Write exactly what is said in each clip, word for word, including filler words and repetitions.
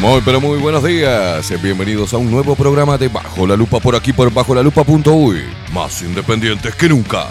Muy, pero muy buenos días. Bienvenidos a un nuevo programa de Bajo la Lupa por aquí por bajo la lupa punto uy. Más independientes que nunca.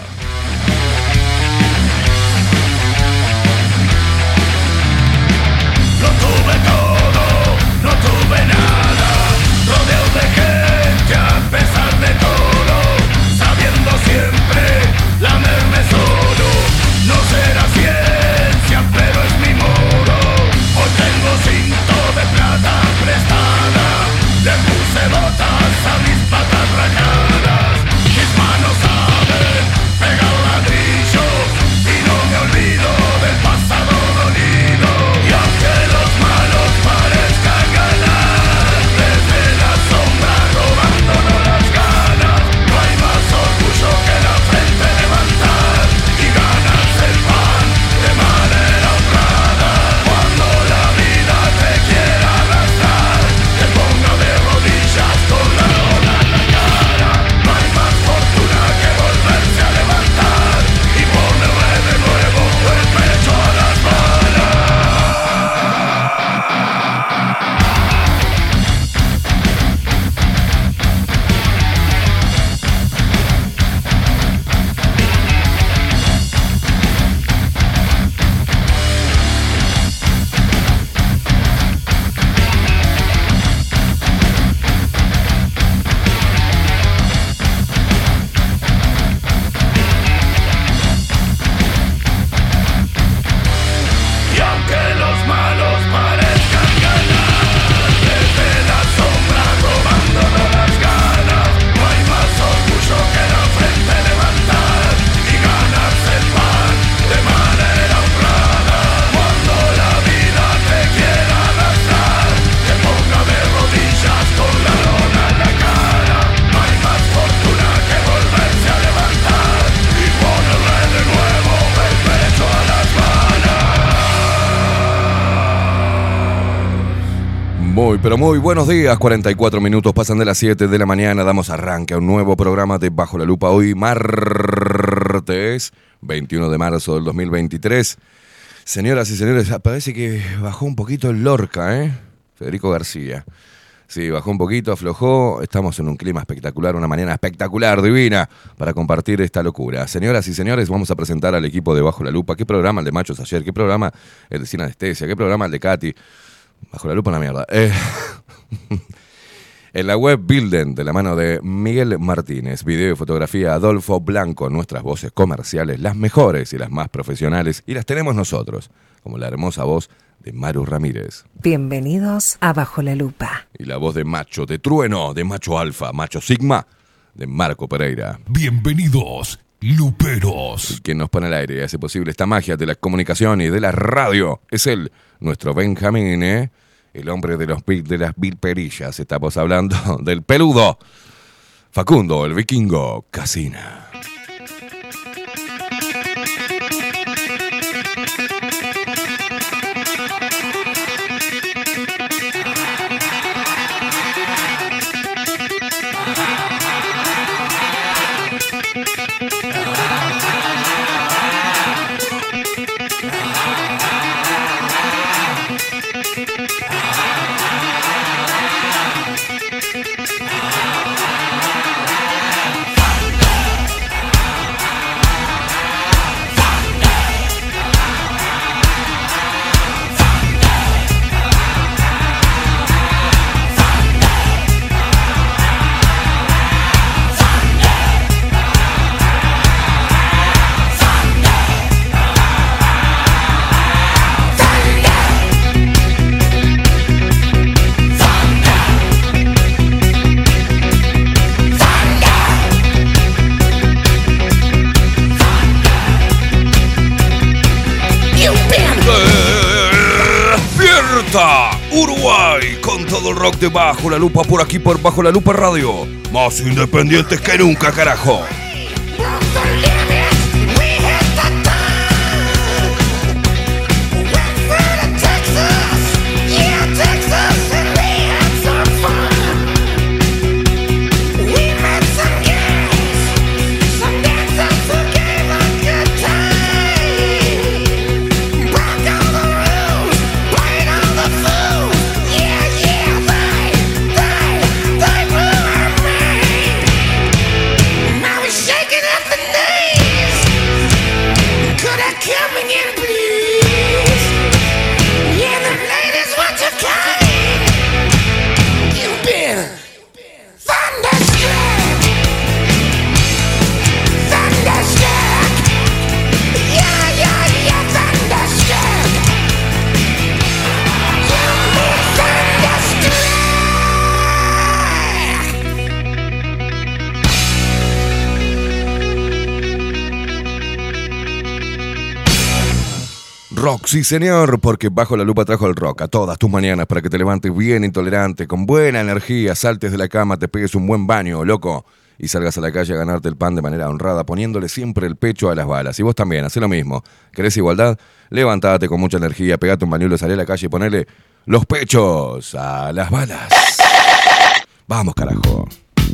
No tuve todo, no tuve nada, rodeado de gente a pesar de todo, sabiendo siempre lamerme solo. No será ciencia, pero es mi modo. Hoy tengo cinto de plata prestada, le puse botas a mis patas rayadas. Mis manos saben pegar ladrillos y no me olvido del pasado dolido. Y aunque los malos parezcan ganar, desde la sombra robándonos las ganas, no hay más orgullo que la frente levantar y ganarse el pan de manera honrada. Cuando la vida te quiera arrastrar, te ponga de rodillas con la lona en la cara. No hay más fortuna que volverse a levantar y ponerle de nuevo el pecho a las balas. Y aunque los malos parezcan ganar, desde la sombra robándonos las ganas, no hay más orgullo que la frente levantar y ganarse el pan de manera honrada. Cuando la vida te quiera arrastrar, te ponga de rodillas con la lona en la cara. No hay más fortuna que volverse a levantar y ponerle de nuevo el pecho a las balas. Muy, pero muy buenos días. cuarenta y cuatro minutos pasan de las siete de la mañana. Damos arranque a un nuevo programa de Bajo la Lupa. Hoy martes veintiuno de marzo del dos mil veintitrés. Señoras y señores, parece que bajó un poquito el Lorca, ¿eh? Federico García. Sí, bajó un poquito, aflojó. Estamos en un clima espectacular, una mañana espectacular, divina, para compartir esta locura. Señoras y señores, vamos a presentar al equipo de Bajo la Lupa. ¿Qué programa el de Machos ayer? ¿Qué programa el de Sin Anestesia? ¿Qué programa el de Katy? Bajo la Lupa una mierda. Eh, en la web Bilden, de la mano de Miguel Martínez. Video y fotografía Adolfo Blanco. Nuestras voces comerciales, las mejores y las más profesionales. Y las tenemos nosotros, como la hermosa voz de Maru Ramírez. Bienvenidos a Bajo la Lupa. Y la voz de Macho, de Trueno, de Macho Alfa, Macho Sigma, de Marco Pereira. Bienvenidos, luperos. Y quien nos pone al aire y hace posible esta magia de la comunicación y de la radio es él, nuestro Benjamín, ¿eh? El hombre de, los, de las vilperillas. Estamos hablando del peludo Facundo, el vikingo Casina. Uruguay, con todo el rock de Bajo la Lupa por aquí por Bajo la Lupa Radio. Más independientes que nunca, carajo. Yeah, yeah. rock, sí señor, porque Bajo la Lupa trajo el rock a todas tus mañanas para que te levantes bien intolerante, con buena energía, saltes de la cama, te pegues un buen baño, loco, y salgas a la calle a ganarte el pan de manera honrada, poniéndole siempre el pecho a las balas. Y vos también, hacé lo mismo. ¿Querés igualdad? Levantate con mucha energía, pegate un bañuelo, salí a la calle y ponele los pechos a las balas. Vamos, carajo.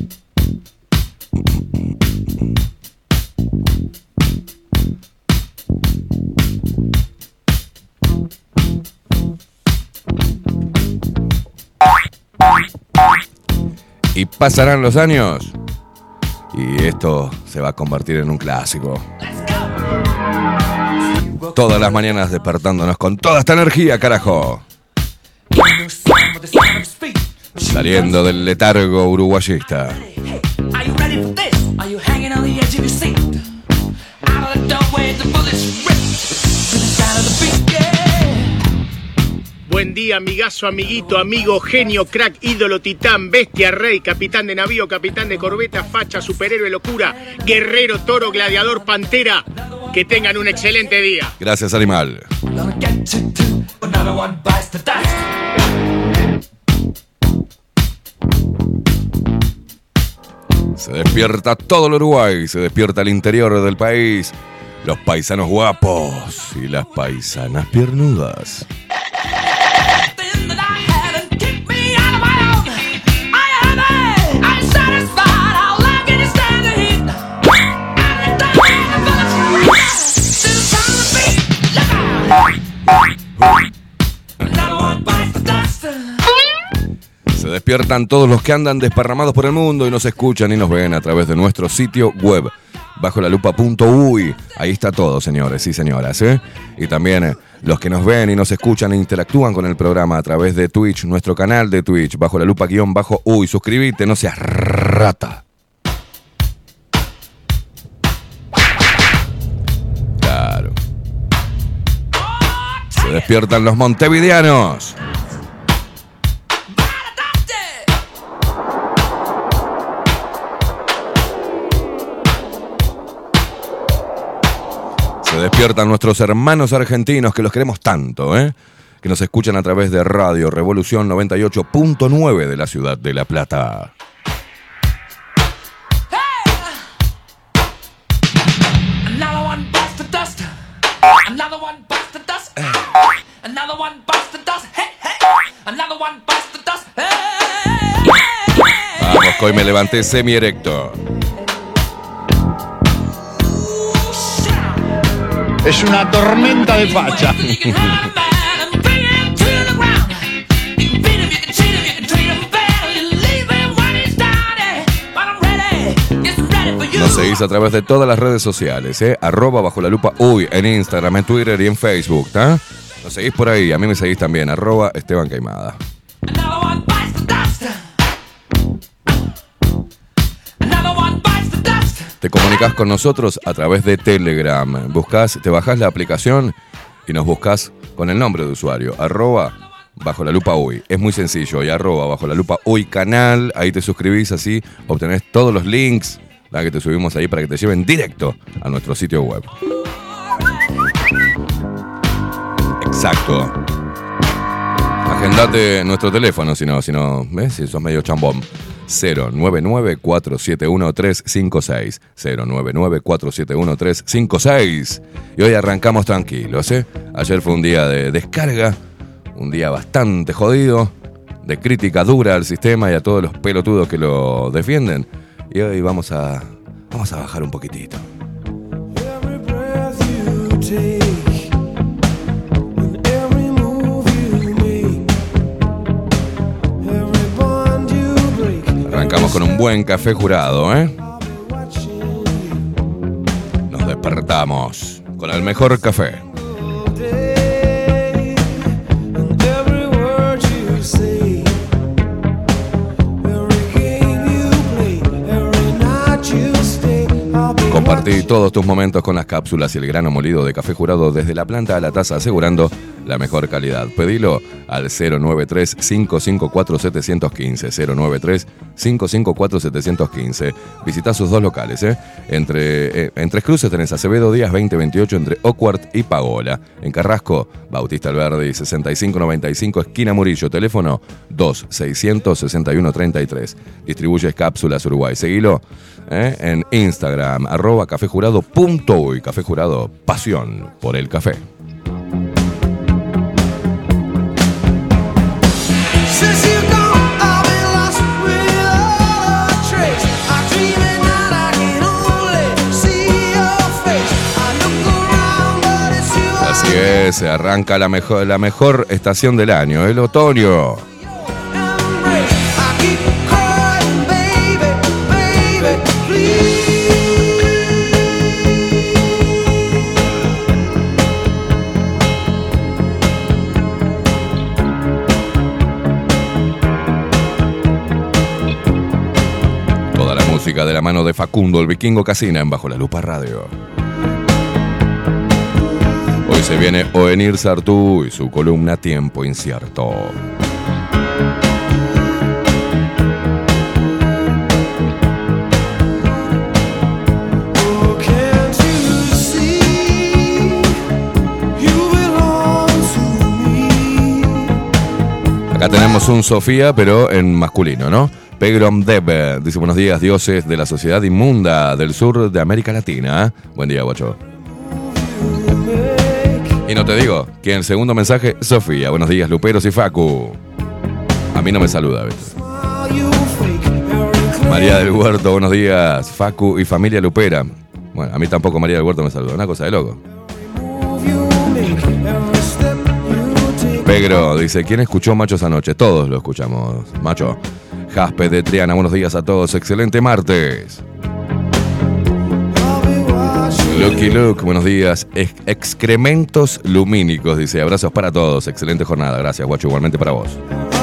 Y pasarán los años y esto se va a convertir en un clásico. Todas las mañanas despertándonos con toda esta energía, carajo. Saliendo del letargo uruguayista. Buen día, amigazo, amiguito, amigo, genio, crack, ídolo, titán, bestia, rey, capitán de navío, capitán de corbeta, facha, superhéroe, locura, guerrero, toro, gladiador, pantera. Que tengan un excelente día. Gracias, animal. Se despierta todo el Uruguay, se despierta el interior del país, los paisanos guapos y las paisanas piernudas. Se despiertan todos los que andan desparramados por el mundo y nos escuchan y nos ven a través de nuestro sitio web, bajo la lupa punto uy. Ahí está todo, señores y señoras, ¿eh? Y también eh, los que nos ven y nos escuchan e interactúan con el programa a través de Twitch, nuestro canal de Twitch, bajo la lupa guión bajo uy. Suscríbete, no seas rata. Claro. Se despiertan los montevideanos. Se despiertan nuestros hermanos argentinos que los queremos tanto, ¿eh? Que nos escuchan a través de Radio Revolución noventa y ocho punto nueve de la ciudad de La Plata. Vamos, que hoy me levanté semi erecto. Es una tormenta de facha. Nos seguís a través de todas las redes sociales, ¿eh? Arroba bajo la lupa uy, en Instagram, en Twitter y en Facebook, ¿tá? Nos seguís por ahí, a mí me seguís también, arroba Esteban Caimada. Te comunicas con nosotros a través de Telegram. Buscás, te bajás la aplicación y nos buscás con el nombre de usuario, arroba bajo la lupa uy. Es muy sencillo, y arroba bajo la lupa uy canal. Ahí te suscribís, así obtenés todos los links, ¿verdad?, que te subimos ahí para que te lleven directo a nuestro sitio web. Exacto. Agendate nuestro teléfono, si no, si no, ¿ves? Si sos medio chambón. cero nueve nueve cuatro siete uno tres cinco seis. cero nueve nueve cuatro siete uno tres cinco seis. Y hoy arrancamos tranquilos, ¿eh? Ayer fue un día de descarga, un día bastante jodido, de crítica dura al sistema y a todos los pelotudos que lo defienden. Y hoy vamos a, vamos a bajar un poquitito. Arrancamos con un buen café jurado, ¿eh? Nos despertamos con el mejor café. Compartí todos tus momentos con las cápsulas y el grano molido de café jurado desde la planta a la taza, asegurando la mejor calidad. Pedilo al cero nueve tres, cinco cinco cuatro, siete uno cinco, cero nueve tres, cinco cinco cuatro, siete uno cinco. Visitá sus dos locales, ¿eh? Entre, eh, en Tres Cruces tenés Acevedo Díaz veinte veintiocho entre Oakward y Pagola. En Carrasco, Bautista Alberdi sesenta y cinco noventa y cinco, esquina Murillo. Teléfono dos seiscientos sesenta y uno treinta y tres. Distribuyes Cápsulas Uruguay. Seguilo ¿eh? en Instagram, arroba cafejurado punto uy. Café Jurado, pasión por el café. Así es, se arranca la mejor, la mejor estación del año, el otoño. Toda la música de la mano de Facundo, el Vikingo Casina, en Bajo la Lupa Radio. Hoy se viene Oenir Sartú y su columna Tiempo Incierto. Acá tenemos un Sofía, pero en masculino, ¿no? Pegrom Deb dice: buenos días, dioses de la sociedad inmunda del sur de América Latina. Buen día, guacho. Y no te digo que en el segundo mensaje, Sofía, buenos días, Luperos y Facu. A mí no me saluda, ¿ves? María del Huerto, buenos días, Facu y familia Lupera. Bueno, a mí tampoco María del Huerto me saluda, una cosa de loco. Pegro dice: ¿quién escuchó Machos anoche? Todos lo escuchamos, macho. Jaspe de Triana, buenos días a todos, excelente martes. Lucky Luke, buenos días. Ex excrementos lumínicos, dice: abrazos para todos, excelente jornada, gracias, guacho, igualmente para vos.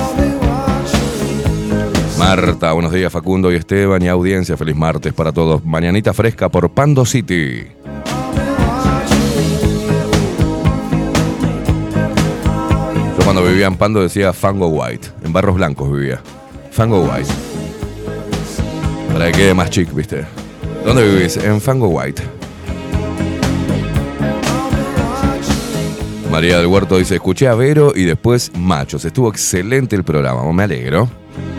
Marta, buenos días, Facundo y Esteban y audiencia, feliz martes para todos. Mañanita fresca por Pando City. Yo cuando vivía en Pando decía Fango White, en Barros Blancos vivía. Fango White. Para que quede más chic, ¿viste? ¿Dónde vivís? En Fango White. María del Huerto dice: escuché a Vero y después Machos. Estuvo excelente el programa, me alegro.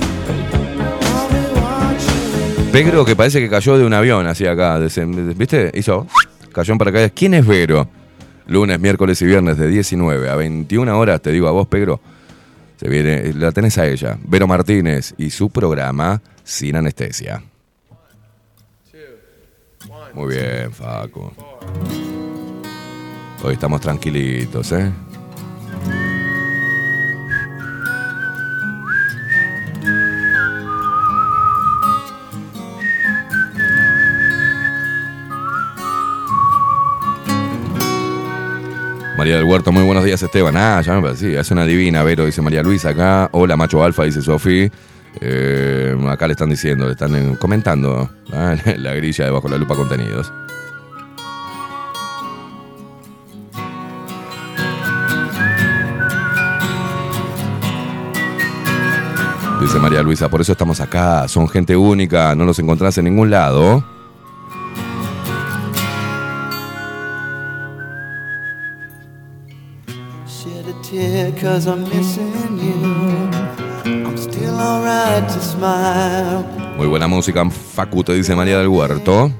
Pegro, que parece que cayó de un avión así acá, ¿viste? Hizo, cayó en paracaídas. ¿Quién es Vero? Lunes, miércoles y viernes de diecinueve a veintiuna horas, te digo a vos, Pegro, se viene, la tenés a ella, Vero Martínez y su programa Sin Anestesia. Muy bien, Facu. Hoy estamos tranquilitos, ¿eh? María del Huerto, muy buenos días, Esteban. Ah, ya me parecía, es una divina, Vero, dice María Luisa acá. Hola, macho alfa, dice Sofi. Eh, acá le están diciendo, le están eh, comentando ¿eh? la grilla de Bajo la Lupa Contenidos. Dice María Luisa, por eso estamos acá, son gente única, no los encontrás en ningún lado. Muy buena música, Facu, te dice María del Huerto.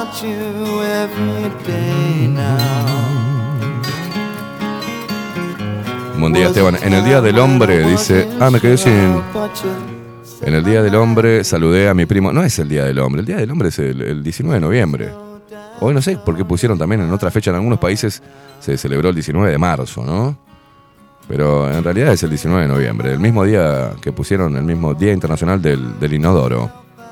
Buen día, Esteban. En el Día del Hombre, dice... Ah, me quedé sin... En el Día del Hombre saludé a mi primo... No es el Día del Hombre, el Día del Hombre es el, el diecinueve de noviembre. Hoy no sé por qué pusieron también en otra fecha. En algunos países se celebró el diecinueve de marzo, ¿no? Pero en realidad es el diecinueve de noviembre. El mismo día que pusieron, el mismo Día Internacional del, del Inodoro.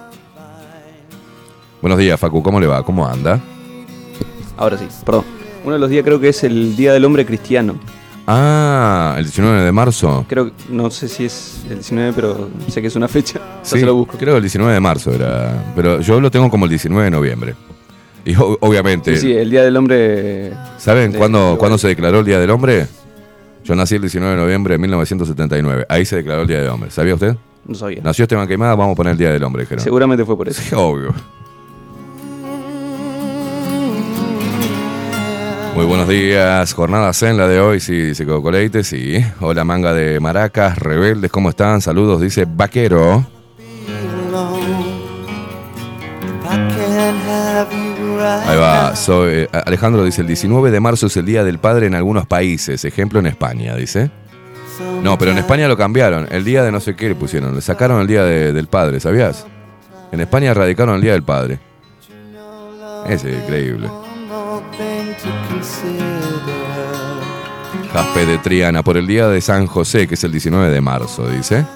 Buenos días, Facu. ¿Cómo le va? ¿Cómo anda? Ahora sí, perdón. Uno de los días creo que es el Día del Hombre Cristiano. Ah, el diecinueve de marzo. Creo, no sé si es el diecinueve, pero sé que es una fecha. Sí, se lo busco. Creo que el diecinueve de marzo era. Pero yo lo tengo como el diecinueve de noviembre. Y o- obviamente. Sí, sí, el Día del Hombre. ¿Saben de, cuándo, de cuándo se declaró el Día del Hombre? Yo nací el diecinueve de noviembre de mil novecientos setenta y nueve. Ahí se declaró el Día del Hombre. ¿Sabía usted? No sabía. Nació Esteban Queimada, vamos a poner el Día del Hombre, dijeron. Seguramente fue por eso. Sí, obvio. Muy buenos días, jornada zen la de hoy, sí, dice Cocoleite, sí. Hola manga de maracas, rebeldes, ¿cómo están? Saludos, dice Vaquero. Ahí va, soy, eh, Alejandro dice, el diecinueve de marzo es el Día del Padre en algunos países, ejemplo en España, dice. No, pero en España lo cambiaron, el día de no sé qué le pusieron, le sacaron el Día de, del Padre, ¿sabías? En España erradicaron el Día del Padre. Es increíble. Jaspe de Triana, por el Día de San José, que es el diecinueve de marzo, dice.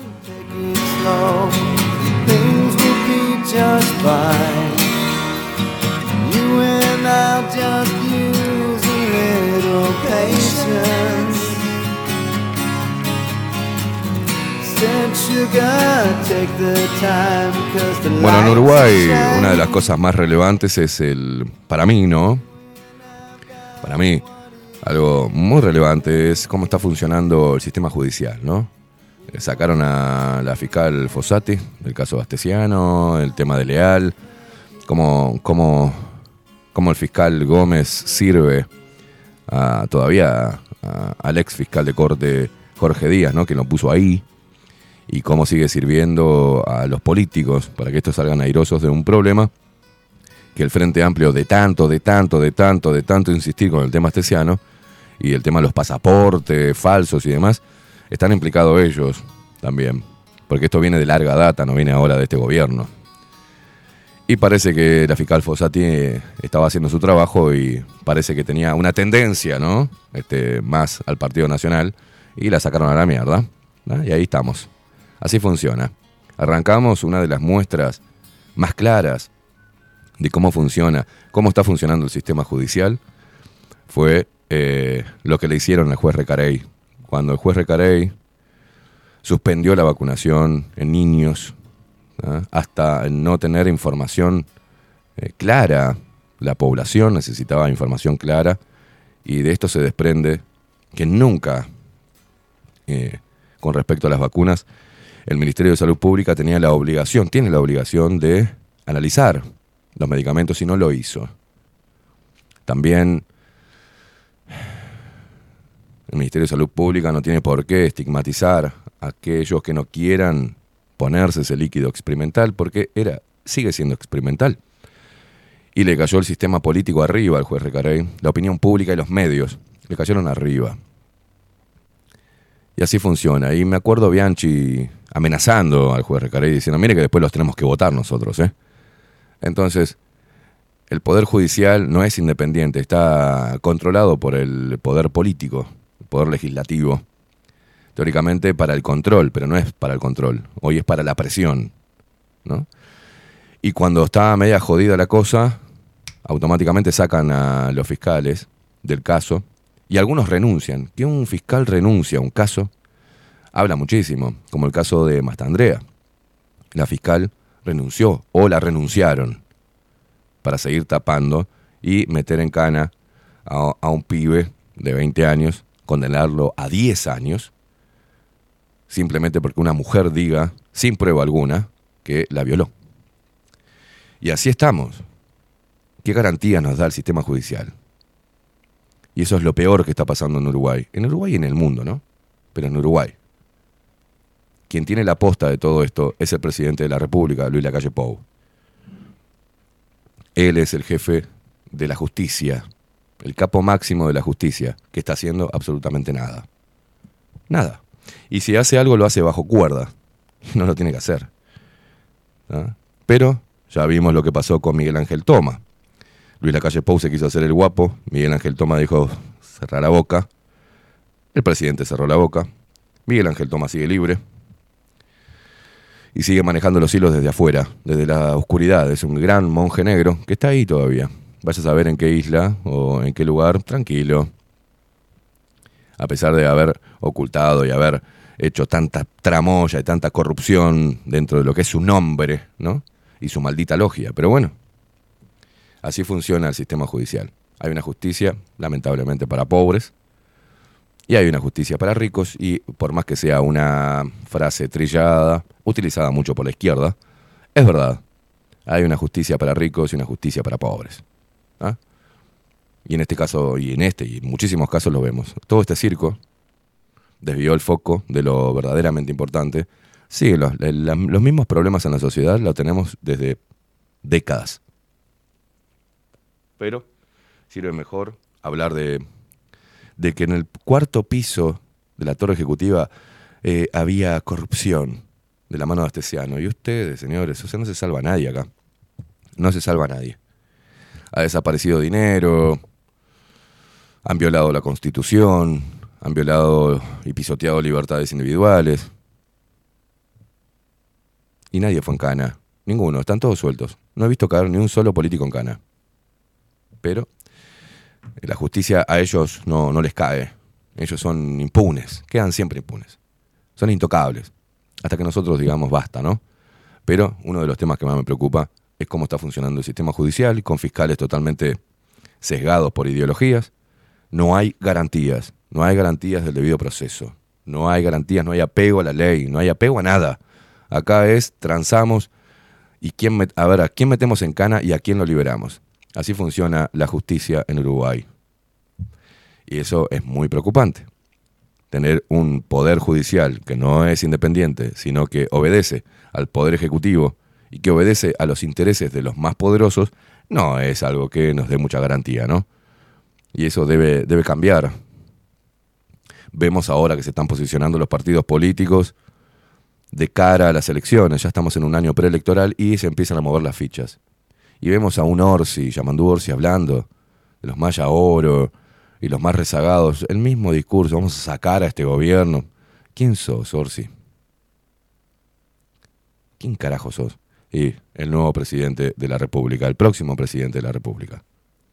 Bueno, en Uruguay una de las cosas más relevantes es el, para mí, ¿no? Para mí, algo muy relevante es cómo está funcionando el sistema judicial, ¿no? Sacaron a la fiscal Fossati del caso Bastesiano, el tema de Leal, cómo, cómo, cómo el fiscal Gómez sirve a, todavía a, al ex fiscal de corte Jorge Díaz, ¿no? Que lo puso ahí, y cómo sigue sirviendo a los políticos para que estos salgan airosos de un problema que el Frente Amplio de tanto, de tanto, de tanto, de tanto insistir con el tema Astesiano y el tema de los pasaportes falsos y demás, están implicados ellos también, porque esto viene de larga data, no viene ahora de este gobierno. Y parece que la fiscal Fossati estaba haciendo su trabajo y parece que tenía una tendencia, ¿no? Este, más al Partido Nacional, y la sacaron a la mierda, ¿no? Y ahí estamos. Así funciona. Arrancamos una de las muestras más claras de cómo funciona, cómo está funcionando el sistema judicial, fue eh, lo que le hicieron al juez Recarey. Cuando el juez Recarey suspendió la vacunación en niños, ¿no? Hasta no tener información eh, clara, la población necesitaba información clara, y de esto se desprende que nunca, eh, con respecto a las vacunas, el Ministerio de Salud Pública tenía la obligación, tiene la obligación de analizar los medicamentos y no lo hizo. También el Ministerio de Salud Pública no tiene por qué estigmatizar a aquellos que no quieran ponerse ese líquido experimental, porque era, sigue siendo experimental. Y le cayó el sistema político arriba al juez Recarey, la opinión pública y los medios le cayeron arriba. Y así funciona. Y me acuerdo Bianchi amenazando al juez Recarey diciendo, mire que después los tenemos que votar nosotros, ¿eh? Entonces, el Poder Judicial no es independiente, está controlado por el poder político, el poder legislativo. Teóricamente para el control, pero no es para el control, hoy es para la presión, ¿no? Y cuando está media jodida la cosa, automáticamente sacan a los fiscales del caso, y algunos renuncian. Que un fiscal renuncia a un caso habla muchísimo, como el caso de Mastandrea. La fiscal renunció o la renunciaron para seguir tapando y meter en cana a, a un pibe de veinte años, condenarlo a diez años, simplemente porque una mujer diga, sin prueba alguna, que la violó. Y así estamos. ¿Qué garantía nos da el sistema judicial? Y eso es lo peor que está pasando en Uruguay. En Uruguay y en el mundo, ¿no? Pero en Uruguay. Quien tiene la posta de todo esto es el presidente de la República, Luis Lacalle Pou. Él es el jefe de la justicia, el capo máximo de la justicia, que está haciendo absolutamente nada. Nada. Y si hace algo, lo hace bajo cuerda. No lo tiene que hacer, ¿no? Pero ya vimos lo que pasó con Miguel Ángel Toma. Luis Lacalle Pou se quiso hacer el guapo, Miguel Ángel Toma dijo, cerrar la boca. El presidente cerró la boca. Miguel Ángel Toma sigue libre. Y sigue manejando los hilos desde afuera, desde la oscuridad. Es un gran monje negro que está ahí todavía. Vaya a saber en qué isla o en qué lugar, tranquilo. A pesar de haber ocultado y haber hecho tanta tramoya y tanta corrupción dentro de lo que es su nombre, ¿no? Y su maldita logia. Pero bueno, así funciona el sistema judicial. Hay una justicia, lamentablemente, para pobres. Y hay una justicia para ricos y por más que sea una frase trillada, utilizada mucho por la izquierda, es verdad. Hay una justicia para ricos y una justicia para pobres. ¿Ah? Y en este caso, y en este, y en muchísimos casos lo vemos. Todo este circo desvió el foco de lo verdaderamente importante. Sí, los, la, los mismos problemas en la sociedad los tenemos desde décadas. Pero sirve mejor hablar de, de que en el cuarto piso de la torre ejecutiva eh, había corrupción de la mano de Astesiano. Y ustedes, señores, o sea, no se salva nadie acá. No se salva nadie. Ha desaparecido dinero, han violado la Constitución, han violado y pisoteado libertades individuales. Y nadie fue en cana. Ninguno. Están todos sueltos. No he visto caer ni un solo político en cana. Pero la justicia a ellos no, no les cae. Ellos son impunes. Quedan siempre impunes. Son intocables. Hasta que nosotros digamos basta, ¿no? Pero uno de los temas que más me preocupa es cómo está funcionando el sistema judicial, con fiscales totalmente sesgados por ideologías. No hay garantías. No hay garantías del debido proceso. No hay garantías, no hay apego a la ley, no hay apego a nada. Acá es, transamos, y quién met- a ver, a quién metemos en cana y a quién lo liberamos. Así funciona la justicia en Uruguay. Y eso es muy preocupante. Tener un poder judicial que no es independiente, sino que obedece al poder ejecutivo y que obedece a los intereses de los más poderosos, no es algo que nos dé mucha garantía, ¿no? Y eso debe, debe cambiar. Vemos ahora que se están posicionando los partidos políticos de cara a las elecciones. Ya estamos en un año preelectoral y se empiezan a mover las fichas. Y vemos a un Orsi, Yamandú Orsi, hablando de los Maya Oro y los más rezagados. El mismo discurso, vamos a sacar a este gobierno. ¿Quién sos, Orsi? ¿Quién carajo sos? Y el nuevo presidente de la República, el próximo presidente de la República.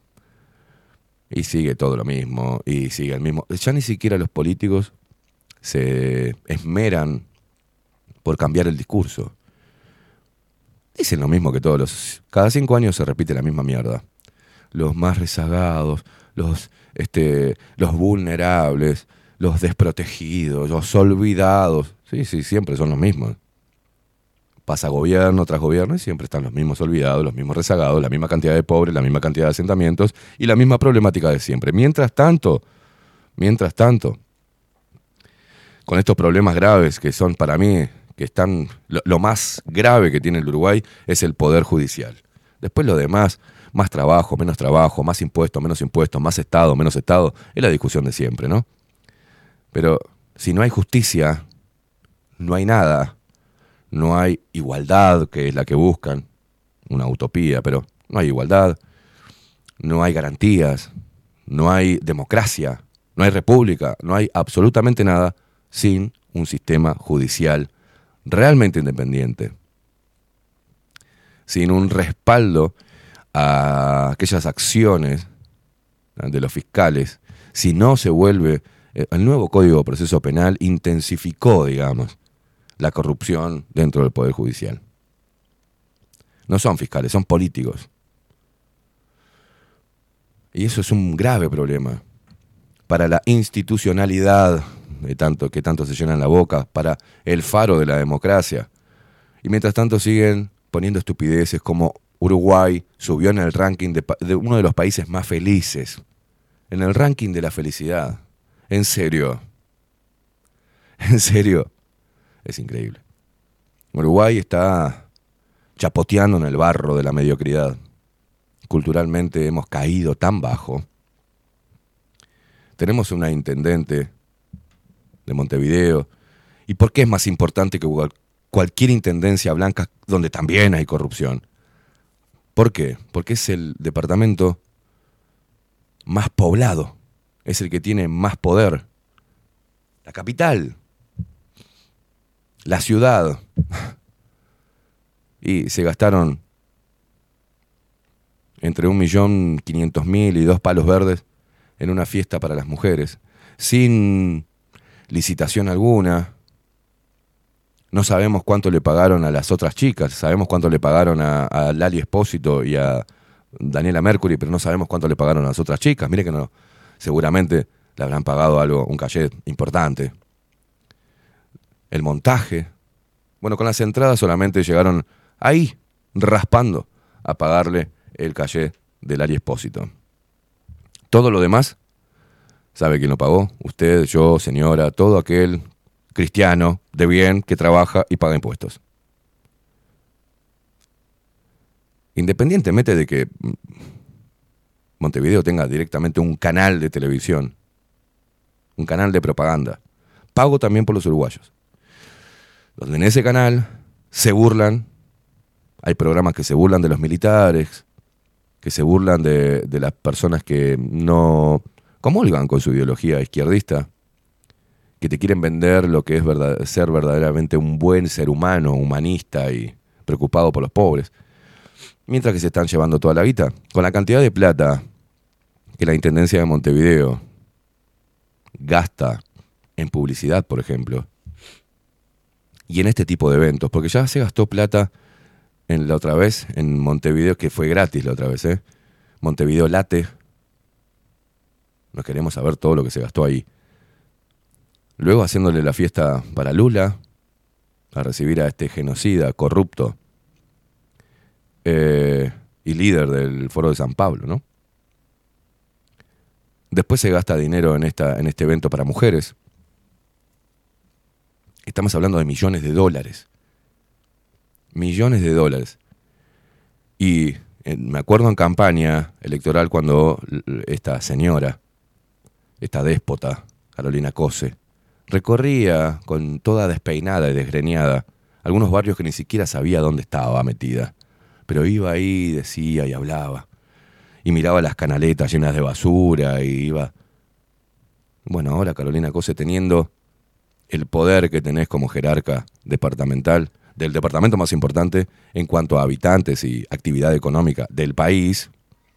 Y sigue todo lo mismo, y sigue el mismo. Ya ni siquiera los políticos se esmeran por cambiar el discurso. Dicen lo mismo que todos los... Cada cinco años se repite la misma mierda. Los más rezagados, los, este, los vulnerables, los desprotegidos, los olvidados. Sí, sí, siempre son los mismos. Pasa gobierno tras gobierno y siempre están los mismos olvidados, los mismos rezagados, la misma cantidad de pobres, la misma cantidad de asentamientos y la misma problemática de siempre. Mientras tanto, mientras tanto, con estos problemas graves que son para mí, que están, lo, lo más grave que tiene el Uruguay es el poder judicial. Después lo demás, más trabajo, menos trabajo, más impuestos, menos impuestos, más Estado, menos Estado, es la discusión de siempre, ¿no? Pero si no hay justicia, no hay nada. No hay igualdad, que es la que buscan, una utopía, pero no hay igualdad, no hay garantías, no hay democracia, no hay república, no hay absolutamente nada sin un sistema judicial realmente independiente, sin un respaldo a aquellas acciones de los fiscales. Si no se vuelve, el nuevo Código de Proceso Penal intensificó, digamos, la corrupción dentro del Poder Judicial. No son fiscales, son políticos. Y eso es un grave problema para la institucionalidad de tanto, que tanto se llenan la boca, para el faro de la democracia. Y mientras tanto siguen poniendo estupideces como Uruguay subió en el ranking de, de uno de los países más felices. En el ranking de la felicidad. En serio. En serio. Es increíble. Uruguay está chapoteando en el barro de la mediocridad. Culturalmente hemos caído tan bajo. Tenemos una intendente de Montevideo. ¿Y por qué es más importante que cualquier intendencia blanca donde también hay corrupción? ¿Por qué? Porque es el departamento más poblado. Es el que tiene más poder. La capital. La ciudad. Y se gastaron entre un millón quinientos mil y dos palos verdes en una fiesta para las mujeres, sin licitación alguna. No sabemos cuánto le pagaron a las otras chicas, sabemos cuánto le pagaron a, a Lali Espósito y a Daniela Mercury, pero no sabemos cuánto le pagaron a las otras chicas. Mire que no, seguramente le habrán pagado algo, un cachet importante. El montaje. Bueno, con las entradas solamente llegaron ahí, raspando, a pagarle el cachet del Lali Espósito. Todo lo demás, ¿sabe quién lo pagó? Usted, yo, señora, todo aquel cristiano de bien que trabaja y paga impuestos. Independientemente de que Montevideo tenga directamente un canal de televisión, un canal de propaganda, pago también por los uruguayos. Donde en ese canal se burlan, hay programas que se burlan de los militares, que se burlan de, de las personas que no comulgan con su ideología izquierdista, que te quieren vender lo que es verdad, ser verdaderamente un buen ser humano, humanista y preocupado por los pobres. Mientras que se están llevando toda la guita, con la cantidad de plata que la Intendencia de Montevideo gasta en publicidad, por ejemplo, y en este tipo de eventos, porque ya se gastó plata en la otra vez, en Montevideo, que fue gratis la otra vez, ¿eh? Montevideo Late. No queremos saber todo lo que se gastó ahí. Luego haciéndole la fiesta para Lula, a recibir a este genocida corrupto eh, y líder del Foro de San Pablo, ¿no? Después se gasta dinero en, esta, en este evento para mujeres. Estamos hablando de millones de dólares. Millones de dólares. Y eh, me acuerdo en campaña electoral cuando esta señora, esta déspota, Carolina Cose, recorría con toda despeinada y desgreñada algunos barrios que ni siquiera sabía dónde estaba metida. Pero iba ahí, decía y hablaba. Y miraba las canaletas llenas de basura y iba... Bueno, ahora Carolina Cose, teniendo el poder que tenés como jerarca departamental, del departamento más importante en cuanto a habitantes y actividad económica del país,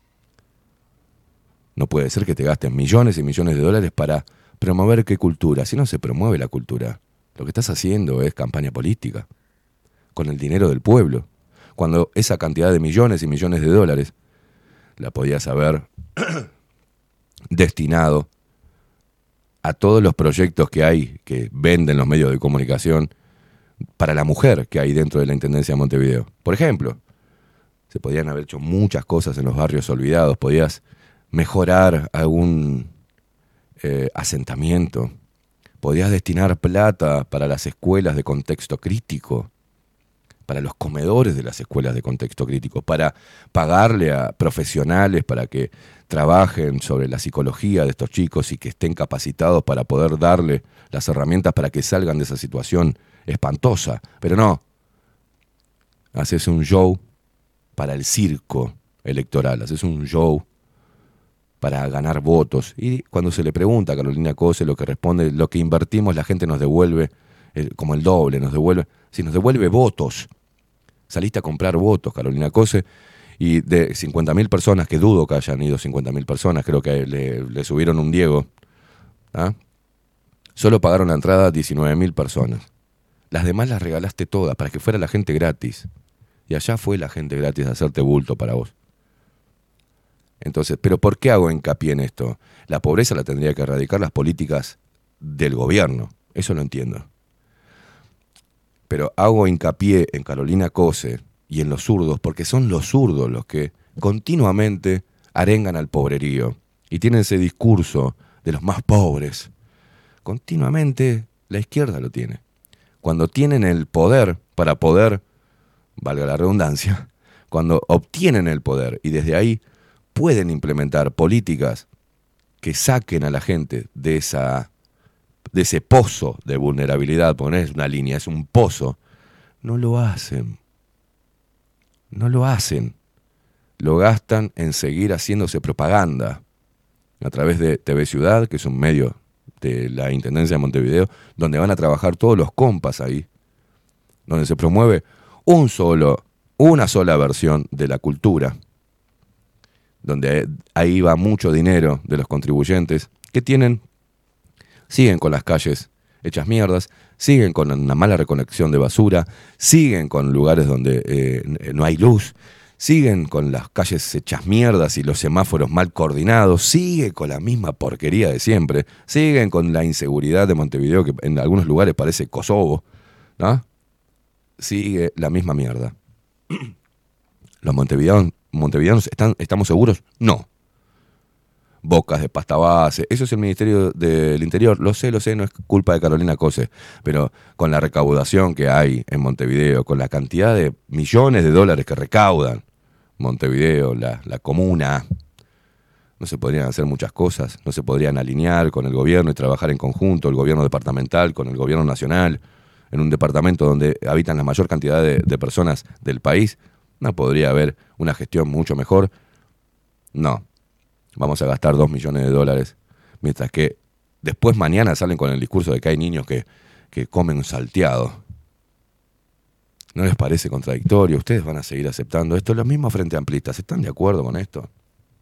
no puede ser que te gastes millones y millones de dólares para promover qué cultura. Si no se promueve la cultura, lo que estás haciendo es campaña política, con el dinero del pueblo, cuando esa cantidad de millones y millones de dólares la podías haber destinado a todos los proyectos que hay, que venden los medios de comunicación, para la mujer que hay dentro de la Intendencia de Montevideo. Por ejemplo, se podían haber hecho muchas cosas en los barrios olvidados, podías mejorar algún eh, asentamiento, podías destinar plata para las escuelas de contexto crítico, para los comedores de las escuelas de contexto crítico, para pagarle a profesionales para que trabajen sobre la psicología de estos chicos y que estén capacitados para poder darle las herramientas para que salgan de esa situación espantosa. Pero no, haces un show para el circo electoral, haces un show para ganar votos. Y cuando se le pregunta a Carolina Cose, lo que responde, lo que invertimos la gente nos devuelve eh, como el doble, nos devuelve, si nos devuelve votos. Saliste a comprar votos, Carolina Cose, y de cincuenta mil personas, que dudo que hayan ido cincuenta mil personas, creo que le, le subieron un Diego, ¿ah? Solo pagaron la entrada diecinueve mil personas. Las demás las regalaste todas para que fuera la gente gratis. Y allá fue la gente gratis a hacerte bulto para vos. Entonces, ¿pero por qué hago hincapié en esto? La pobreza la tendría que erradicar las políticas del gobierno. Eso lo entiendo. Pero hago hincapié en Carolina Cose y en los zurdos, porque son los zurdos los que continuamente arengan al pobrerío y tienen ese discurso de los más pobres. Continuamente la izquierda lo tiene. Cuando tienen el poder para poder, valga la redundancia, cuando obtienen el poder y desde ahí pueden implementar políticas que saquen a la gente de esa... de ese pozo de vulnerabilidad, porque no es una línea, es un pozo, no lo hacen. No lo hacen. Lo gastan en seguir haciéndose propaganda a través de T V Ciudad, que es un medio de la Intendencia de Montevideo, donde van a trabajar todos los compas ahí, donde se promueve un solo, una sola versión de la cultura, donde ahí va mucho dinero de los contribuyentes que tienen... siguen con las calles hechas mierdas, siguen con una mala recolección de basura, siguen con lugares donde eh, no hay luz, siguen con las calles hechas mierdas y los semáforos mal coordinados, sigue con la misma porquería de siempre, siguen con la inseguridad de Montevideo, que en algunos lugares parece Kosovo, ¿no? Sigue la misma mierda. ¿Los montevideanos, montevideanos están, estamos seguros? No. Bocas de pasta base, eso es el Ministerio del Interior, lo sé, lo sé, no es culpa de Carolina Cose, pero con la recaudación que hay en Montevideo, con la cantidad de millones de dólares que recaudan Montevideo, la, la comuna, no se podrían hacer muchas cosas, no se podrían alinear con el gobierno y trabajar en conjunto, el gobierno departamental con el gobierno nacional, en un departamento donde habitan la mayor cantidad de, de personas del país. ¿No podría haber una gestión mucho mejor? No. Vamos a gastar dos millones de dólares, mientras que después mañana salen con el discurso de que hay niños que, que comen salteado. ¿No les parece contradictorio? ¿Ustedes van a seguir aceptando esto? Los mismos Frente Amplistas, ¿están de acuerdo con esto?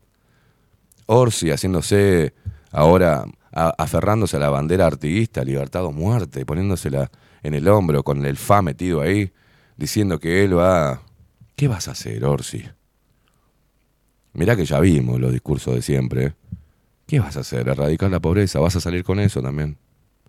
Orsi haciéndose ahora, a, aferrándose a la bandera artiguista, libertad o muerte, poniéndosela en el hombro con el F A metido ahí, diciendo que él va... ¿Qué vas a hacer, Orsi? Mirá que ya vimos los discursos de siempre, ¿eh? ¿Qué vas a hacer? ¿Erradicar la pobreza? ¿Vas a salir con eso también?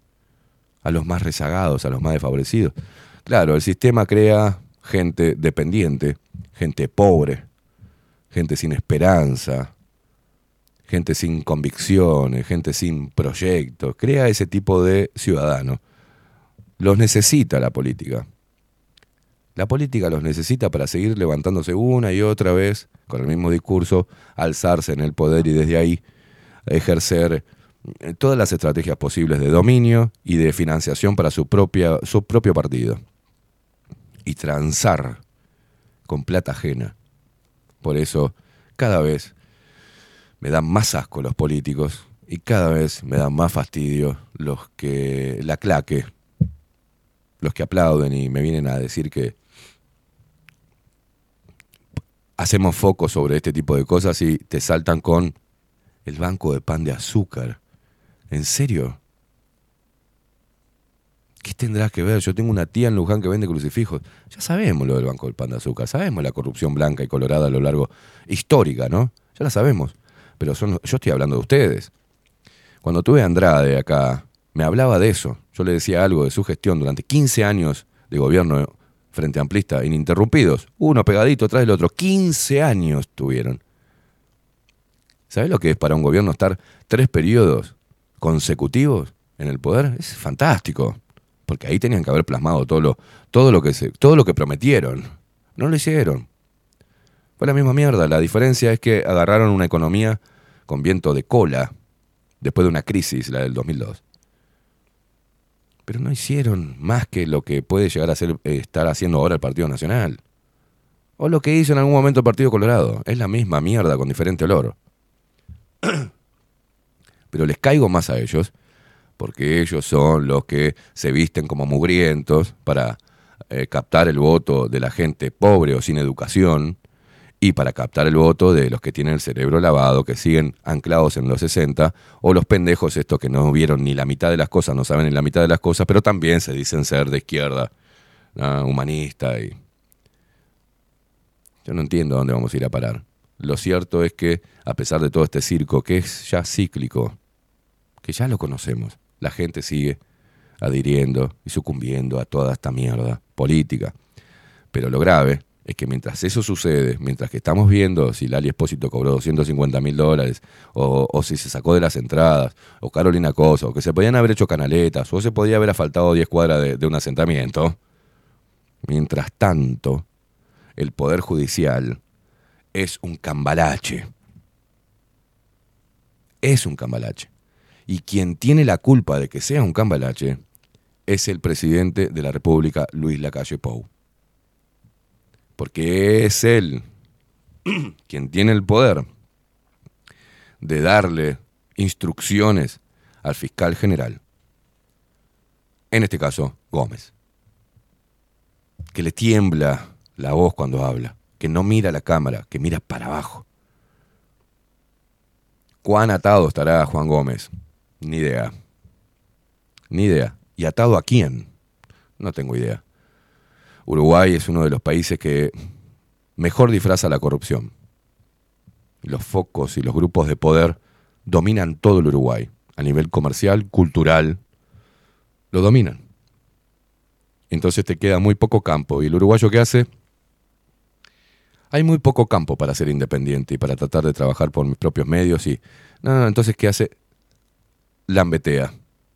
A los más rezagados, a los más desfavorecidos. Claro, el sistema crea gente dependiente, gente pobre, gente sin esperanza, gente sin convicciones, gente sin proyectos. Crea ese tipo de ciudadanos. Los necesita la política. La política los necesita para seguir levantándose una y otra vez, con el mismo discurso, alzarse en el poder y desde ahí ejercer todas las estrategias posibles de dominio y de financiación para su, propia, su propio partido. Y transar con plata ajena. Por eso, cada vez me dan más asco los políticos y cada vez me dan más fastidio los que la claque, los que aplauden y me vienen a decir que hacemos foco sobre este tipo de cosas y te saltan con el banco de pan de azúcar. ¿En serio? ¿Qué tendrás que ver? Yo tengo una tía en Luján que vende crucifijos. Ya sabemos lo del banco del pan de azúcar, sabemos la corrupción blanca y colorada a lo largo, histórica, ¿no? Ya la sabemos, pero son, yo estoy hablando de ustedes. Cuando tuve a Andrade acá, me hablaba de eso. Yo le decía algo de su gestión durante quince años de gobierno Frente Amplista, ininterrumpidos, uno pegadito atrás del otro, quince años tuvieron. ¿Sabés lo que es para un gobierno estar tres periodos consecutivos en el poder? Es fantástico, porque ahí tenían que haber plasmado todo lo, todo lo que se, todo lo que prometieron. No lo hicieron. Fue la misma mierda. La diferencia es que agarraron una economía con viento de cola después de una crisis, la del dos mil dos. Pero no hicieron más que lo que puede llegar a ser, eh, estar haciendo ahora el Partido Nacional. O lo que hizo en algún momento el Partido Colorado. Es la misma mierda con diferente olor. Pero les caigo más a ellos, porque ellos son los que se visten como mugrientos para eh, captar el voto de la gente pobre o sin educación, y para captar el voto de los que tienen el cerebro lavado, que siguen anclados en los sesenta, o los pendejos estos que no vieron ni la mitad de las cosas, no saben ni la mitad de las cosas, pero también se dicen ser de izquierda, ¿no? Humanista. Y yo no entiendo a dónde vamos a ir a parar. Lo cierto es que, a pesar de todo este circo, que es ya cíclico, que ya lo conocemos, la gente sigue adhiriendo y sucumbiendo a toda esta mierda política. Pero lo grave es que mientras eso sucede, mientras que estamos viendo si Lali Espósito cobró doscientos cincuenta mil dólares, o, o si se sacó de las entradas, o Carolina Cosa, o que se podían haber hecho canaletas, o se podía haber asfaltado diez cuadras de, de un asentamiento, mientras tanto, el Poder Judicial es un cambalache. Es un cambalache. Y quien tiene la culpa de que sea un cambalache es el presidente de la República, Luis Lacalle Pou. Porque es él quien tiene el poder de darle instrucciones al fiscal general, en este caso Gómez, que le tiembla la voz cuando habla, que no mira a la cámara, que mira para abajo. ¿Cuán atado estará Juan Gómez? Ni idea. Ni idea. ¿Y atado a quién? No tengo idea. Uruguay es uno de los países que mejor disfraza la corrupción. Los focos y los grupos de poder dominan todo el Uruguay, a nivel comercial, cultural, lo dominan. Entonces te queda muy poco campo. ¿Y el uruguayo qué hace? Hay muy poco campo para ser independiente y para tratar de trabajar por mis propios medios. Y no, no, entonces ¿qué hace? Lambetea.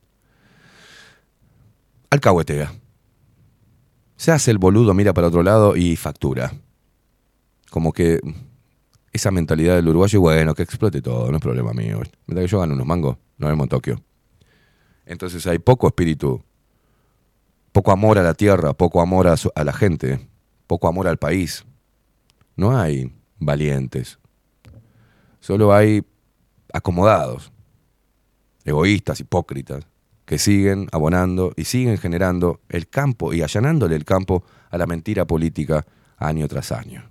Alcahuetea. Se hace el boludo, mira para otro lado y factura. Como que esa mentalidad del uruguayo, bueno, que explote todo, no es problema mío. Mientras que yo gano unos mangos, nos vemos en Tokio. Entonces hay poco espíritu, poco amor a la tierra, poco amor a, su, a la gente, poco amor al país. No hay valientes. Solo hay acomodados, egoístas, hipócritas, que siguen abonando y siguen generando el campo y allanándole el campo a la mentira política año tras año.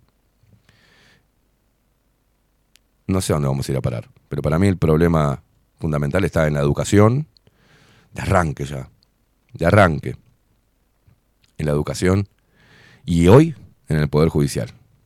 No sé a dónde vamos a ir a parar, pero para mí el problema fundamental está en la educación, de arranque ya, de arranque, en la educación y hoy en el Poder Judicial.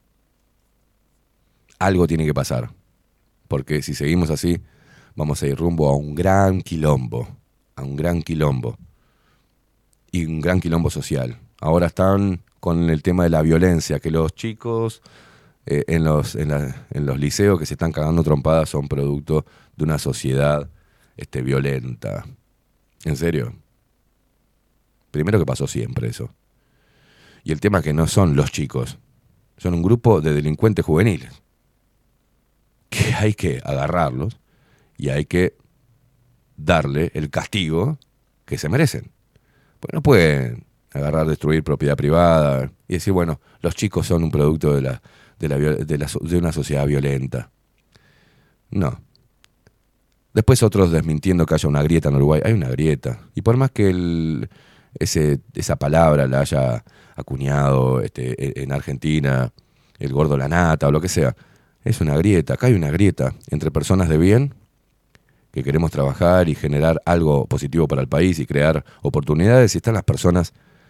Algo tiene que pasar, porque si seguimos así, vamos a ir rumbo a un gran quilombo, a un gran quilombo, y un gran quilombo social. Ahora están con el tema de la violencia, que los chicos eh, en, los, en, la, en los liceos que se están cagando trompadas son producto de una sociedad este, violenta. ¿En serio? Primero que pasó siempre eso. Y el tema es que no son los chicos, son un grupo de delincuentes juveniles, que hay que agarrarlos y hay que darle el castigo que se merecen. Pues no pueden agarrar, destruir propiedad privada y decir, bueno, los chicos son un producto de, la, de, la, de, la, de una sociedad violenta. No. Después otros desmintiendo que haya una grieta en Uruguay. Hay una grieta. Y por más que el, ese, esa palabra la haya acuñado este, en Argentina, el gordo la nata o lo que sea, es una grieta. Acá hay una grieta entre personas de bien que queremos trabajar y generar algo positivo para el país y crear oportunidades, y están las personas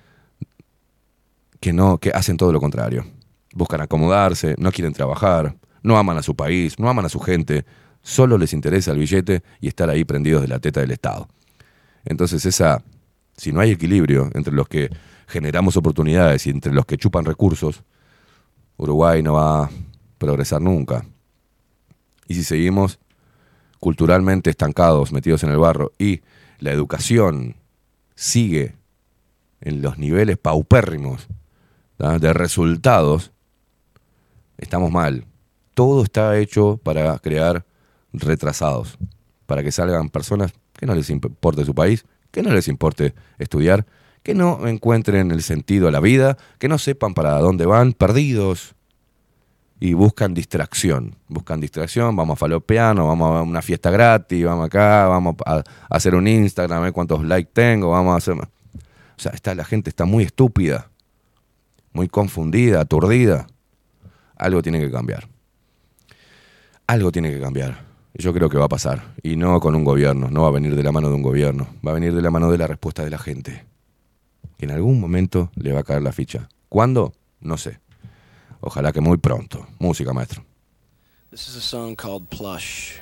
que no, que hacen todo lo contrario. Buscan acomodarse, no quieren trabajar, no aman a su país, no aman a su gente, solo les interesa el billete y estar ahí prendidos de la teta del Estado. Entonces esa, si no hay equilibrio entre los que generamos oportunidades y entre los que chupan recursos, Uruguay no va a progresar nunca. Y si seguimos culturalmente estancados, metidos en el barro, y la educación sigue en los niveles paupérrimos, ¿tá?, de resultados, estamos mal. Todo está hecho para crear retrasados, para que salgan personas que no les importe su país, que no les importe estudiar, que no encuentren el sentido a la vida, que no sepan para dónde van, perdidos, y buscan distracción, buscan distracción, vamos a falopearnos, vamos a una fiesta gratis, vamos acá, vamos a, a hacer un Instagram, a ver cuántos likes tengo, vamos a hacer... O sea, está, la gente está muy estúpida, muy confundida, aturdida. Algo tiene que cambiar. Algo tiene que cambiar. Yo creo que va a pasar, y no con un gobierno, no va a venir de la mano de un gobierno, va a venir de la mano de la respuesta de la gente, que en algún momento le va a caer la ficha. ¿Cuándo? No sé. Ojalá que muy pronto. Música, maestro. This is a song called Plush.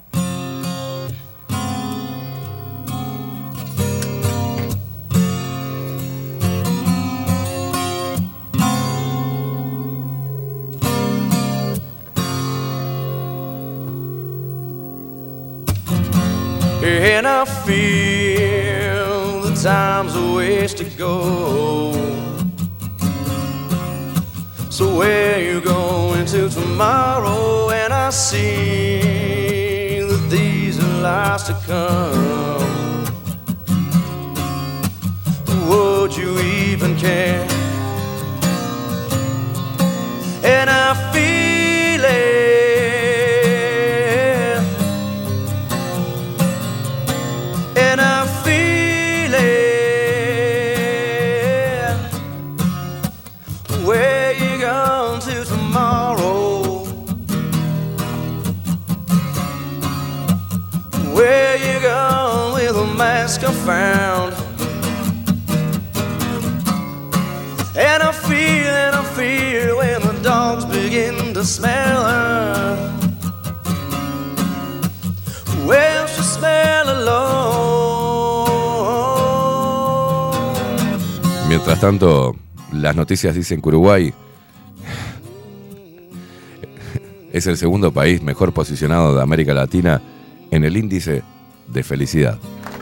And I feel the time's a ways to go. So where you going to tomorrow? And I see that these are lies to come. Would you even care? And I feel it, and I feel it. Where you going to tomorrow? Where you going with a mask I found? Mientras tanto, las noticias dicen que Uruguay es el segundo país mejor posicionado de América Latina en el índice de felicidad.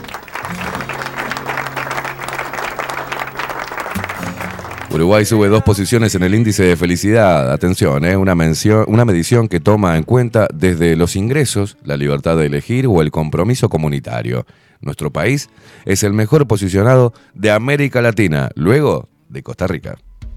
Uruguay sube dos posiciones en el índice de felicidad. Atención, ¿eh? una, mención, una medición que toma en cuenta desde los ingresos, la libertad de elegir o el compromiso comunitario. Nuestro país es el mejor posicionado de América Latina, luego de Costa Rica.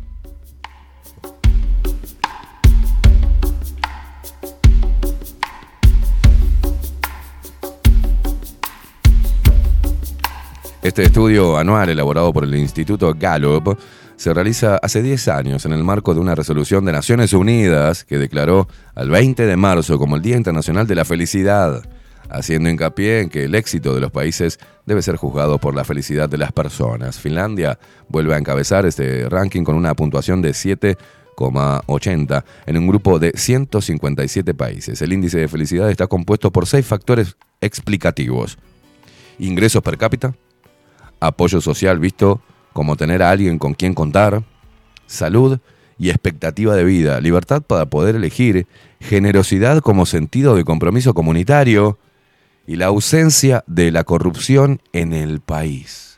Este estudio anual elaborado por el Instituto Gallup se realiza hace diez años en el marco de una resolución de Naciones Unidas que declaró al veinte de marzo como el Día Internacional de la Felicidad, haciendo hincapié en que el éxito de los países debe ser juzgado por la felicidad de las personas. Finlandia vuelve a encabezar este ranking con una puntuación de siete coma ochenta en un grupo de ciento cincuenta y siete países. El índice de felicidad está compuesto por seis factores explicativos: ingresos per cápita, apoyo social visto como tener a alguien con quien contar, salud y expectativa de vida, libertad para poder elegir, generosidad como sentido de compromiso comunitario y la ausencia de la corrupción en el país.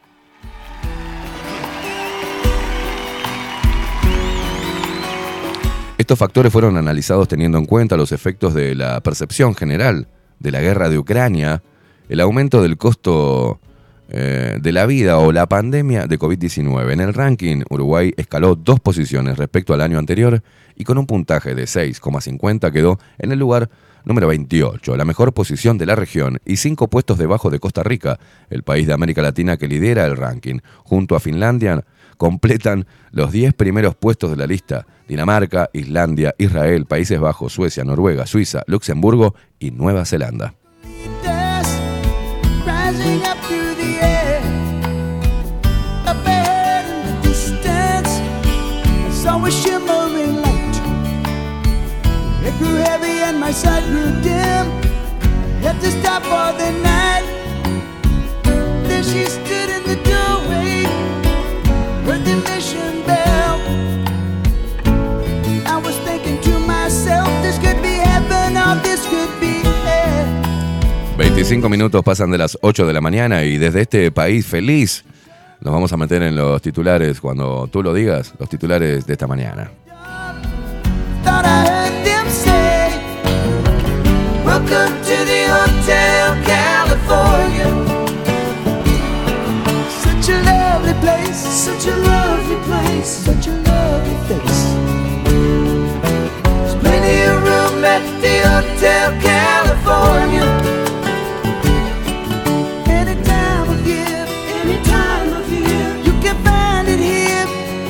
Estos factores fueron analizados teniendo en cuenta los efectos de la percepción general de la guerra de Ucrania, el aumento del costo eh, de la vida o la pandemia de covid diecinueve. En el ranking, Uruguay escaló dos posiciones respecto al año anterior y con un puntaje de seis coma cincuenta quedó en el lugar número veintiocho, la mejor posición de la región y cinco puestos debajo de Costa Rica, el país de América Latina que lidera el ranking. Junto a Finlandia, completan los diez primeros puestos de la lista Dinamarca, Islandia, Israel, Países Bajos, Suecia, Noruega, Suiza, Luxemburgo y Nueva Zelanda. Heard the mission bell. I was thinking to myself, this could be heaven or this could be hell. veinticinco minutos pasan de las ocho de la mañana y desde este país feliz nos vamos a meter en los titulares cuando tú lo digas, los titulares de esta mañana. Thought I heard them say, welcome to the Hotel California. Such a lovely place, such a lovely place, such a lovely face. There's plenty of room at the Hotel California. Any time of year, any time of year, you can find it here.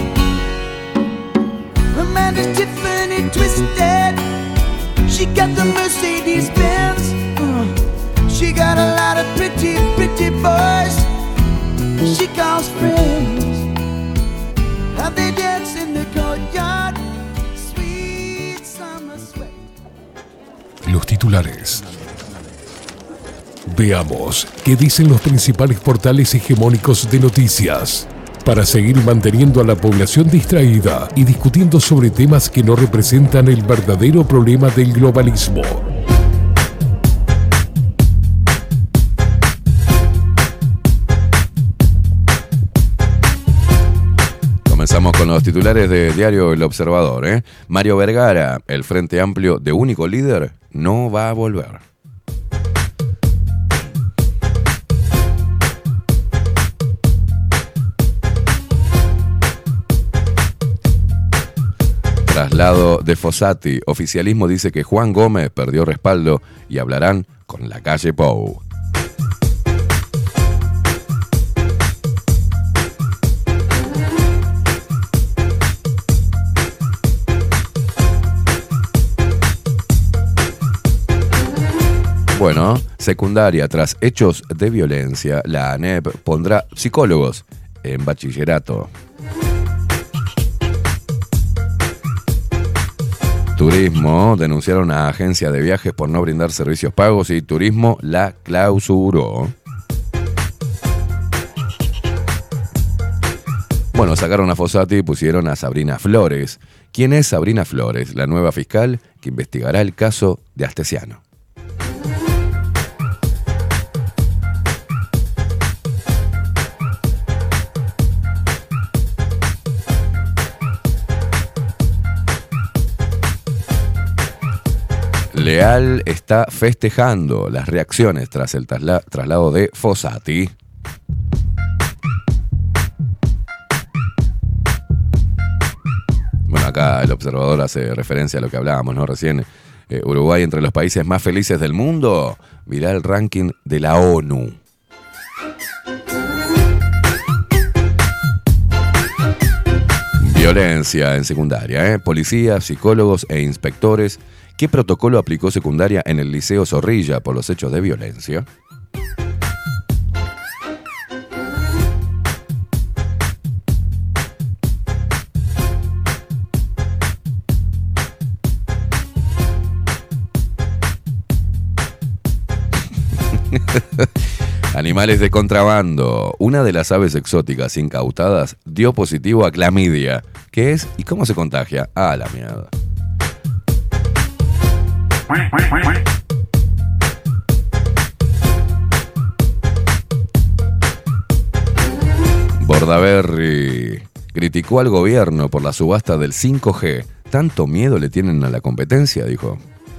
Amanda's Tiffany twisted. She got the Mercedes Benz. Uh, she got a lot of pretty, pretty boys she calls friends. How they dance in the courtyard, sweet summer sweat. Los titulares. Veamos qué dicen los principales portales hegemónicos de noticias para seguir manteniendo a la población distraída y discutiendo sobre temas que no representan el verdadero problema del globalismo. Comenzamos con los titulares de Diario El Observador. ¿eh? Mario Vergara, el Frente Amplio de único líder, no va a volver. Traslado de Fossati. Oficialismo dice que Juan Gómez perdió respaldo y hablarán con la calle Pou. Bueno, secundaria, tras hechos de violencia, la ANEP pondrá psicólogos en bachillerato. Turismo, denunciaron a agencia de viajes por no brindar servicios pagos y Turismo la clausuró. Bueno, sacaron a Fossati y pusieron a Sabrina Flores. ¿Quién es Sabrina Flores? La nueva fiscal que investigará el caso de Astesiano. Leal está festejando las reacciones tras el trasla- traslado de Fossati. Bueno, acá el observador hace referencia a lo que hablábamos, ¿no? Recién, eh, Uruguay entre los países más felices del mundo. Mirá el ranking de la ONU. Violencia en secundaria, ¿eh? Policías, psicólogos e inspectores. ¿Qué protocolo aplicó secundaria en el Liceo Zorrilla por los hechos de violencia? Animales de contrabando. Una de las aves exóticas incautadas dio positivo a clamidia. ¿Qué es y cómo se contagia? Ah, la mierda. Bordaberry criticó al gobierno por la subasta del cinco G. ¿Tanto miedo le tienen a la competencia?, dijo.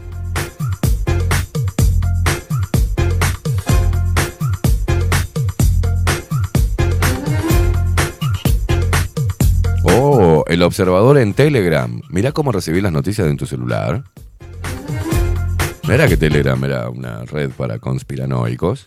Oh, el observador en Telegram. Mirá cómo recibí las noticias en tu celular. ¿No era que Telegram era una red para conspiranoicos?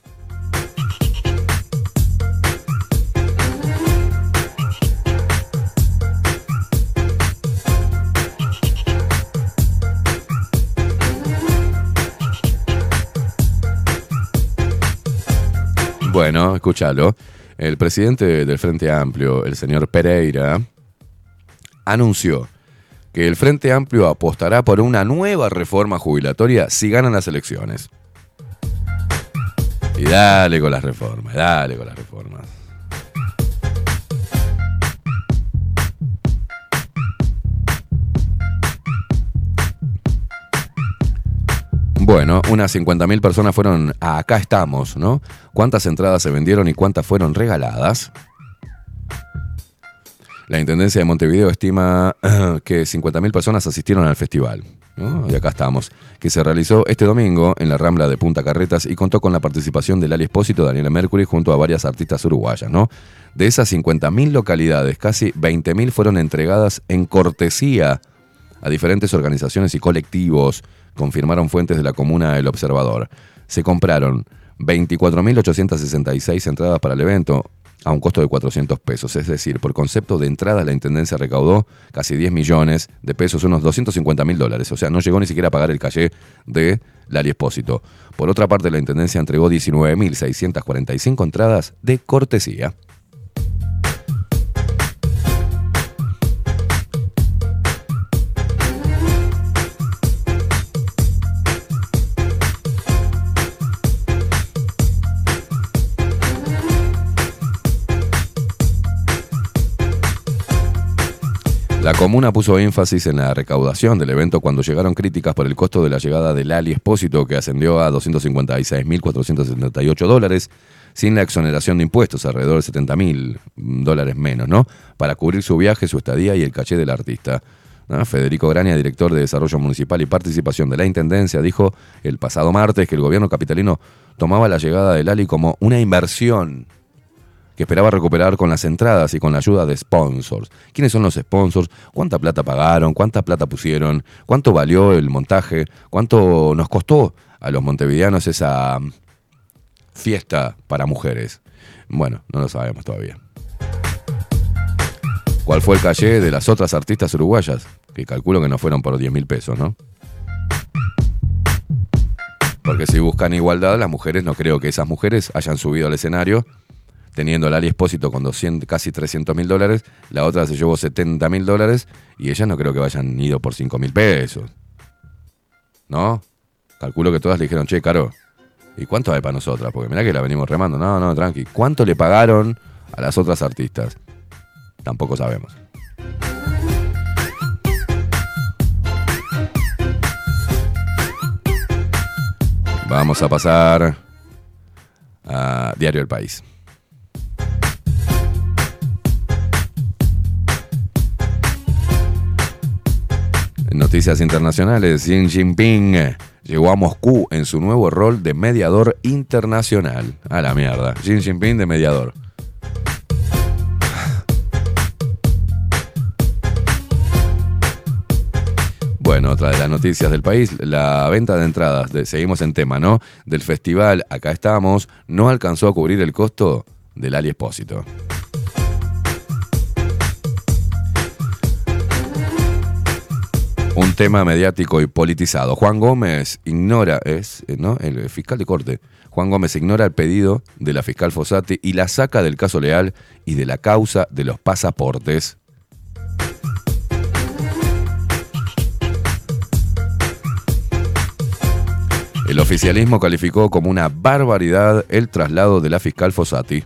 Bueno, escúchalo. El presidente del Frente Amplio, el señor Pereira, anunció que el Frente Amplio apostará por una nueva reforma jubilatoria si ganan las elecciones. Y dale con las reformas, dale con las reformas. Bueno, unas cincuenta mil personas fueron a Acá Estamos, ¿no? ¿Cuántas entradas se vendieron y cuántas fueron regaladas? La Intendencia de Montevideo estima uh, que cincuenta mil personas asistieron al festival, ¿no? Y Acá Estamos, que se realizó este domingo en la Rambla de Punta Carretas y contó con la participación de Lali Espósito, Daniela Mercury, junto a varias artistas uruguayas, ¿no? De esas cincuenta mil localidades, casi veinte mil fueron entregadas en cortesía a diferentes organizaciones y colectivos, confirmaron fuentes de la comuna El Observador. Se compraron veinticuatro mil ochocientas sesenta y seis entradas para el evento a un costo de cuatrocientos pesos. Es decir, por concepto de entrada la Intendencia recaudó casi diez millones de pesos, unos doscientos cincuenta mil dólares. O sea, no llegó ni siquiera a pagar el caché de Lali Espósito. Por otra parte, la Intendencia entregó diecinueve mil seiscientas cuarenta y cinco entradas de cortesía. La comuna puso énfasis en la recaudación del evento cuando llegaron críticas por el costo de la llegada de Lali Espósito, que ascendió a doscientos cincuenta y seis mil cuatrocientos setenta y ocho dólares, sin la exoneración de impuestos, alrededor de setenta mil dólares menos, ¿no? Para cubrir su viaje, su estadía y el caché del artista. ¿No? Federico Grania, director de Desarrollo Municipal y Participación de la Intendencia, dijo el pasado martes que el gobierno capitalino tomaba la llegada de Lali como una inversión que esperaba recuperar con las entradas y con la ayuda de sponsors. ¿Quiénes son los sponsors? ¿Cuánta plata pagaron? ¿Cuánta plata pusieron? ¿Cuánto valió el montaje? ¿Cuánto nos costó a los montevideanos esa fiesta para mujeres? Bueno, no lo sabemos todavía. ¿Cuál fue el caché de las otras artistas uruguayas? Que calculo que no fueron por diez mil pesos, ¿no? Porque si buscan igualdad, las mujeres, no creo que esas mujeres hayan subido al escenario teniendo a Lali Espósito con doscientos, casi trescientos mil dólares, la otra se llevó setenta mil dólares y ellas no creo que vayan ido por cinco mil pesos. ¿No? Calculo que todas le dijeron, che, Caro, ¿y cuánto hay para nosotras? Porque mirá que la venimos remando. No, no, tranqui. ¿Cuánto le pagaron a las otras artistas? tampoco sabemos. Vamos a pasar a Diario El País. Noticias internacionales. Xi Jinping llegó a Moscú en su nuevo rol de mediador internacional. A la mierda. Xi Jinping de mediador. Bueno, otra de las noticias del país, la venta de entradas, de, seguimos en tema, ¿no? Del festival Acá Estamos, no alcanzó a cubrir el costo del Ali Espósito. Un tema mediático y politizado. Juan Gómez ignora, es, ¿no? El fiscal de corte. Juan Gómez ignora el pedido de la fiscal Fossati y la saca del caso Leal y de la causa de los pasaportes. El oficialismo calificó como una barbaridad el traslado de la fiscal Fossati.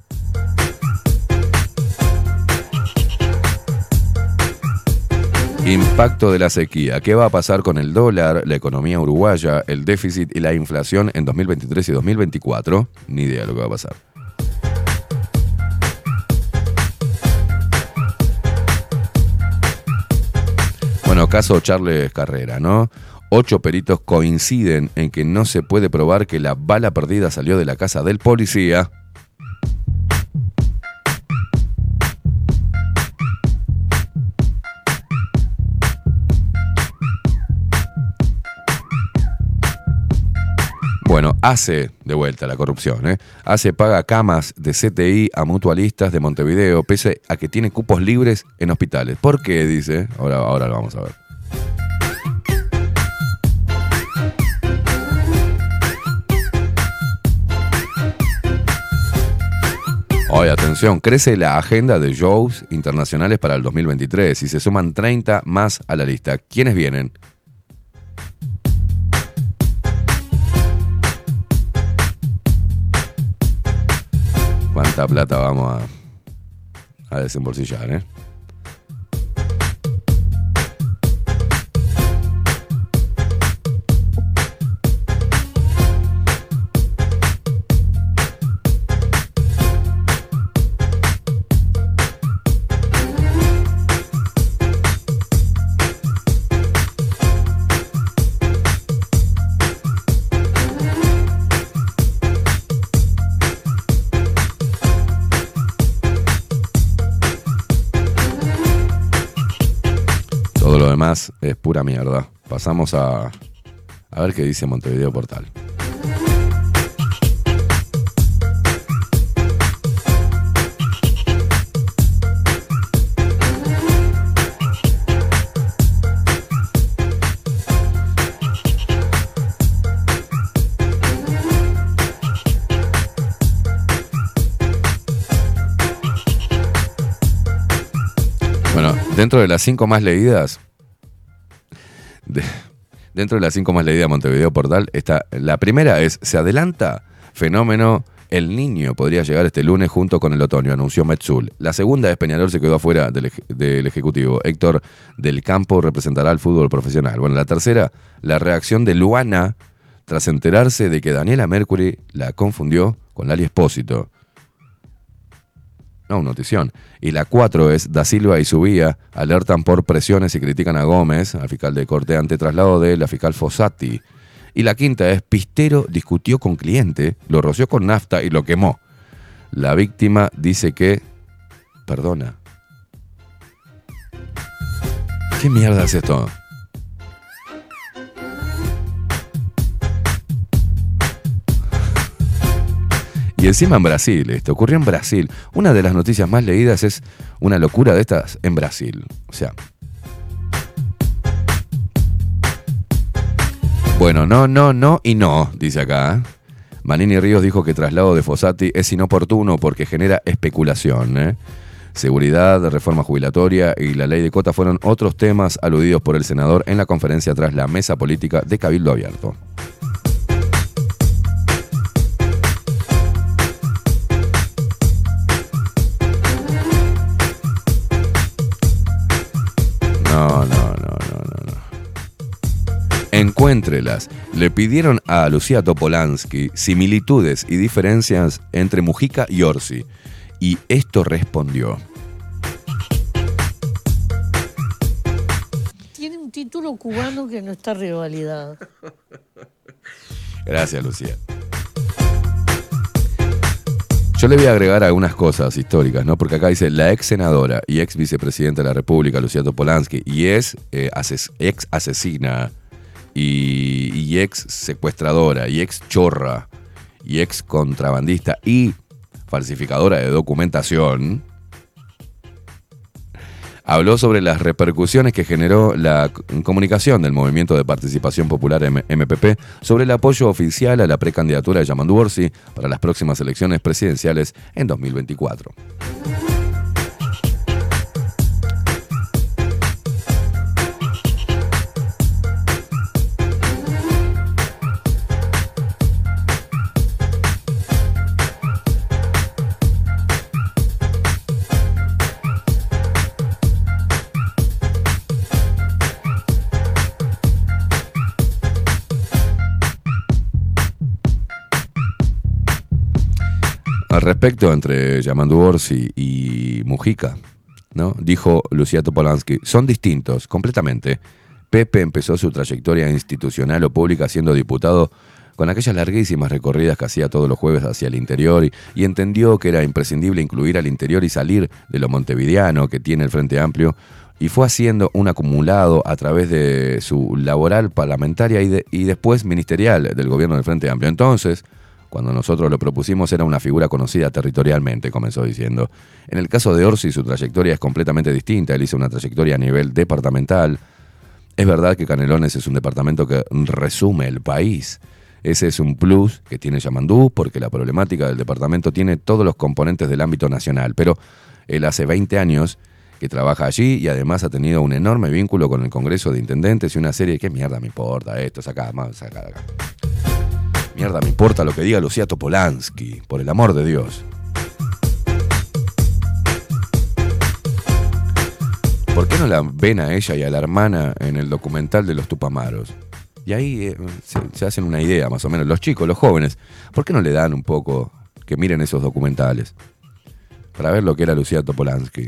Impacto de la sequía. ¿Qué va a pasar con el dólar, la economía uruguaya, el déficit y la inflación en dos mil veintitrés y dos mil veinticuatro? Ni idea de lo que va a pasar. Bueno, caso Charles Carrera, ¿no? Ocho peritos coinciden en que no se puede probar que la bala perdida salió de la casa del policía. Bueno, ACE, de vuelta la corrupción, ¿eh? ACE paga camas de C T I a mutualistas de Montevideo, pese a que tiene cupos libres en hospitales. ¿Por qué? Dice. Ahora, ahora lo vamos a ver. Hoy, atención, crece la agenda de shows internacionales para el dos mil veintitrés y se suman treinta más a la lista. ¿Quiénes vienen? ¿Cuánta plata vamos a, a desembolsillar, eh? Más es pura mierda. Pasamos a, a ver qué dice Montevideo Portal. Bueno, dentro de las cinco más leídas De, dentro de las cinco más leídas de Montevideo Portal, está, la primera es: se adelanta fenómeno El Niño podría llegar este lunes junto con el otoño, anunció Metzul. La segunda es: Peñarol se quedó afuera del, del Ejecutivo. Héctor del Campo representará al fútbol profesional. Bueno, la tercera, la reacción de Luana tras enterarse de que Daniela Mercury la confundió con Lali Espósito. No, notición. Y la cuatro es: Da Silva y Subía alertan por presiones y critican a Gómez, al fiscal de corte, ante traslado de la fiscal Fossati. Y la quinta es: Pistero discutió con cliente, lo roció con nafta y lo quemó. La víctima dice que perdona. ¿Qué mierda es esto? Y encima en Brasil, esto ocurrió en Brasil. Una de las noticias más leídas es una locura de estas en Brasil. O sea. Bueno, no, no, no y no, dice acá. Manini Ríos dijo que traslado de Fossati es inoportuno porque genera especulación. ¿eh? Seguridad, reforma jubilatoria y la ley de cuotas fueron otros temas aludidos por el senador en la conferencia tras la mesa política de Cabildo Abierto. encuéntrelas. Le pidieron a Lucía Topolansky similitudes y diferencias entre Mujica y Orsi. Y esto respondió. Tiene un título cubano que no está revalidado. Gracias, Lucía. Yo le voy a agregar algunas cosas históricas, ¿no? Porque acá dice la ex senadora y ex vicepresidenta de la República, Lucía Topolansky, y es eh, ases- ex asesina, y, y ex secuestradora, y ex chorra, y ex contrabandista, y falsificadora de documentación, habló sobre las repercusiones que generó la comunicación del Movimiento de Participación Popular M P P sobre el apoyo oficial a la precandidatura de Yamandu Orsi para las próximas elecciones presidenciales en dos mil veinticuatro. Al respecto, entre Yamandu Orsi y Mujica, ¿no? Dijo Lucía Topolansky, son distintos, completamente. Pepe empezó su trayectoria institucional o pública siendo diputado con aquellas larguísimas recorridas que hacía todos los jueves hacia el interior y, y entendió que era imprescindible incluir al interior y salir de lo montevideano que tiene el Frente Amplio, y fue haciendo un acumulado a través de su laboral parlamentaria y, de, y después ministerial del gobierno del Frente Amplio. Entonces, cuando nosotros lo propusimos, era una figura conocida territorialmente, comenzó diciendo. En el caso de Orsi, su trayectoria es completamente distinta. Él hizo una trayectoria a nivel departamental. Es verdad que Canelones es un departamento que resume el país. Ese es un plus que tiene Yamandu, porque la problemática del departamento tiene todos los componentes del ámbito nacional. Pero él hace veinte años que trabaja allí y además ha tenido un enorme vínculo con el Congreso de Intendentes y una serie de... ¿Qué mierda me importa esto? Saca, más, saca de acá. Mierda, me importa lo que diga Lucía Topolansky, por el amor de Dios. ¿Por qué no la ven a ella y a la hermana en el documental de los Tupamaros? Y ahí eh, se, se hacen una idea, más o menos, los chicos, los jóvenes. ¿Por qué no le dan un poco que miren esos documentales? Para ver lo que era Lucía Topolansky.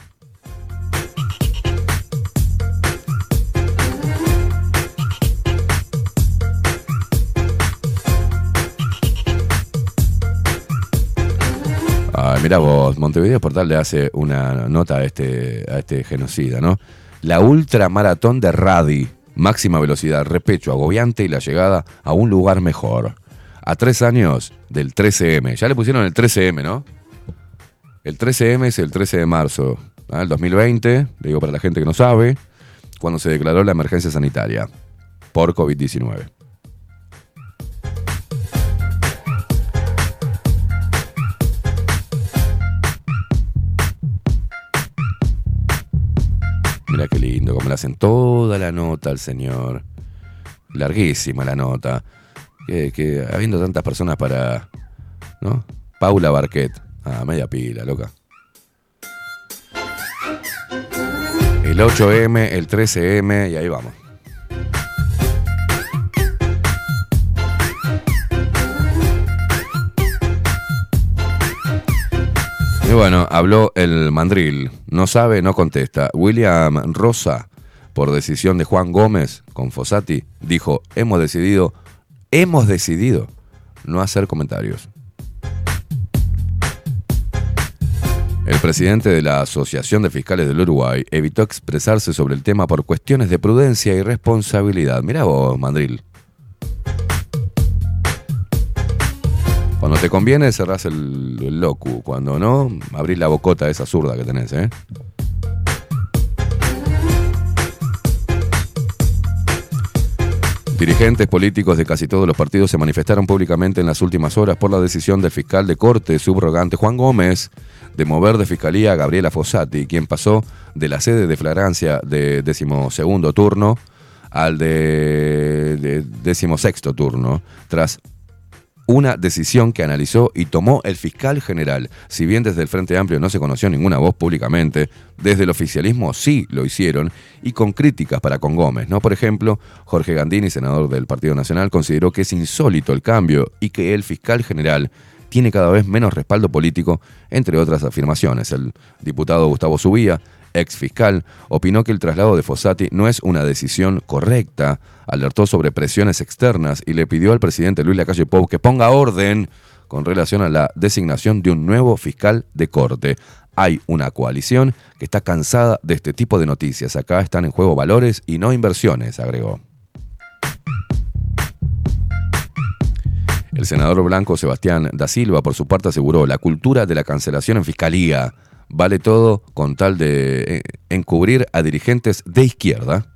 Ay, mirá vos, Montevideo Portal le hace una nota a este, a este genocida, ¿no? La ultramaratón de Radi, máxima velocidad, repecho agobiante y la llegada a un lugar mejor. A tres años del trece eme. Ya le pusieron el trece eme, ¿no? El trece eme es el trece de marzo del ¿eh? dos mil veinte, le digo para la gente que no sabe, cuando se declaró la emergencia sanitaria por covid diecinueve. Mira qué lindo, como le hacen toda la nota al señor. Larguísima la nota. Que, que habiendo tantas personas para... ¿no? Paula Barquet. Ah, media pila, loca. El ocho eme, el trece eme y ahí vamos. Y bueno, habló el mandril. No sabe, no contesta. William Rosa, por decisión de Juan Gómez con Fossati, dijo, hemos decidido, hemos decidido no hacer comentarios. El presidente de la Asociación de Fiscales del Uruguay evitó expresarse sobre el tema por cuestiones de prudencia y responsabilidad. Mirá vos, mandril. Cuando te conviene cerrás el, el locu, cuando no, abrís la bocota esa zurda que tenés, ¿eh? Dirigentes políticos de casi todos los partidos se manifestaron públicamente en las últimas horas por la decisión del fiscal de corte subrogante Juan Gómez de mover de fiscalía a Gabriela Fossati, quien pasó de la sede de flagrancia de decimosegundo turno al de, de decimosexto turno, tras una decisión que analizó y tomó el fiscal general. Si bien desde el Frente Amplio no se conoció ninguna voz públicamente, desde el oficialismo sí lo hicieron y con críticas para con Gómez, ¿no? Por ejemplo, Jorge Gandini, senador del Partido Nacional, consideró que es insólito el cambio y que el fiscal general tiene cada vez menos respaldo político, entre otras afirmaciones. El diputado Gustavo Subía, ex fiscal, opinó que el traslado de Fossati no es una decisión correcta, alertó sobre presiones externas y le pidió al presidente Luis Lacalle Pou que ponga orden con relación a la designación de un nuevo fiscal de corte. Hay una coalición que está cansada de este tipo de noticias. Acá están en juego valores y no inversiones, agregó. El senador blanco Sebastián da Silva, por su parte, aseguró la cultura de la cancelación en fiscalía. Vale todo con tal de eh, encubrir a dirigentes de izquierda.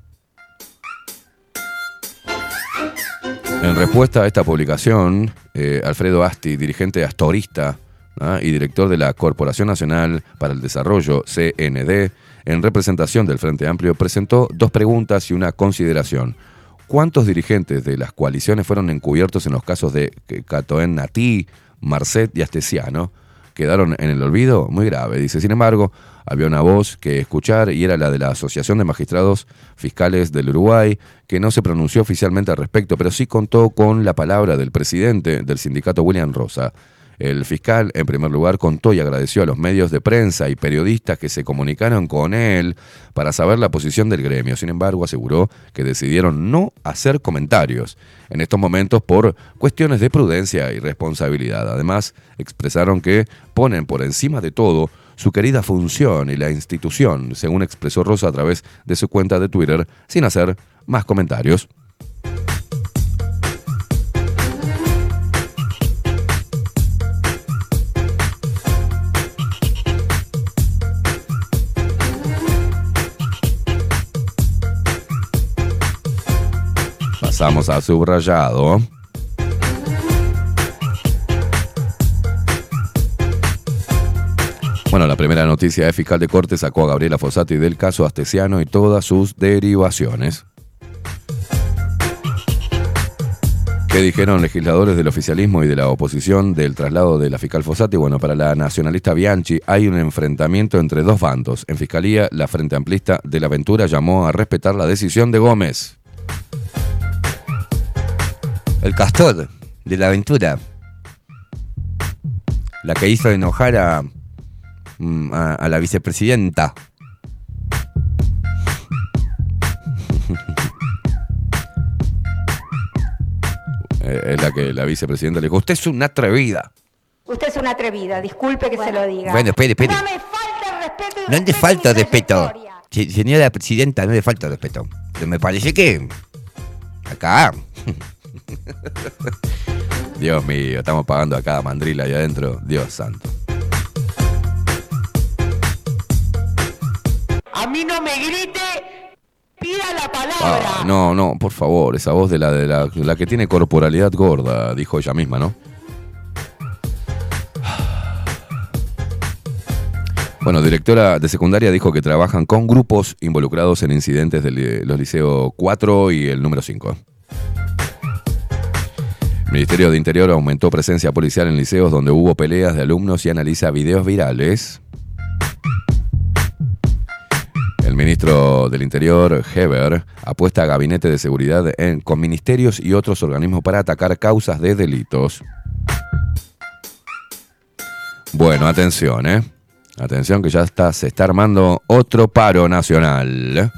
En respuesta a esta publicación, eh, Alfredo Asti, dirigente astorista, ¿ah? y director de la Corporación Nacional para el Desarrollo, C N D, en representación del Frente Amplio, presentó dos preguntas y una consideración. ¿Cuántos dirigentes de las coaliciones fueron encubiertos en los casos de Catoen Natí, Marcet y Astesiano? ¿Quedaron en el olvido? Muy grave, dice. Sin embargo, había una voz que escuchar y era la de la Asociación de Magistrados Fiscales del Uruguay, que no se pronunció oficialmente al respecto, pero sí contó con la palabra del presidente del sindicato, William Rosa. El fiscal, en primer lugar, contó y agradeció a los medios de prensa y periodistas que se comunicaron con él para saber la posición del gremio. Sin embargo, aseguró que decidieron no hacer comentarios en estos momentos por cuestiones de prudencia y responsabilidad. Además, expresaron que ponen por encima de todo su querida función y la institución, según expresó Rosa a través de su cuenta de Twitter, sin hacer más comentarios. Pasamos a subrayado. Bueno, la primera noticia es: fiscal de corte sacó a Gabriela Fossati del caso Astesiano y todas sus derivaciones. ¿Qué dijeron legisladores del oficialismo y de la oposición del traslado de la fiscal Fossati? Bueno, para la nacionalista Bianchi hay un enfrentamiento entre dos bandos. En Fiscalía, la Frente Amplista de la Ventura llamó a respetar la decisión de Gómez. El castor de la Ventura, la que hizo enojar a, a, a la vicepresidenta. Es la que la vicepresidenta le dijo: usted es una atrevida. Usted es una atrevida, disculpe que bueno, se lo diga. Bueno, espere, espere. No me falta el respeto. No le falta respeto. Señora presidenta, no le falta respeto. Pero me parece que acá... Dios mío, estamos pagando a cada mandrila ahí adentro. Dios santo. A mí no me grite, pida la palabra. Ah, no, no, por favor, esa voz de la de la, la que tiene corporalidad gorda, dijo ella misma, ¿no? Bueno, directora de secundaria dijo que trabajan con grupos involucrados en incidentes de los liceos cuatro y el número cinco. El Ministerio de Interior aumentó presencia policial en liceos donde hubo peleas de alumnos y analiza videos virales. El ministro del Interior, Heber, apuesta a gabinete de seguridad en, con ministerios y otros organismos para atacar causas de delitos. Bueno, atención, ¿eh? Atención que ya está, se está armando otro paro nacional.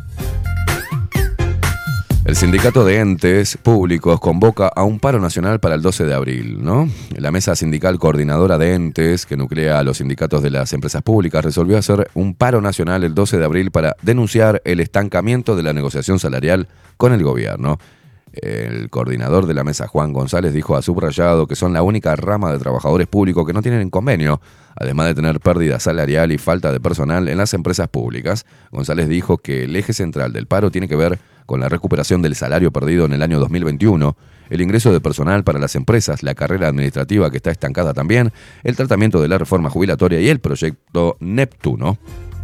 El sindicato de entes públicos convoca a un paro nacional para el doce de abril, ¿no? La mesa sindical coordinadora de entes, que nuclea a los sindicatos de las empresas públicas, resolvió hacer un paro nacional el doce de abril para denunciar el estancamiento de la negociación salarial con el gobierno. El coordinador de la mesa, Juan González, dijo a Subrayado que son la única rama de trabajadores públicos que no tienen convenio, además de tener pérdida salarial y falta de personal en las empresas públicas. González dijo que el eje central del paro tiene que ver con la recuperación del salario perdido en el año dos mil veintiuno, el ingreso de personal para las empresas, la carrera administrativa que está estancada también, el tratamiento de la reforma jubilatoria y el proyecto Neptuno.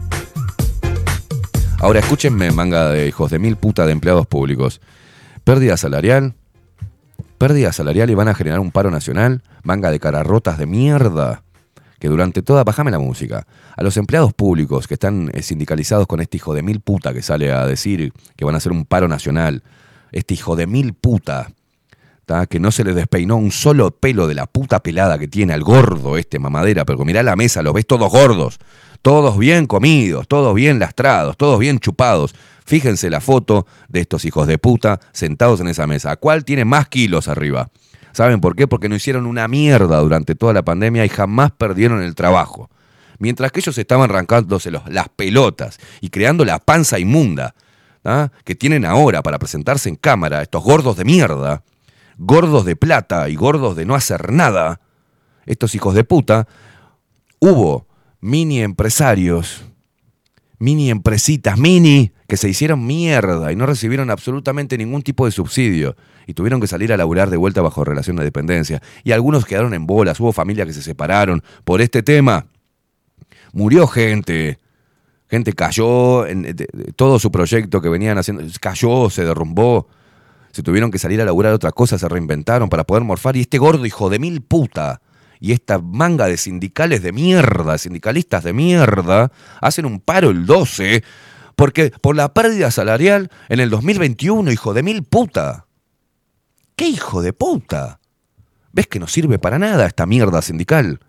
Ahora escúchenme, manga de hijos de mil puta de empleados públicos. Pérdida salarial, pérdida salarial y van a generar un paro nacional, manga de cararrotas de mierda, que durante toda, bájame la música, a los empleados públicos que están sindicalizados con este hijo de mil puta que sale a decir que van a hacer un paro nacional, este hijo de mil puta, ¿tá? Que no se le despeinó un solo pelo de la puta pelada que tiene al gordo este mamadera, pero mirá la mesa, los ves todos gordos, todos bien comidos, todos bien lastrados, todos bien chupados. Fíjense la foto de estos hijos de puta sentados en esa mesa. ¿Cuál tiene más kilos arriba? ¿Saben por qué? Porque no hicieron una mierda durante toda la pandemia y jamás perdieron el trabajo. Mientras que ellos estaban arrancándose los, las pelotas y creando la panza inmunda, ¿ah? que tienen ahora para presentarse en cámara, estos gordos de mierda, gordos de plata y gordos de no hacer nada, estos hijos de puta, hubo mini empresarios, mini empresitas, mini, que se hicieron mierda y no recibieron absolutamente ningún tipo de subsidio y tuvieron que salir a laburar de vuelta bajo relación de dependencia. Y algunos quedaron en bolas, hubo familias que se separaron por este tema. Murió gente, gente cayó, en, de, de, todo su proyecto que venían haciendo, cayó, se derrumbó, se tuvieron que salir a laburar otra cosa, se reinventaron para poder morfar. Y este gordo hijo de mil puta y esta manga de sindicales de mierda, sindicalistas de mierda, hacen un paro el doce, porque por la pérdida salarial en el dos mil veintiuno, hijo de mil puta. ¿Qué hijo de puta? ¿Ves que no sirve para nada esta mierda sindical?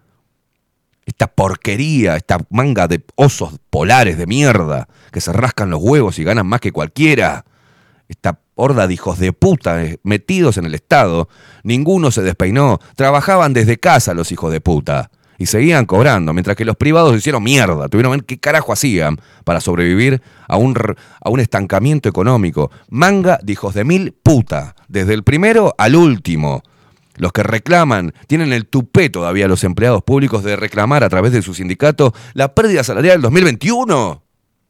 Esta porquería, esta manga de osos polares de mierda, que se rascan los huevos y ganan más que cualquiera. Esta horda de hijos de puta metidos en el Estado, ninguno se despeinó, trabajaban desde casa los hijos de puta y seguían cobrando, mientras que los privados hicieron mierda, tuvieron que ver qué carajo hacían para sobrevivir a un, a un estancamiento económico. Manga de hijos de mil puta, desde el primero al último. Los que reclaman, tienen el tupé todavía los empleados públicos de reclamar a través de su sindicato la pérdida salarial del dos mil veintiuno.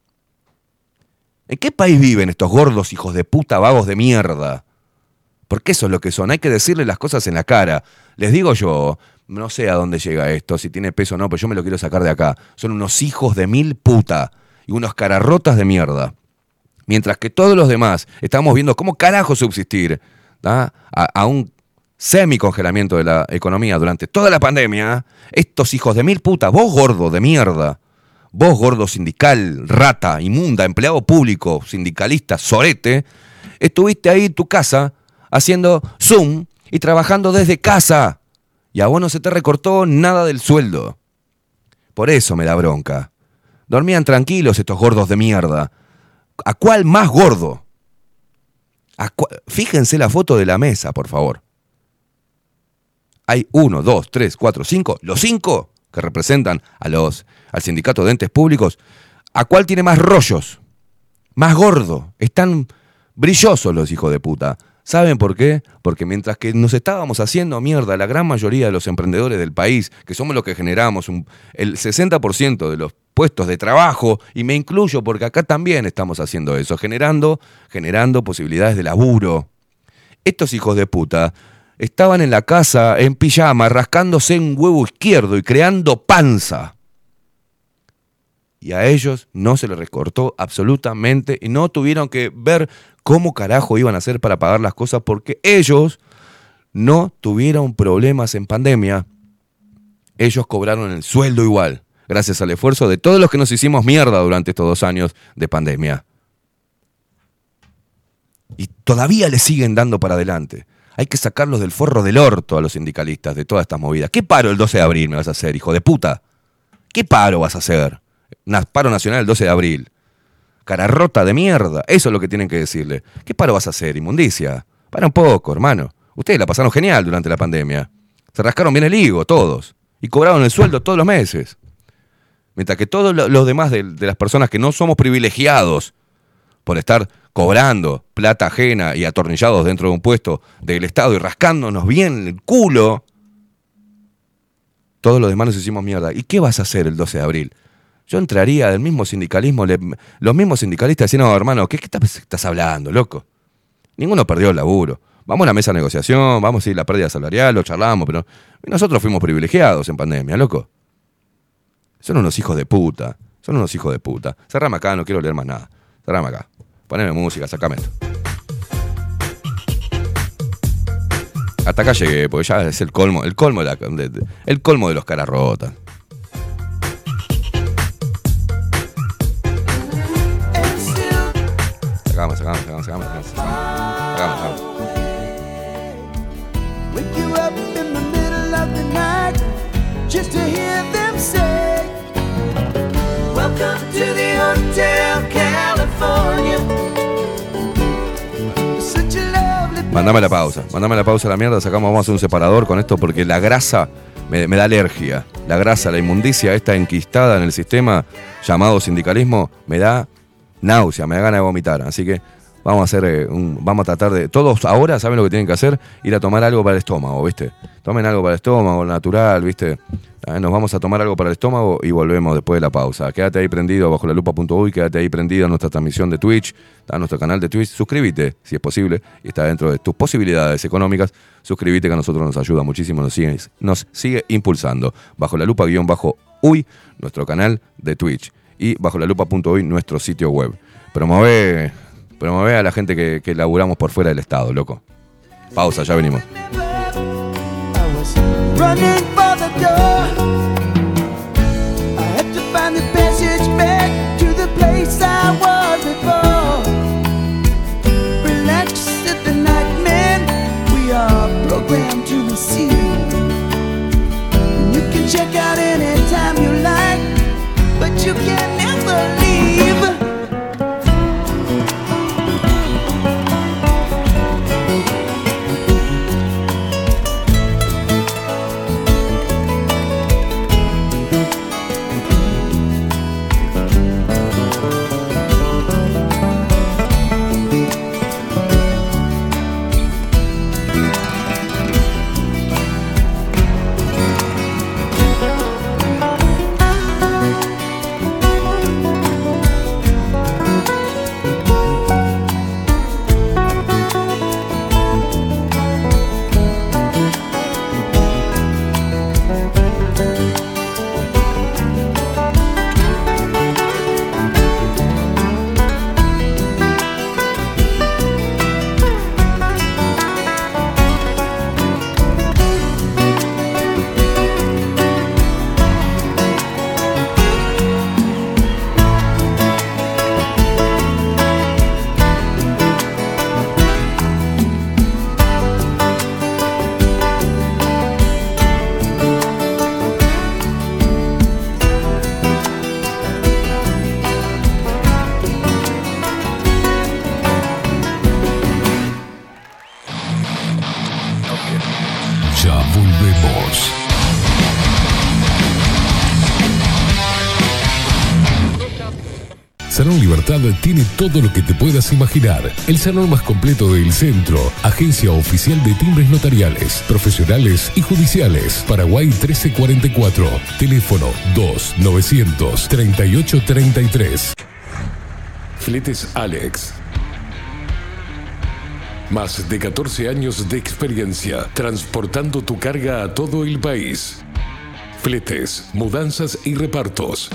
¿En qué país viven estos gordos hijos de puta vagos de mierda? Porque eso es lo que son, hay que decirles las cosas en la cara. Les digo yo, no sé a dónde llega esto, si tiene peso o no, pero yo me lo quiero sacar de acá. Son unos hijos de mil puta y unos cararrotas de mierda. Mientras que todos los demás estamos viendo cómo carajo subsistir a, a un semicongelamiento de la economía durante toda la pandemia, estos hijos de mil puta, vos gordo de mierda, vos gordo sindical, rata, inmunda, empleado público, sindicalista, sorete, estuviste ahí en tu casa haciendo Zoom y trabajando desde casa. Y a vos no se te recortó nada del sueldo. Por eso me da bronca. Dormían tranquilos estos gordos de mierda. ¿A cuál más gordo? ¿A cuál? Fíjense la foto de la mesa, por favor. Hay uno, dos, tres, cuatro, cinco. Los cinco que representan a los, al sindicato de entes públicos. ¿A cuál tiene más rollos? Más gordo. Están brillosos los hijos de puta. ¿Saben por qué? Porque mientras que nos estábamos haciendo mierda la gran mayoría de los emprendedores del país, que somos los que generamos un, el sesenta por ciento de los puestos de trabajo, y me incluyo porque acá también estamos haciendo eso, generando, generando posibilidades de laburo. Estos hijos de puta estaban en la casa en pijama, rascándose un huevo izquierdo y creando panza. Y a ellos no se les recortó absolutamente y no tuvieron que ver cómo carajo iban a hacer para pagar las cosas porque ellos no tuvieron problemas en pandemia. Ellos cobraron el sueldo igual, gracias al esfuerzo de todos los que nos hicimos mierda durante estos dos años de pandemia. Y todavía le siguen dando para adelante. Hay que sacarlos del forro del orto a los sindicalistas de todas estas movidas. ¿Qué paro el doce de abril me vas a hacer, hijo de puta? ¿Qué paro vas a hacer? Paro nacional el doce de abril. Cararrota de mierda. Eso es lo que tienen que decirle. ¿Qué paro vas a hacer, inmundicia? Para un poco, hermano. Ustedes la pasaron genial durante la pandemia. Se rascaron bien el higo, todos. Y cobraron el sueldo todos los meses. Mientras que todos los demás de, de las personas que no somos privilegiados por estar cobrando plata ajena y atornillados dentro de un puesto del Estado y rascándonos bien el culo, todos los demás nos hicimos mierda. ¿Y qué vas a hacer el doce de abril? Yo entraría del mismo sindicalismo, le, los mismos sindicalistas decían, no, hermano, ¿qué, qué estás, estás hablando, loco? Ninguno perdió el laburo. Vamos a la mesa de negociación, vamos a ir a la pérdida salarial, lo charlamos, pero nosotros fuimos privilegiados en pandemia, loco. Son unos hijos de puta, son unos hijos de puta. Cerrame acá, no quiero leer más nada. Cerrame acá. Poneme música, sacame esto. Hasta acá llegué, porque ya es el colmo, el colmo de, la, de, de el colmo de los caras rotas. Sacamos, sacamos, sacamos, sacamos, sacamos, sacamos, sacamos. Wake you up in the middle of the night just to hear them say, welcome to the Hotel California. Such a lovely place. Mandame la pausa, mandame la pausa a la mierda, sacamos, vamos a hacer un separador con esto porque la grasa me, me da alergia. La grasa, la inmundicia esta enquistada en el sistema llamado sindicalismo me da náusea, me da ganas de vomitar. Así que vamos a hacer eh, un, vamos a tratar de, todos ahora saben lo que tienen que hacer, ir a tomar algo para el estómago, ¿viste? Tomen algo para el estómago, natural, ¿viste? Nos vamos a tomar algo para el estómago y volvemos después de la pausa. Quédate ahí prendido bajo la lupa punto uy, quédate ahí prendido a nuestra transmisión de Twitch, a nuestro canal de Twitch. Suscríbete, si es posible, y está dentro de tus posibilidades económicas. Suscríbete, que a nosotros nos ayuda muchísimo, nos sigue, nos sigue impulsando. Bajo la lupa guión bajo uy, nuestro canal de Twitch. Y bajo la lupa punto uy, nuestro sitio web. Promueve, promueve a la gente que, que laburamos por fuera del Estado, loco. Pausa, ya venimos. Running for the door, I had to find the passage back to the place I was before. Relax at the night, man, we are programmed to receive. And you can check out anytime you like, but you can never leave. Salón Libertad tiene todo lo que te puedas imaginar. El salón más completo del centro. Agencia oficial de timbres notariales, profesionales y judiciales. Paraguay trece cuarenta y cuatro. Teléfono dos novecientos treinta y ocho treinta y tres. Fletes Alex. Más de catorce años de experiencia transportando tu carga a todo el país. Fletes, mudanzas y repartos.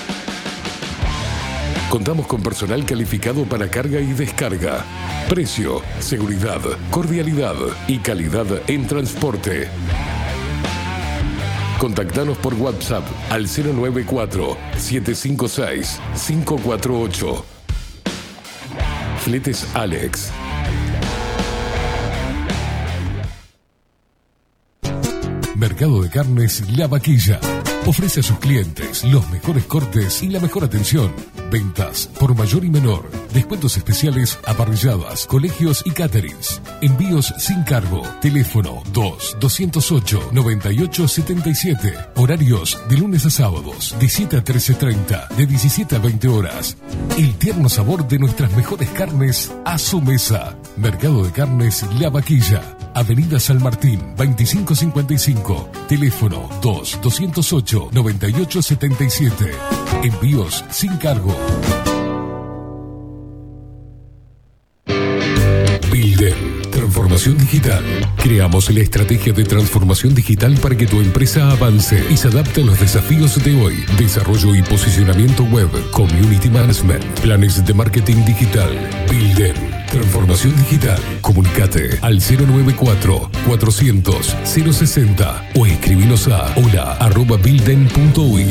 Contamos con personal calificado para carga y descarga. Precio, seguridad, cordialidad y calidad en transporte. Contactanos por WhatsApp al cero nueve cuatro, siete cinco seis, cinco cuatro ocho. Fletes Alex. Mercado de Carnes La Vaquilla. Ofrece a sus clientes los mejores cortes y la mejor atención. Ventas por mayor y menor. Descuentos especiales a parrilladas, colegios y caterings. Envíos sin cargo. Teléfono dos doscientos ocho, noventa y ocho setenta y siete. Horarios de lunes a sábados de siete a trece treinta, de diecisiete a veinte horas. El tierno sabor de nuestras mejores carnes a su mesa. Mercado de Carnes La Vaquilla. Avenida San Martín, veinticinco cincuenta y cinco. Teléfono dos doscientos ocho, noventa y ocho setenta y siete. Envíos sin cargo. Builder. Transformación digital. Creamos la estrategia de transformación digital para que tu empresa avance y se adapte a los desafíos de hoy. Desarrollo y posicionamiento web, community management, planes de marketing digital. Builder. Transformación Transformación digital. Comunicate al cero noventa y cuatro, cuatrocientos, cero sesenta o escribinos a hola arroba bilden punto uy.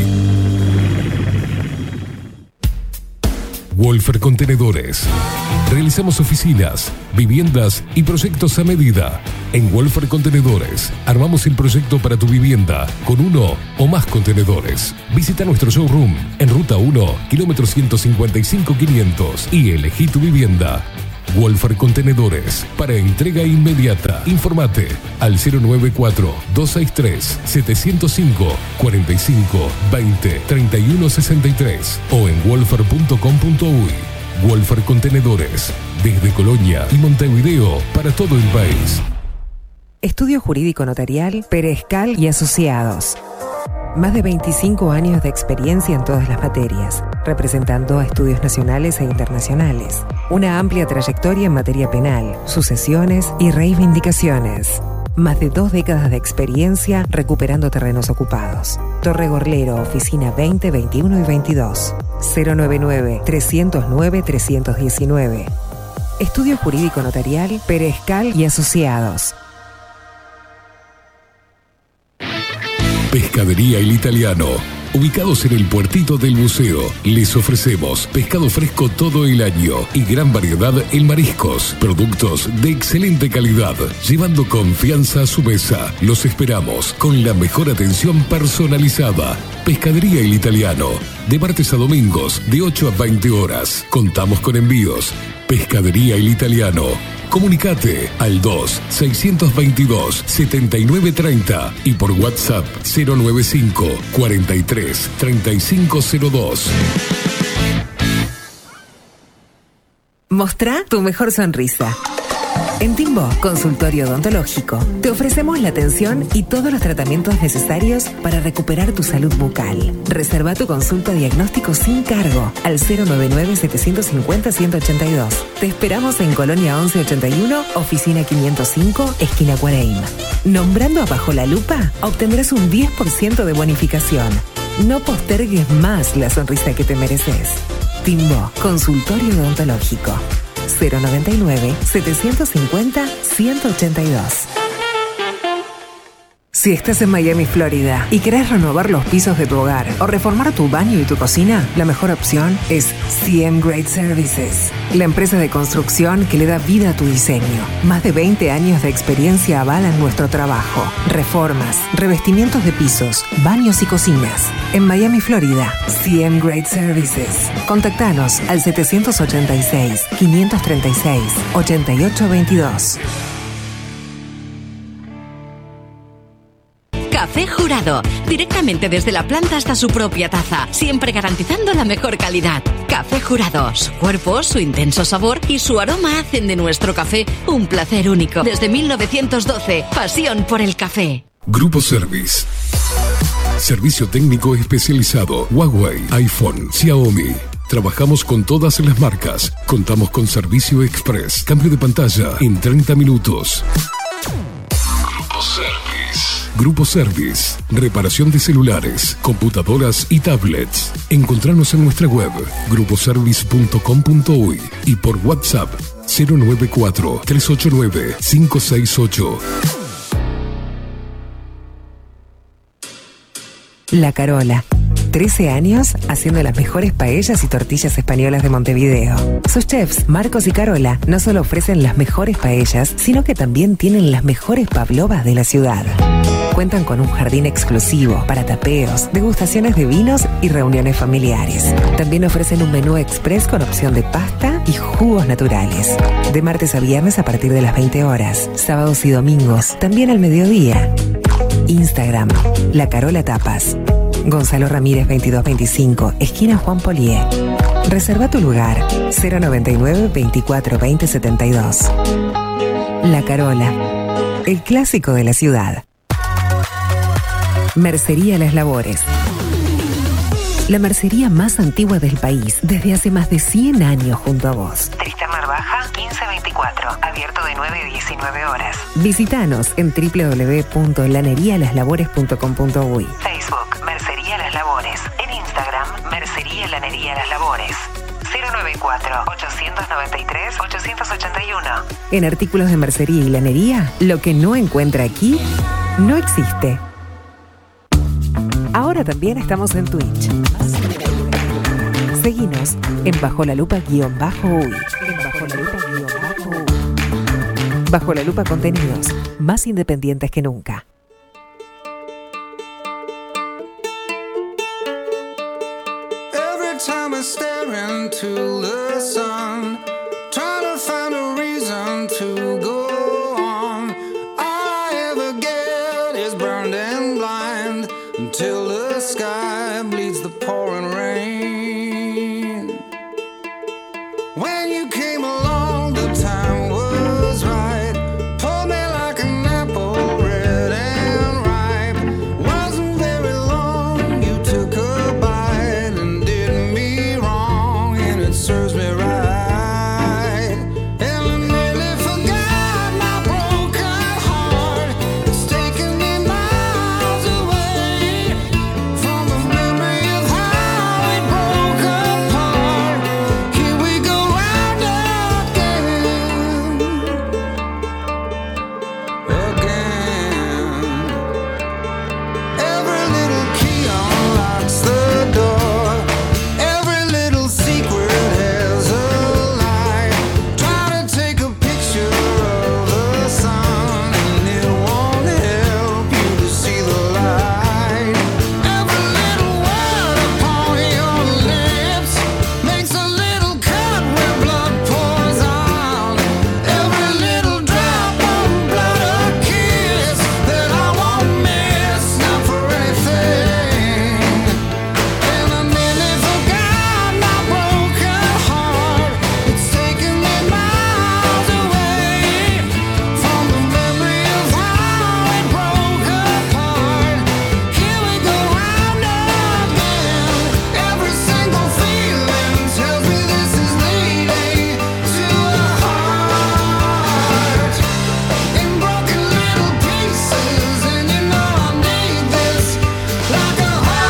Wolfer Contenedores. Realizamos oficinas, viviendas y proyectos a medida. En Wolfer Contenedores armamos el proyecto para tu vivienda con uno o más contenedores. Visita nuestro showroom en Ruta uno, kilómetro ciento cincuenta y cinco quinientos y elegí tu vivienda. Wolfer Contenedores, para entrega inmediata. Informate al cero noventa y cuatro, doscientos sesenta y tres, setecientos cinco, cuarenta y cinco, veinte, treinta y uno sesenta y tres o en wolfer punto com punto uy. Wolfer Contenedores, desde Colonia y Montevideo para todo el país. Estudio Jurídico Notarial, Perezcal y Asociados. Más de veinticinco años de experiencia en todas las materias, representando a estudios nacionales e internacionales. Una amplia trayectoria en materia penal, sucesiones y reivindicaciones. Más de dos décadas de experiencia recuperando terrenos ocupados. Torre Gorlero, oficina veinte, veintiuno y veintidós. cero noventa y nueve, trescientos nueve, trescientos diecinueve. Estudio Jurídico Notarial, Perezcal y Asociados. Pescadería El Italiano. Ubicados en el puertito del buceo, les ofrecemos pescado fresco todo el año y gran variedad en mariscos, productos de excelente calidad, llevando confianza a su mesa. Los esperamos con la mejor atención personalizada. Pescadería El Italiano, de martes a domingos, de ocho a veinte horas. Contamos con envíos. Pescadería El Italiano. Comunicate al dos, seiscientos veintidós, setenta y nueve treinta y por WhatsApp cero noventa y cinco, cuarenta y tres, treinta y cinco cero dos. Mostrá tu mejor sonrisa. En Timbo, consultorio odontológico, te ofrecemos la atención y todos los tratamientos necesarios para recuperar tu salud bucal. Reserva tu consulta diagnóstico sin cargo al cero noventa y nueve, setecientos cincuenta, ciento ochenta y dos. Te esperamos en Colonia once ochenta y uno, oficina quinientos cinco, esquina Cuareim. Nombrando a Bajo la Lupa, obtendrás un diez por ciento de bonificación. No postergues más la sonrisa que te mereces. Timbo, consultorio odontológico. cero noventa y nueve, setecientos cincuenta, ciento ochenta y dos. Si estás en Miami, Florida, y querés renovar los pisos de tu hogar o reformar tu baño y tu cocina, la mejor opción es C M Great Services, la empresa de construcción que le da vida a tu diseño. Más de veinte años de experiencia avalan nuestro trabajo. Reformas, revestimientos de pisos, baños y cocinas. En Miami, Florida, C M Great Services. Contactanos al setecientos ochenta y seis, quinientos treinta y seis, ochenta y ocho veintidós. Café Jurado, directamente desde la planta hasta su propia taza, siempre garantizando la mejor calidad. Café Jurado, su cuerpo, su intenso sabor y su aroma hacen de nuestro café un placer único. Desde mil novecientos doce, pasión por el café. Grupo Service. Servicio técnico especializado. Huawei, iPhone, Xiaomi. Trabajamos con todas las marcas. Contamos con servicio express. Cambio de pantalla en treinta minutos. Grupo Service. Grupo Service, reparación de celulares, computadoras y tablets. Encontranos en nuestra web grupo service punto com punto uy y por WhatsApp cero noventa y cuatro, tres ocho nueve, cinco seis ocho. La Carola. trece años haciendo las mejores paellas y tortillas españolas de Montevideo. Sus chefs, Marcos y Carola, no solo ofrecen las mejores paellas, sino que también tienen las mejores pavlovas de la ciudad. Cuentan con un jardín exclusivo para tapeos, degustaciones de vinos y reuniones familiares. También ofrecen un menú express con opción de pasta y jugos naturales. De martes a viernes a partir de las veinte horas, sábados y domingos, también al mediodía. Instagram, La Carola Tapas. Gonzalo Ramírez veintidós veinticinco, esquina Juan Polié. Reserva tu lugar, cero noventa y nueve, veinticuatro, veinte, setenta y dos. La Carola, el clásico de la ciudad. Mercería Las Labores. La mercería más antigua del país, desde hace más de cien años junto a vos. Tristán Baja, quince veinticuatro, abierto de nueve a diecinueve horas. Visítanos en doble u doble u doble u punto lanería las labores punto com punto uy. Facebook, Mercería Las Labores. En Instagram, Mercería Lanería Las Labores. cero nueve cuatro, ocho nueve tres, ocho ocho uno. En artículos de mercería y lanería, lo que no encuentra aquí, no existe. Ahora también estamos en Twitch. Seguinos en Bajo la Lupa guión bajo uy. En Bajo la Lupa guión bajo uy. Bajo la Lupa Contenidos, más independientes que nunca. Every time I stare into the sun, trying to find a reason to go on. All I ever get is burned and blind until the sky bleeds the pouring rain. When you came along, the time was right. Pulled me like an apple, red and ripe. Wasn't very long, you took a bite and did me wrong, and it serves me right. And I nearly forgot my broken heart. It's taken me miles away from the memory of how it broke apart. Here we go round again, again. Every little key unlocks the door. Every little secret has a light. Try to take a picture of the sun, and it won't help you to see the light. Every little word upon your lips makes a little cut where blood pours out. Every little drop of blood, a kiss that I won't miss, not for anything. And I nearly forgot my broken heart. It's taken me miles away from the memory of how it broke apart. Here we go round again. Every single feeling tells me this is leading to a heart in broken little pieces, and you know I need this like a heart.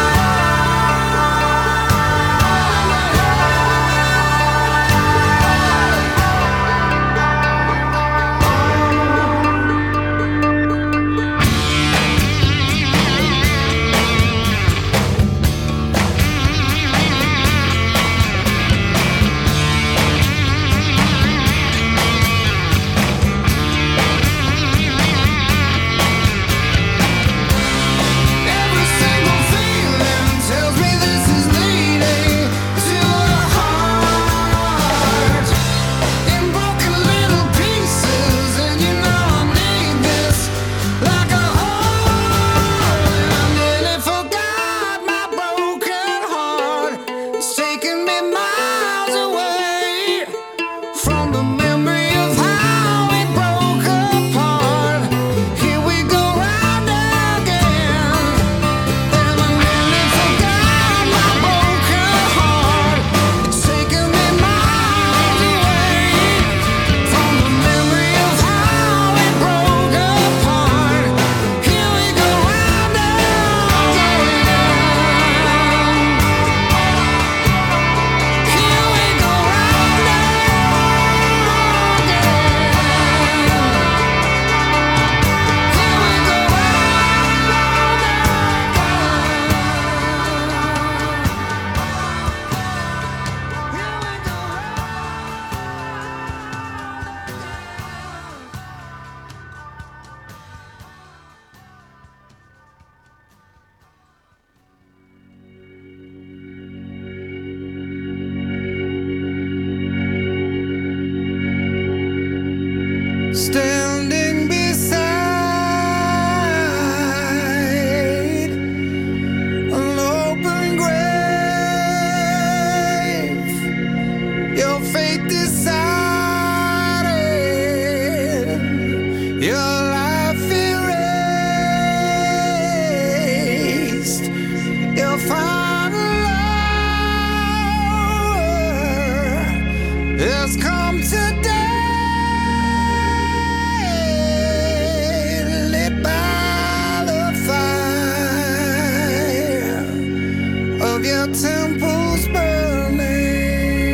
Every single feeling tells me this is leading to a heart in broken little pieces, and you know I need this like a heart. I nearly forgot my broken heart. It's taken me miles away from the memory of how it broke apart. Here we go round again. And I nearly forgot my broken heart. It's taken me miles away from the memory of how it broke apart. Here we go round again. Here we go round standing beside an open grave, your fate decided, your life erased, your final hour has come today. Lit by the fire of your temples burning.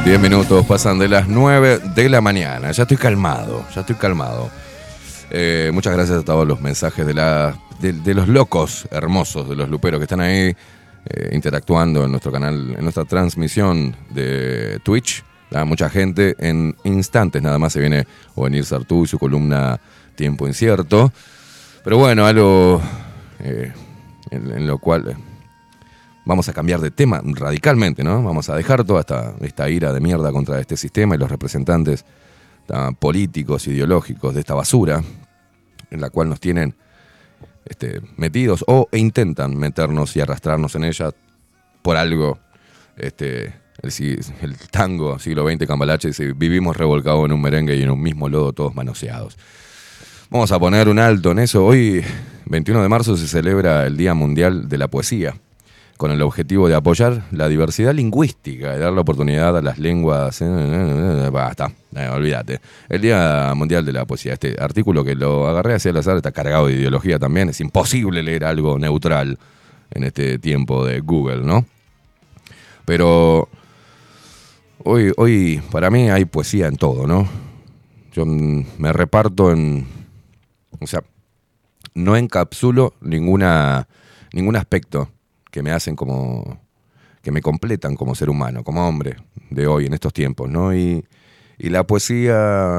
diez minutos pasan de las nueve de la mañana. Ya estoy calmado, ya estoy calmado. Eh, muchas gracias a todos los mensajes de, la, de, de los locos hermosos, de los luperos que están ahí eh, interactuando en nuestro canal, en nuestra transmisión de Twitch. Ah, mucha gente, en instantes nada más se viene Ovenir Sartú y su columna Tiempo Incierto. Pero bueno, algo eh, en, en lo cual eh, vamos a cambiar de tema radicalmente, ¿no? Vamos a dejar toda esta, esta ira de mierda contra este sistema y los representantes uh, políticos, ideológicos de esta basura en la cual nos tienen este, metidos o e intentan meternos y arrastrarnos en ella por algo. Este, el, el tango siglo veinte Cambalache dice: vivimos revolcados en un merengue y en un mismo lodo todos manoseados. Vamos a poner un alto en eso. Hoy, veintiuno de marzo, se celebra el Día Mundial de la Poesía, con el objetivo de apoyar la diversidad lingüística y dar la oportunidad a las lenguas... Eh, eh, basta, eh, olvídate. El Día Mundial de la Poesía, este artículo que lo agarré hacia el azar, está cargado de ideología también. Es imposible leer algo neutral en este tiempo de Google, ¿no? Pero hoy, hoy para mí hay poesía en todo, ¿no? Yo me reparto en... O sea, no encapsulo ninguna, ningún aspecto que me hacen como, que me completan como ser humano, como hombre de hoy, en estos tiempos, ¿no? Y, y la poesía,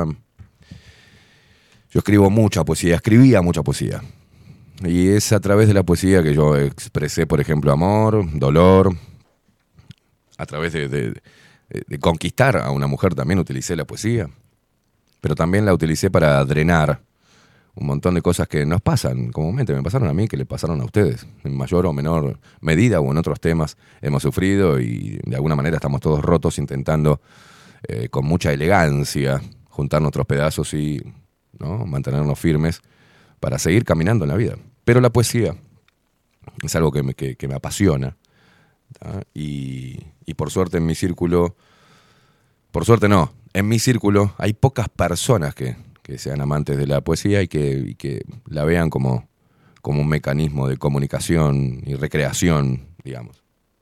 yo escribo mucha poesía, escribía mucha poesía. Y es a través de la poesía que yo expresé, por ejemplo, amor, dolor. A través de, de, de conquistar a una mujer también utilicé la poesía. Pero también la utilicé para drenar un montón de cosas que nos pasan comúnmente, me pasaron a mí, que le pasaron a ustedes, en mayor o menor medida o en otros temas hemos sufrido y de alguna manera estamos todos rotos intentando eh, con mucha elegancia juntar nuestros pedazos y ¿no? mantenernos firmes para seguir caminando en la vida. Pero la poesía es algo que me, que, que me apasiona y, y por suerte en mi círculo, por suerte no, en mi círculo hay pocas personas que que sean amantes de la poesía y que, y que la vean como, como un mecanismo de comunicación y recreación, digamos.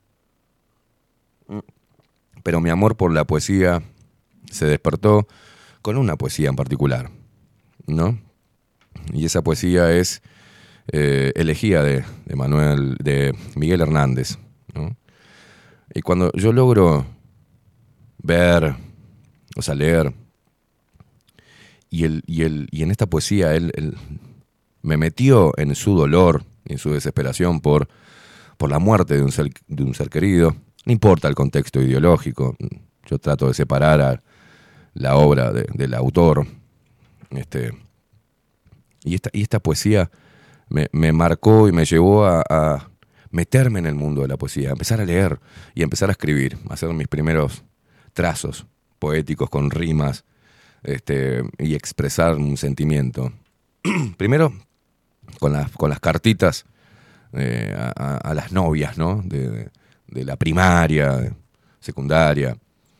Pero mi amor por la poesía se despertó con una poesía en particular, ¿no? Y esa poesía es eh, Elegía de, de Manuel, de Miguel Hernández, ¿no? Y cuando yo logro ver, o sea, leer, Y, el, y, el, y en esta poesía él, él me metió en su dolor, en su desesperación por, por la muerte de un, ser, de un ser querido. No importa el contexto ideológico, yo trato de separar a la obra de, del autor. Este, y, esta, y esta poesía me, me marcó y me llevó a, a meterme en el mundo de la poesía, a empezar a leer y a empezar a escribir, a hacer mis primeros trazos poéticos con rimas. Este, y expresar un sentimiento. Primero, con las, con las cartitas eh, a, a las novias, ¿no? De, de la primaria, secundaria.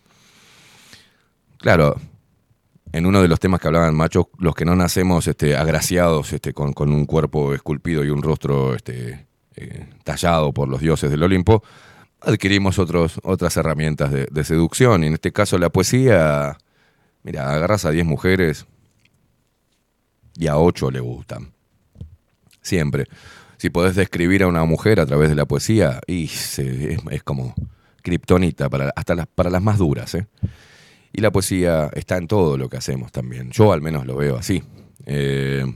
Claro, en uno de los temas que hablaban machos, los que no nacemos este, agraciados este, con, con un cuerpo esculpido y un rostro este, eh, tallado por los dioses del Olimpo, adquirimos otros, otras herramientas de, de seducción. Y en este caso la poesía... Mira, agarras a diez mujeres y a ocho le gustan. Siempre. Si podés describir a una mujer a través de la poesía, y se, es, es como kriptonita para, hasta las, para las más duras, ¿eh? Y la poesía está en todo lo que hacemos también. Yo al menos lo veo así. Eh,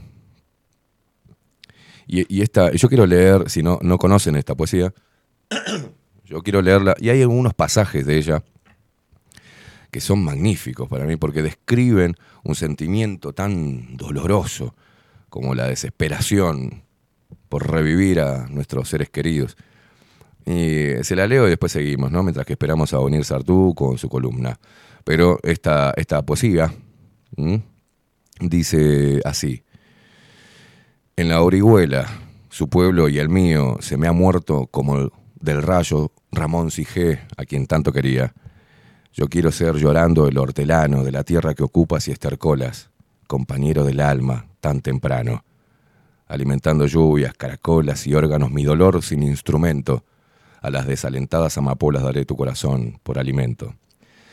y, y esta, yo quiero leer, si no, no conocen esta poesía, yo quiero leerla, y hay algunos pasajes de ella que son magníficos para mí, porque describen un sentimiento tan doloroso como la desesperación por revivir a nuestros seres queridos. Y se la leo y después seguimos, ¿no? Mientras que esperamos a Ovenir Sartú con su columna. Pero esta, esta poesía ¿m? dice así: en la Orihuela, su pueblo y el mío, se me ha muerto como del rayo Ramón Sigé, a quien tanto quería. Yo quiero ser llorando el hortelano de la tierra que ocupas y estercolas, compañero del alma tan temprano, alimentando lluvias, caracolas y órganos mi dolor sin instrumento, a las desalentadas amapolas daré tu corazón por alimento.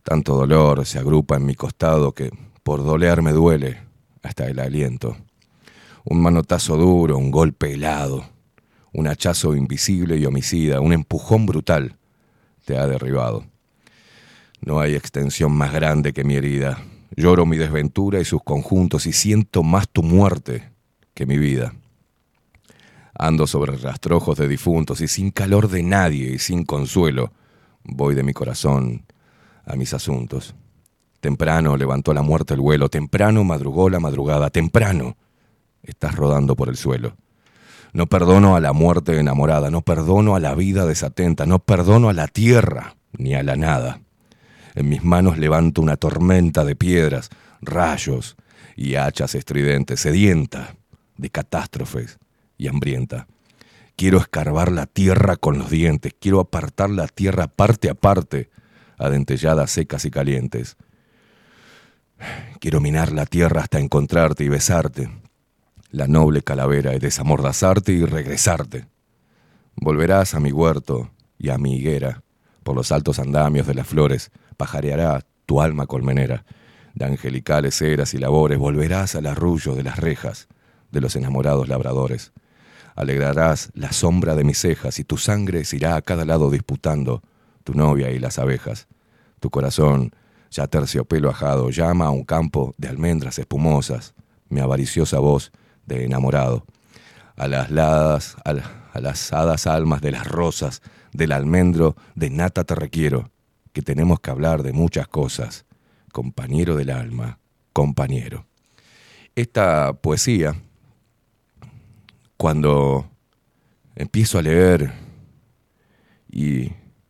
Tanto dolor se agrupa en mi costado que por doler me duele hasta el aliento. Un manotazo duro, un golpe helado, un hachazo invisible y homicida, un empujón brutal te ha derribado. No hay extensión más grande que mi herida. Lloro mi desventura y sus conjuntos y siento más tu muerte que mi vida. Ando sobre rastrojos de difuntos y sin calor de nadie y sin consuelo voy de mi corazón a mis asuntos. Temprano levantó la muerte el vuelo, temprano madrugó la madrugada, temprano estás rodando por el suelo. No perdono a la muerte enamorada, no perdono a la vida desatenta, no perdono a la tierra ni a la nada. En mis manos levanto una tormenta de piedras, rayos y hachas estridentes, sedienta de catástrofes y hambrienta. Quiero escarbar la tierra con los dientes, quiero apartar la tierra parte a parte, a dentelladas secas y calientes. Quiero minar la tierra hasta encontrarte y besarte, la noble calavera, y desamordazarte y regresarte. Volverás a mi huerto y a mi higuera, por los altos andamios de las flores, pajareará tu alma colmenera, de angelicales eras y labores, volverás al arrullo de las rejas de los enamorados labradores. Alegrarás la sombra de mis cejas y tu sangre se irá a cada lado disputando tu novia y las abejas. Tu corazón, ya terciopelo ajado, llama a un campo de almendras espumosas, mi avariciosa voz de enamorado. A las ladas, a, a las hadas almas de las rosas, del almendro de nata te requiero, que tenemos que hablar de muchas cosas, compañero del alma, compañero. Esta poesía, cuando empiezo a leer y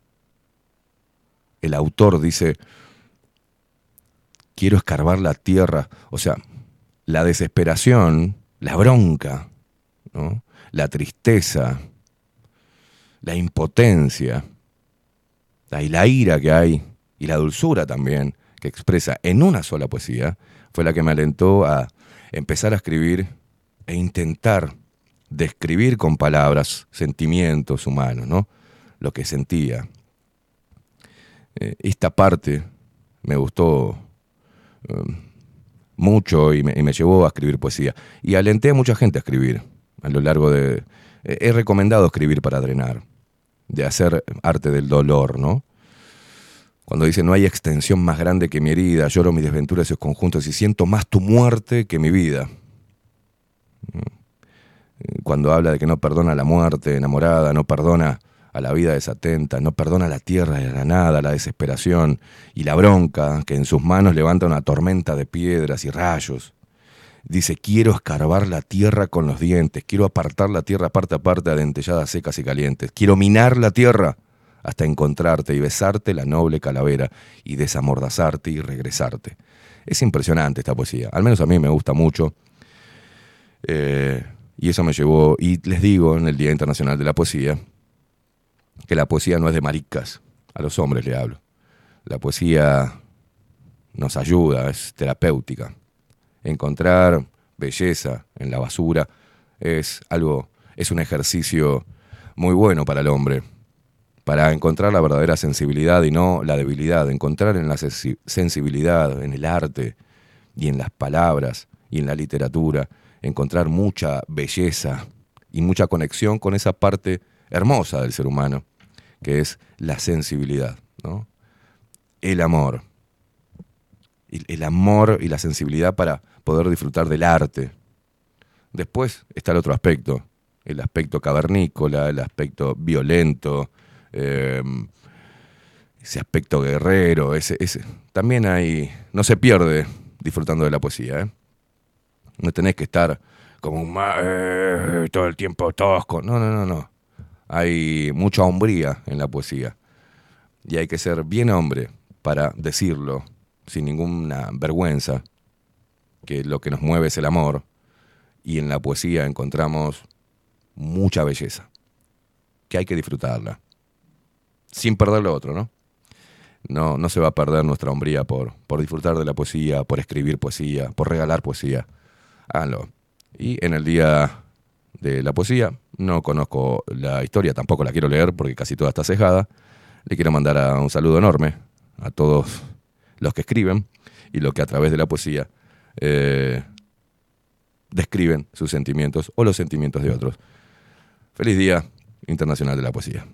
el autor dice, quiero escarbar la tierra, o sea, la desesperación, la bronca, ¿no? La tristeza, la impotencia, y la ira que hay, y la dulzura también, que expresa en una sola poesía, fue la que me alentó a empezar a escribir e intentar describir con palabras sentimientos humanos, ¿no? Lo que sentía. Eh, esta parte me gustó eh, mucho y me, y me llevó a escribir poesía. Y alenté a mucha gente a escribir a lo largo de... Eh, he recomendado escribir para drenar, de hacer arte del dolor, ¿no? Cuando dice, no hay extensión más grande que mi herida, lloro mis desventuras y sus conjuntos y siento más tu muerte que mi vida. Cuando habla de que no perdona a la muerte enamorada, no perdona a la vida desatenta, no perdona a la tierra y a la nada, la desesperación y la bronca que en sus manos levanta una tormenta de piedras y rayos. Dice, quiero escarbar la tierra con los dientes, quiero apartar la tierra parte a parte a dentelladas secas y calientes, quiero minar la tierra hasta encontrarte y besarte la noble calavera y desamordazarte y regresarte. Es impresionante esta poesía, al menos a mí me gusta mucho. Eh... Y eso me llevó, y les digo en el Día Internacional de la Poesía, que la poesía no es de maricas, a los hombres le hablo. La poesía nos ayuda, es terapéutica. Encontrar belleza en la basura es algo, es un ejercicio muy bueno para el hombre, para encontrar la verdadera sensibilidad y no la debilidad, encontrar en la sensibilidad, en el arte y en las palabras y en la literatura, encontrar mucha belleza y mucha conexión con esa parte hermosa del ser humano, que es la sensibilidad, ¿no? El amor. El, el amor y la sensibilidad para poder disfrutar del arte. Después está el otro aspecto, el aspecto cavernícola, el aspecto violento, eh, ese aspecto guerrero, ese, ese. También hay, no se pierde disfrutando de la poesía, ¿eh? No tenés que estar como un ma- eh, todo el tiempo tosco. No, no, no, no. Hay mucha hombría en la poesía. Y hay que ser bien hombre para decirlo sin ninguna vergüenza, que lo que nos mueve es el amor. Y en la poesía encontramos mucha belleza, que hay que disfrutarla, sin perder lo otro, ¿no? No, no se va a perder nuestra hombría por, por disfrutar de la poesía, por escribir poesía, por regalar poesía. Háganlo. Y en el Día de la Poesía, no conozco la historia, tampoco la quiero leer porque casi toda está sesgada. Le quiero mandar a un saludo enorme a todos los que escriben y los que a través de la poesía eh, describen sus sentimientos o los sentimientos de otros. Feliz Día Internacional de la Poesía.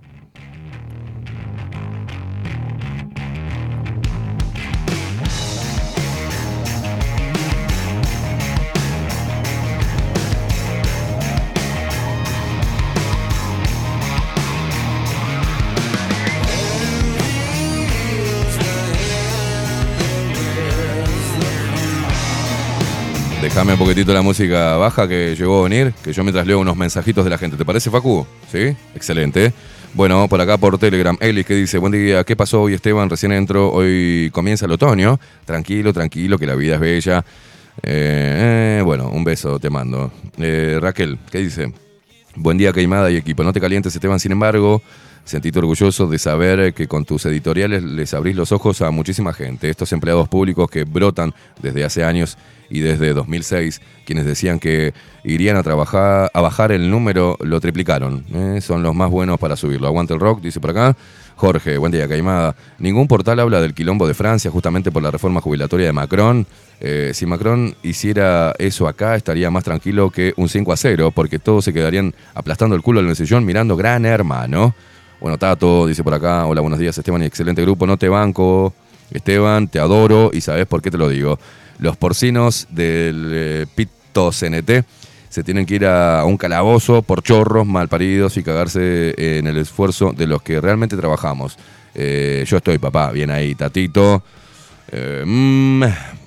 Déjame un poquitito la música baja que llegó a venir, que yo mientras leo unos mensajitos de la gente. ¿Te parece, Facu? ¿Sí? Excelente. Bueno, por acá por Telegram, Elis que dice, buen día, ¿qué pasó hoy, Esteban? Recién entro, hoy comienza el otoño. Tranquilo, tranquilo, que la vida es bella. Eh, eh, bueno, un beso te mando. Eh, Raquel, ¿qué dice? Buen día, Queimada y equipo. No te calientes, Esteban, sin embargo, sentite orgulloso de saber que con tus editoriales les abrís los ojos a muchísima gente. Estos empleados públicos que brotan desde hace años y desde dos mil seis, quienes decían que irían a trabajar, a bajar el número, lo triplicaron. ¿eh? Son los más buenos para subirlo. Aguante el rock, dice por acá. Jorge, buen día, Caimada. Ningún portal habla del quilombo de Francia justamente por la reforma jubilatoria de Macron. Eh, si Macron hiciera eso acá, estaría más tranquilo que un cinco a cero, porque todos se quedarían aplastando el culo en el sillón mirando Gran Hermano. Bueno, Tato, dice por acá, hola, buenos días, Esteban, y excelente grupo, no te banco, Esteban, te adoro, y sabes por qué te lo digo. Los porcinos del eh, Pito C N T se tienen que ir a, a un calabozo por chorros, malparidos y cagarse en el esfuerzo de los que realmente trabajamos. Eh, yo estoy, papá, bien ahí, Tatito. Eh, mm,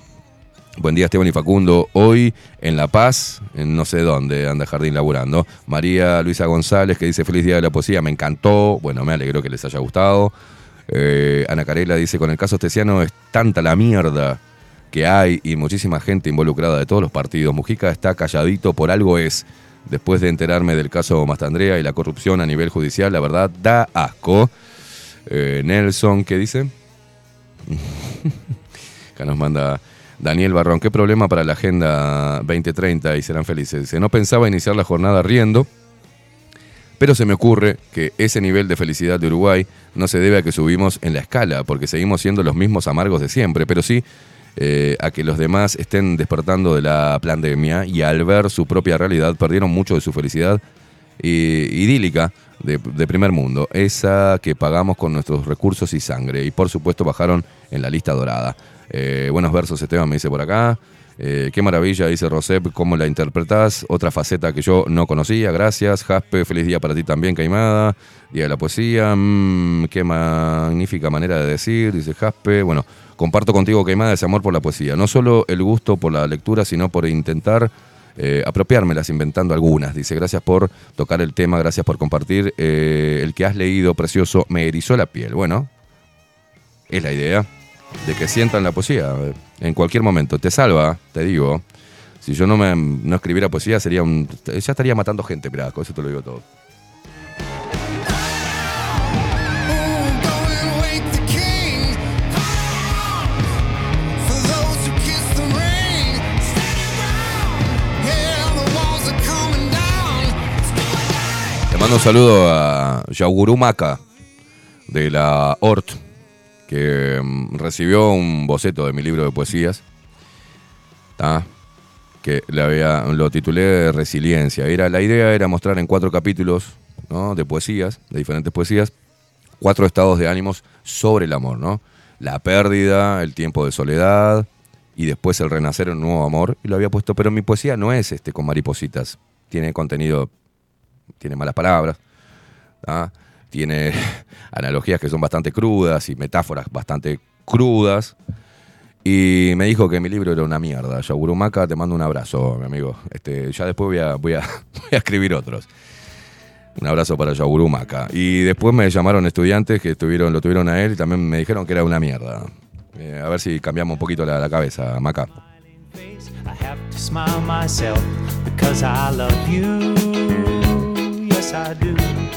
buen día, Esteban y Facundo. Hoy en La Paz, en no sé dónde, anda Jardín laburando. María Luisa González, que dice feliz día de la poesía, me encantó. Bueno, me alegro que les haya gustado. Eh, Ana Carela dice, con el caso Esteciano es tanta la mierda que hay y muchísima gente involucrada de todos los partidos. Mujica está calladito, por algo es. Después de enterarme del caso Mastandrea y la corrupción a nivel judicial, la verdad, da asco. Eh, Nelson, ¿qué dice? Acá nos manda Daniel Barrón. ¿Qué problema para la Agenda veinte treinta y serán felices? Dice, no pensaba iniciar la jornada riendo, pero se me ocurre que ese nivel de felicidad de Uruguay no se debe a que subimos en la escala, porque seguimos siendo los mismos amargos de siempre, pero sí Eh, a que los demás estén despertando de la pandemia y al ver su propia realidad perdieron mucho de su felicidad eh, idílica de, de primer mundo, esa que pagamos con nuestros recursos y sangre, y por supuesto bajaron en la lista dorada. Eh, buenos versos, Esteban, me dice por acá. Eh, qué maravilla, dice Rosep, cómo la interpretás, otra faceta que yo no conocía, gracias. Jaspe, feliz día para ti también, Caimada, día de la poesía, mmm, qué magnífica manera de decir, dice Jaspe. Bueno, comparto contigo, Caimada, ese amor por la poesía, no solo el gusto por la lectura, sino por intentar eh, apropiármelas inventando algunas. Dice, gracias por tocar el tema, gracias por compartir, eh, el que has leído, precioso, me erizó la piel. Bueno, es la idea de que sientan la poesía en cualquier momento. Te salva, te digo. Si yo no me no escribiera poesía, sería un ya estaría matando gente, mirá, con eso te lo digo todo. Le mando un saludo a Yagurú Maca de la O R T, que um, recibió un boceto de mi libro de poesías, ¿tá? Que le había, lo titulé Resiliencia. Era, la idea era mostrar en cuatro capítulos, ¿no? de poesías, de diferentes poesías, cuatro estados de ánimos sobre el amor, ¿no? La pérdida, el tiempo de soledad y después el renacer en un nuevo amor. Y lo había puesto, pero mi poesía no es este con maripositas. Tiene contenido, tiene malas palabras, ¿tá? Tiene analogías que son bastante crudas y metáforas bastante crudas. Y me dijo que mi libro era una mierda. Yagurú Maca, te mando un abrazo, mi amigo. Este, ya después voy a, voy, a, voy a escribir otros. Un abrazo para Yagurú Maca. Y después me llamaron estudiantes que estuvieron, lo tuvieron a él y también me dijeron que era una mierda. Eh, a ver si cambiamos un poquito la, la cabeza, Maca. I have to smile myself because I love you. Yes, I do.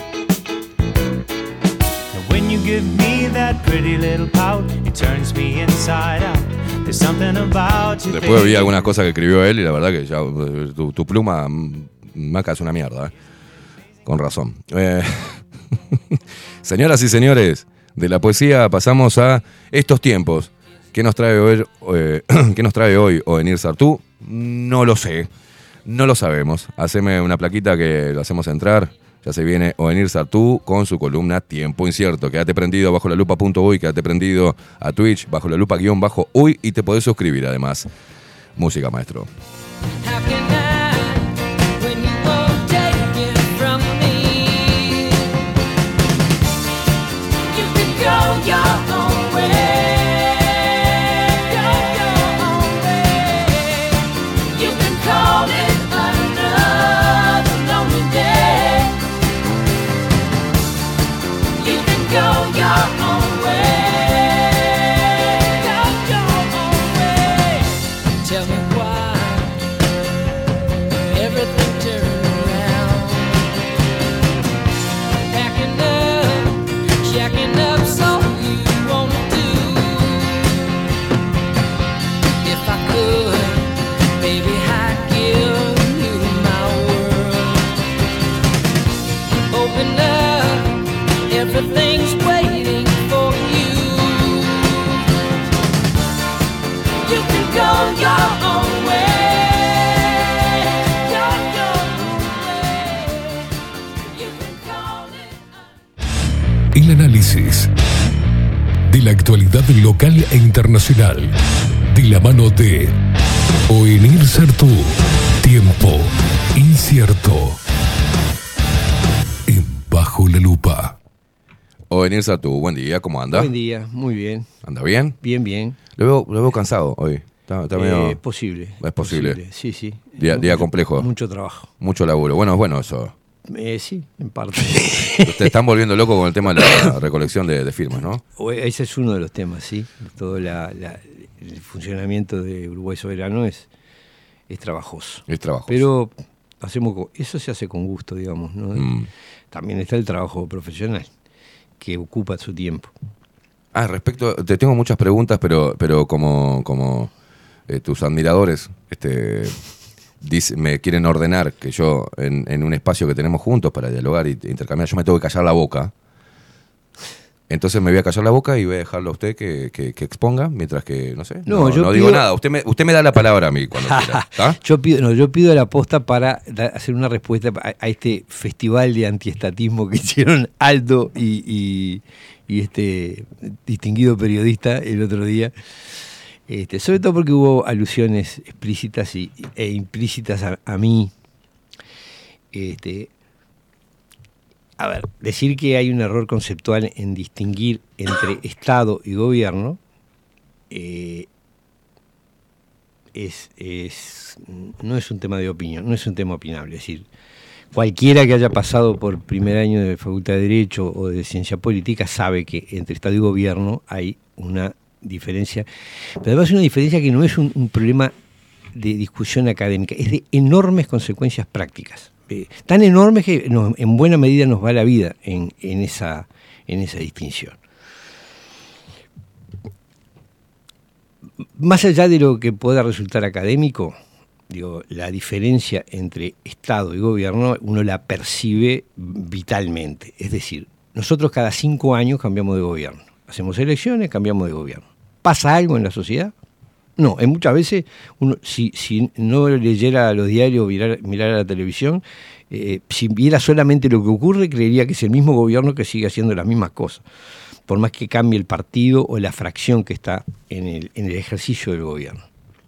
When you give me that pretty little pout, it turns me inside out. There's something about you. Después vi algunas cosas que escribió él y la verdad que ya tu, tu pluma, Maca, es una mierda, ¿eh? Con razón. Eh, señoras y señores, de la poesía pasamos a estos tiempos ¿Qué nos trae hoy, eh, ¿qué nos trae hoy Ovenir Sartú? No lo sé, no lo sabemos. Haceme una plaquita que lo hacemos entrar. Ya se viene Ovenir Sartú con su columna Tiempo Incierto. Quédate prendido a bajo la lupa punto uy, quédate prendido a Twitch, bajo la lupa guión bajo uy, y te podés suscribir además. Música, maestro. Everything's waiting for you. You can go your own way. Go your own way. You can call it. El análisis de la actualidad local e internacional, de la mano de Ovenir Sartú. Tiempo Incierto. En Bajo la Lupa. Ovenir Sartú, buen día, ¿cómo anda? Buen día, muy bien. ¿Anda bien? Bien, bien. Lo veo, lo veo cansado hoy. Está, está medio... Es posible. Es posible. posible. Sí, sí. Día, mucho, día complejo. Mucho trabajo. Mucho laburo. Bueno, es bueno eso. Eh, sí, en parte. Ustedes están volviendo locos con el tema de la recolección de, de firmas, ¿no? Ese es uno de los temas, sí. Todo la, la, el funcionamiento de Uruguay Soberano es, es trabajoso. Es trabajoso. Pero hacemos, eso se hace con gusto, digamos, ¿no? Mm. También está el trabajo profesional, que ocupa su tiempo. Ah, respecto, te tengo muchas preguntas, pero, pero como, como eh, tus admiradores este, dice, me quieren ordenar que yo, en, en un espacio que tenemos juntos para dialogar e intercambiar, yo me tengo que callar la boca. Entonces me voy a callar la boca y voy a dejarlo a usted que, que, que exponga, mientras que, no sé, no, no, yo no pido... digo nada. Usted me, usted me da la palabra a mí cuando quiera. ¿Tá? Yo pido, no, yo pido la posta para da, hacer una respuesta a, a este festival de antiestatismo que hicieron Aldo y, y, y este distinguido periodista el otro día. Este, sobre todo porque hubo alusiones explícitas y, e implícitas a, a mí. Este, A ver, decir que hay un error conceptual en distinguir entre Estado y gobierno eh, es, es, no es un tema de opinión, no es un tema opinable. Es decir, cualquiera que haya pasado por primer año de Facultad de Derecho o de Ciencia Política sabe que entre Estado y gobierno hay una diferencia, pero además una diferencia que no es un, un problema de discusión académica, es de enormes consecuencias prácticas. Eh, tan enorme que nos, en buena medida nos va la vida en, en, esa, en esa distinción. Más allá de lo que pueda resultar académico, digo, la diferencia entre Estado y gobierno uno la percibe vitalmente. Es decir, nosotros cada cinco años cambiamos de gobierno. Hacemos elecciones, cambiamos de gobierno. ¿Pasa algo en la sociedad? No, en muchas veces, uno, si, si no leyera los diarios o mirar, mirara la televisión, eh, si viera solamente lo que ocurre, creería que es el mismo gobierno que sigue haciendo las mismas cosas, por más que cambie el partido o la fracción que está en el, en el ejercicio del gobierno.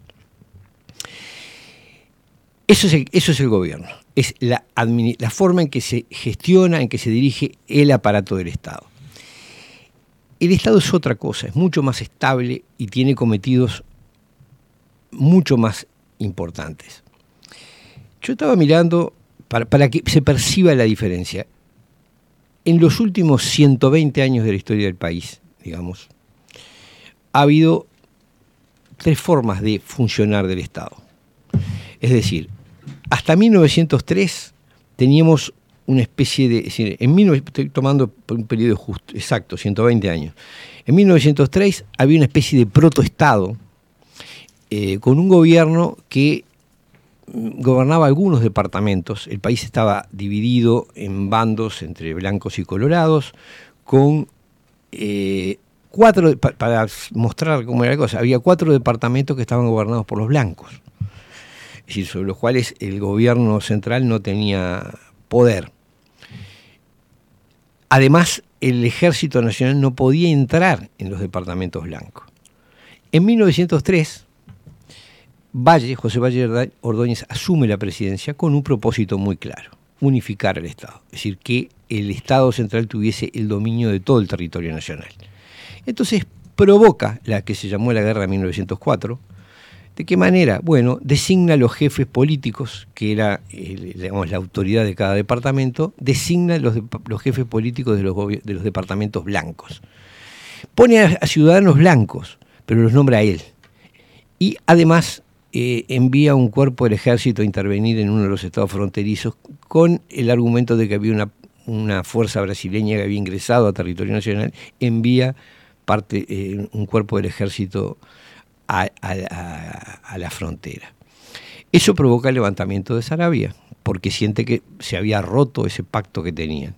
Eso es el, eso es el gobierno, es la, la forma en que se gestiona, en que se dirige el aparato del Estado. El Estado es otra cosa, es mucho más estable y tiene cometidos mucho más importantes. Yo estaba mirando para, para que se perciba la diferencia. En los últimos ciento veinte años de la historia del país, digamos, ha habido tres formas de funcionar del Estado. Es decir, hasta mil novecientos tres teníamos una especie de... Es decir, en mil novecientos, estoy tomando un periodo justo, exacto, ciento veinte años. En mil novecientos tres había una especie de protoestado Eh, con un gobierno que gobernaba algunos departamentos. El país estaba dividido en bandos entre blancos y colorados, con eh, cuatro, pa, para mostrar cómo era la cosa, había cuatro departamentos que estaban gobernados por los blancos, es decir, sobre los cuales el gobierno central no tenía poder. Además, el Ejército Nacional no podía entrar en los departamentos blancos. En mil novecientos tres, Valle, José Valle Ordóñez asume la presidencia con un propósito muy claro: unificar el Estado, es decir, que el Estado central tuviese el dominio de todo el territorio nacional. Entonces provoca la que se llamó la Guerra de mil novecientos cuatro. ¿De qué manera? Bueno, designa a los jefes políticos, que era eh, digamos, la autoridad de cada departamento, designa los, de, los jefes políticos de los, de los departamentos blancos. Pone a, a ciudadanos blancos, pero los nombra a él. Y además eh, envía un cuerpo del ejército a intervenir en uno de los estados fronterizos con el argumento de que había una, una fuerza brasileña que había ingresado a territorio nacional, envía parte, eh, un cuerpo del ejército A, a, a, a la frontera. Eso provoca el levantamiento de Saravia, porque siente que se había roto ese pacto que tenían.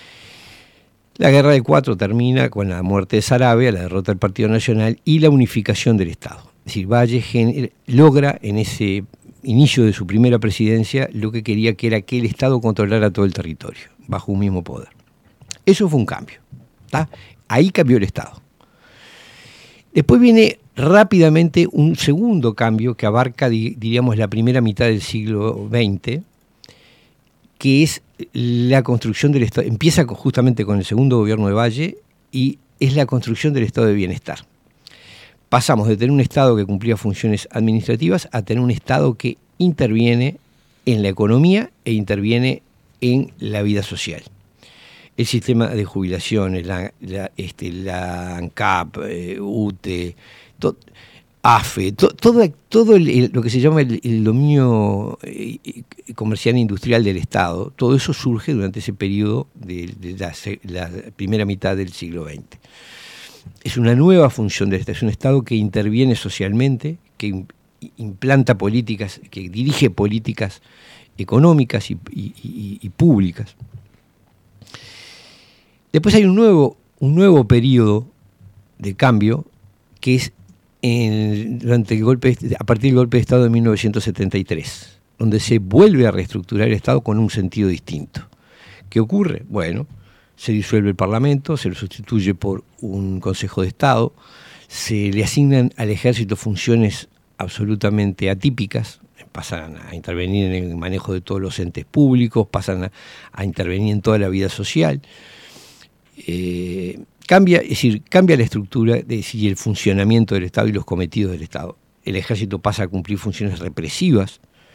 La Guerra de Cuatro termina con la muerte de Saravia, la derrota del Partido Nacional y la unificación del Estado. Es decir, Valle gener, logra en ese inicio de su primera presidencia lo que quería, que era que el Estado controlara todo el territorio, bajo un mismo poder. Eso fue un cambio, ¿tá? Ahí cambió el Estado. Después viene rápidamente un segundo cambio que abarca, diríamos, la primera mitad del siglo veinte, que es la construcción del Estado. Empieza justamente con el segundo gobierno de Valle y es la construcción del Estado de bienestar. Pasamos de tener un Estado que cumplía funciones administrativas a tener un Estado que interviene en la economía e interviene en la vida social. El sistema de jubilaciones, la, la, este, la ANCAP, eh, U T E, to, AFE, to, todo, todo el, el, lo que se llama el, el dominio eh, comercial e industrial del Estado, todo eso surge durante ese periodo de, de la, la primera mitad del siglo veinte. Es una nueva función del Estado, es un Estado que interviene socialmente, que implanta políticas, que dirige políticas económicas y, y, y, y públicas. Después hay un nuevo, un nuevo periodo de cambio que es en, durante el golpe, a partir del golpe de Estado de mil novecientos setenta y tres, donde se vuelve a reestructurar el Estado con un sentido distinto. ¿Qué ocurre? Bueno, se disuelve el Parlamento, se lo sustituye por un Consejo de Estado, se le asignan al Ejército funciones absolutamente atípicas, pasan a intervenir en el manejo de todos los entes públicos, pasan a, a intervenir en toda la vida social. Eh, cambia, es decir, cambia la estructura de, y el funcionamiento del Estado y los cometidos del Estado. El ejército pasa a cumplir funciones represivas,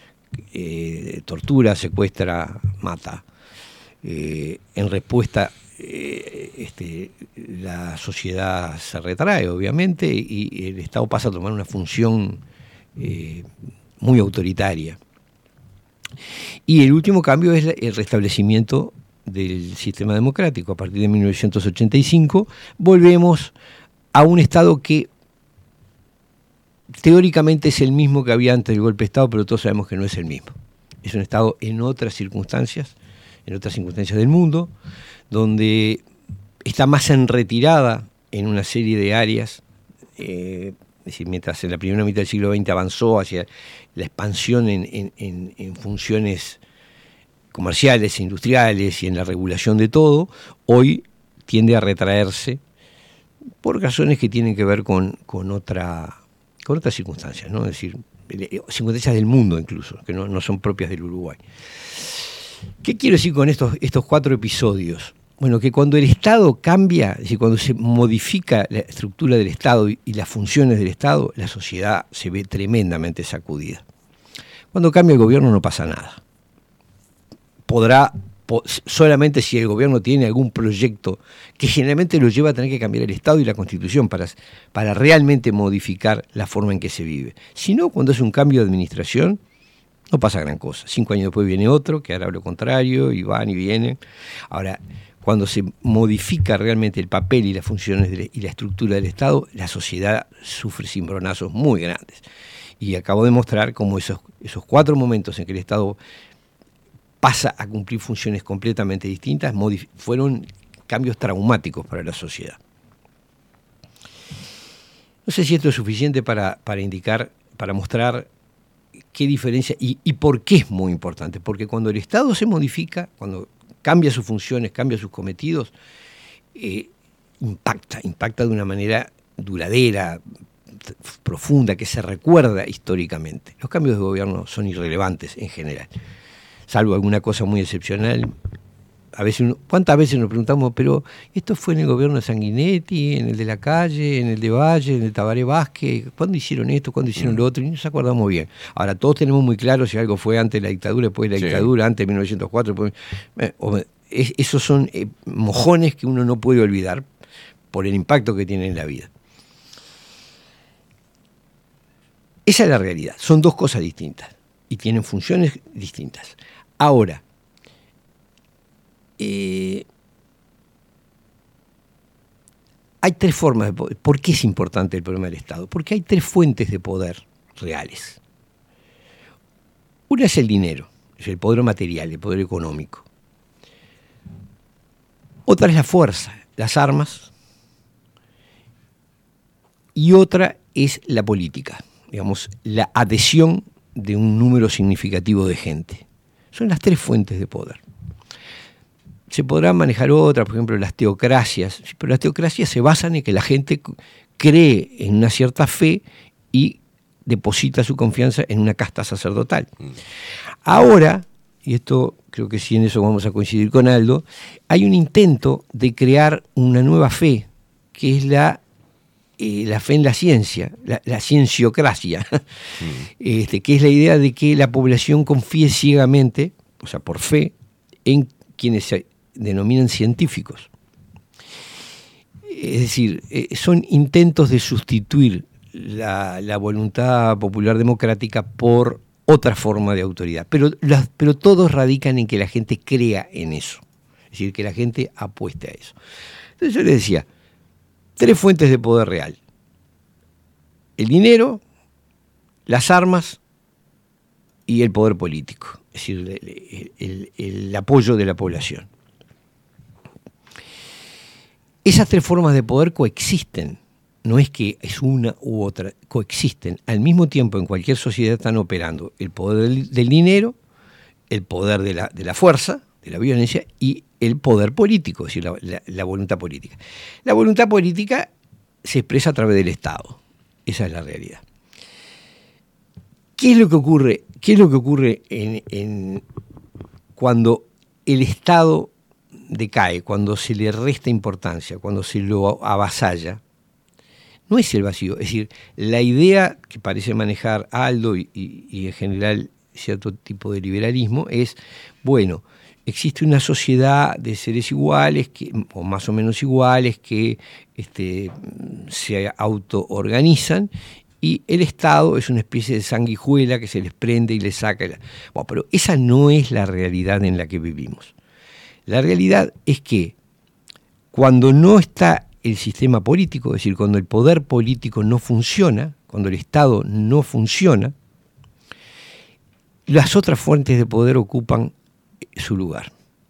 eh, tortura, secuestra, mata. Eh, en respuesta, eh, este, la sociedad se retrae, obviamente, y el Estado pasa a tomar una función eh, muy autoritaria. Y el último cambio es el restablecimiento del sistema democrático. A partir de mil novecientos ochenta y cinco volvemos a un Estado que teóricamente es el mismo que había antes del golpe de Estado, pero todos sabemos que no es el mismo. Es un Estado en otras circunstancias, en otras circunstancias del mundo, donde está más en retirada en una serie de áreas, eh, es decir, mientras en la primera mitad del siglo veinte avanzó hacia la expansión en, en, en, en funciones comerciales, industriales y en la regulación de todo, hoy tiende a retraerse por razones que tienen que ver con, con, otra, con otras circunstancias, ¿no? Es decir, circunstancias del mundo incluso, que no, no son propias del Uruguay. ¿Qué quiero decir con estos, estos cuatro episodios? Bueno, que cuando el Estado cambia, es decir, cuando se modifica la estructura del Estado y, y las funciones del Estado, la sociedad se ve tremendamente sacudida. Cuando cambia el gobierno no pasa nada. Podrá, po, solamente si el gobierno tiene algún proyecto que generalmente lo lleva a tener que cambiar el Estado y la Constitución para, para realmente modificar la forma en que se vive. Si no, cuando es un cambio de administración, no pasa gran cosa. Cinco años después viene otro que hará lo contrario, y van y vienen. Ahora, cuando se modifica realmente el papel y las funciones de, y la estructura del Estado, la sociedad sufre cimbronazos muy grandes. Y acabo de mostrar cómo esos, esos cuatro momentos en que el Estado pasa a cumplir funciones completamente distintas, fueron cambios traumáticos para la sociedad. No sé si esto es suficiente para, para indicar, para mostrar qué diferencia y, y por qué es muy importante. Porque cuando el Estado se modifica, cuando cambia sus funciones, cambia sus cometidos, eh, impacta, impacta de una manera duradera, profunda, que se recuerda históricamente. Los cambios de gobierno son irrelevantes en general, salvo alguna cosa muy excepcional. A veces uno, ¿cuántas veces nos preguntamos, pero esto fue en el gobierno de Sanguinetti, en el de la Calle, en el de Valle, en el de Tabaré Vázquez? ¿Cuándo hicieron esto? ¿Cuándo hicieron lo otro? Y no nos acordamos bien. Ahora, todos tenemos muy claro si algo fue antes de la dictadura, después de la sí. dictadura, antes de mil novecientos cuatro. Después, eh, o, es, esos son eh, mojones que uno no puede olvidar por el impacto que tienen en la vida. Esa es la realidad. Son dos cosas distintas y tienen funciones distintas. Ahora, Eh, hay tres formas de poder. ¿Por qué es importante el problema del Estado? Porque hay tres fuentes de poder reales. Una es el dinero, es el poder material, el poder económico. Otra es la fuerza, las armas. Y otra es la política, digamos, la adhesión de un número significativo de gente. Son las tres fuentes de poder. Se podrán manejar otras, por ejemplo, las teocracias, pero las teocracias se basan en que la gente cree en una cierta fe y deposita su confianza en una casta sacerdotal. Ahora, y esto creo que sí en eso vamos a coincidir con Aldo, hay un intento de crear una nueva fe, que es la, eh, la fe en la ciencia, la, la cienciocracia, mm. este, que es la idea de que la población confíe ciegamente, o sea, por fe, en quienes se denominan científicos. Es decir, eh, son intentos de sustituir la, la voluntad popular democrática por otra forma de autoridad, pero, las, pero todos radican en que la gente crea en eso, es decir, que la gente apueste a eso. Entonces yo les decía, tres fuentes de poder real: el dinero, las armas y el poder político, es decir, el, el, el apoyo de la población. Esas tres formas de poder coexisten, no es que es una u otra, coexisten. Al mismo tiempo, en cualquier sociedad están operando el poder del, del dinero, el poder de la, de la fuerza, de la violencia, y el poder político, es decir, la, la, la voluntad política. La voluntad política se expresa a través del Estado, esa es la realidad. ¿Qué es lo que ocurre? ¿Qué es lo que ocurre en, en cuando el Estado decae, cuando se le resta importancia, cuando se lo avasalla? No es el vacío, es decir, la idea que parece manejar Aldo y, y, y en general cierto tipo de liberalismo es, bueno, existe una sociedad de seres iguales, que, o más o menos iguales, que este, se autoorganizan, y el Estado es una especie de sanguijuela que se les prende y les saca. La... Bueno, pero esa no es la realidad en la que vivimos. La realidad es que cuando no está el sistema político, es decir, cuando el poder político no funciona, cuando el Estado no funciona, las otras fuentes de poder ocupan su lugar.